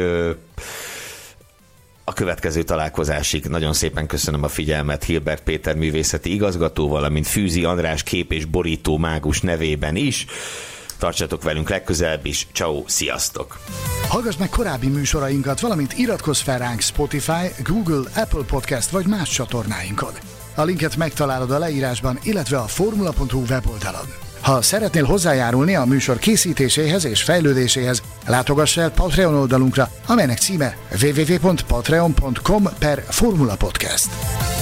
a következő találkozásig nagyon szépen köszönöm a figyelmet Hilbert Péter művészeti igazgató, valamint Fűzi András kép és borító mágus nevében is. Tartsatok velünk legközelebb is. Ciao, sziasztok! Hallgass meg korábbi műsorainkat, valamint iratkozz fel ránk Spotify, Google, Apple Podcast vagy más csatornáinkon. A linket megtalálod a leírásban, illetve a formula.hu weboldalon. Ha szeretnél hozzájárulni a műsor készítéséhez és fejlődéséhez, látogass el Patreon oldalunkra, amelynek címe www.patreon.com/formulapodcast.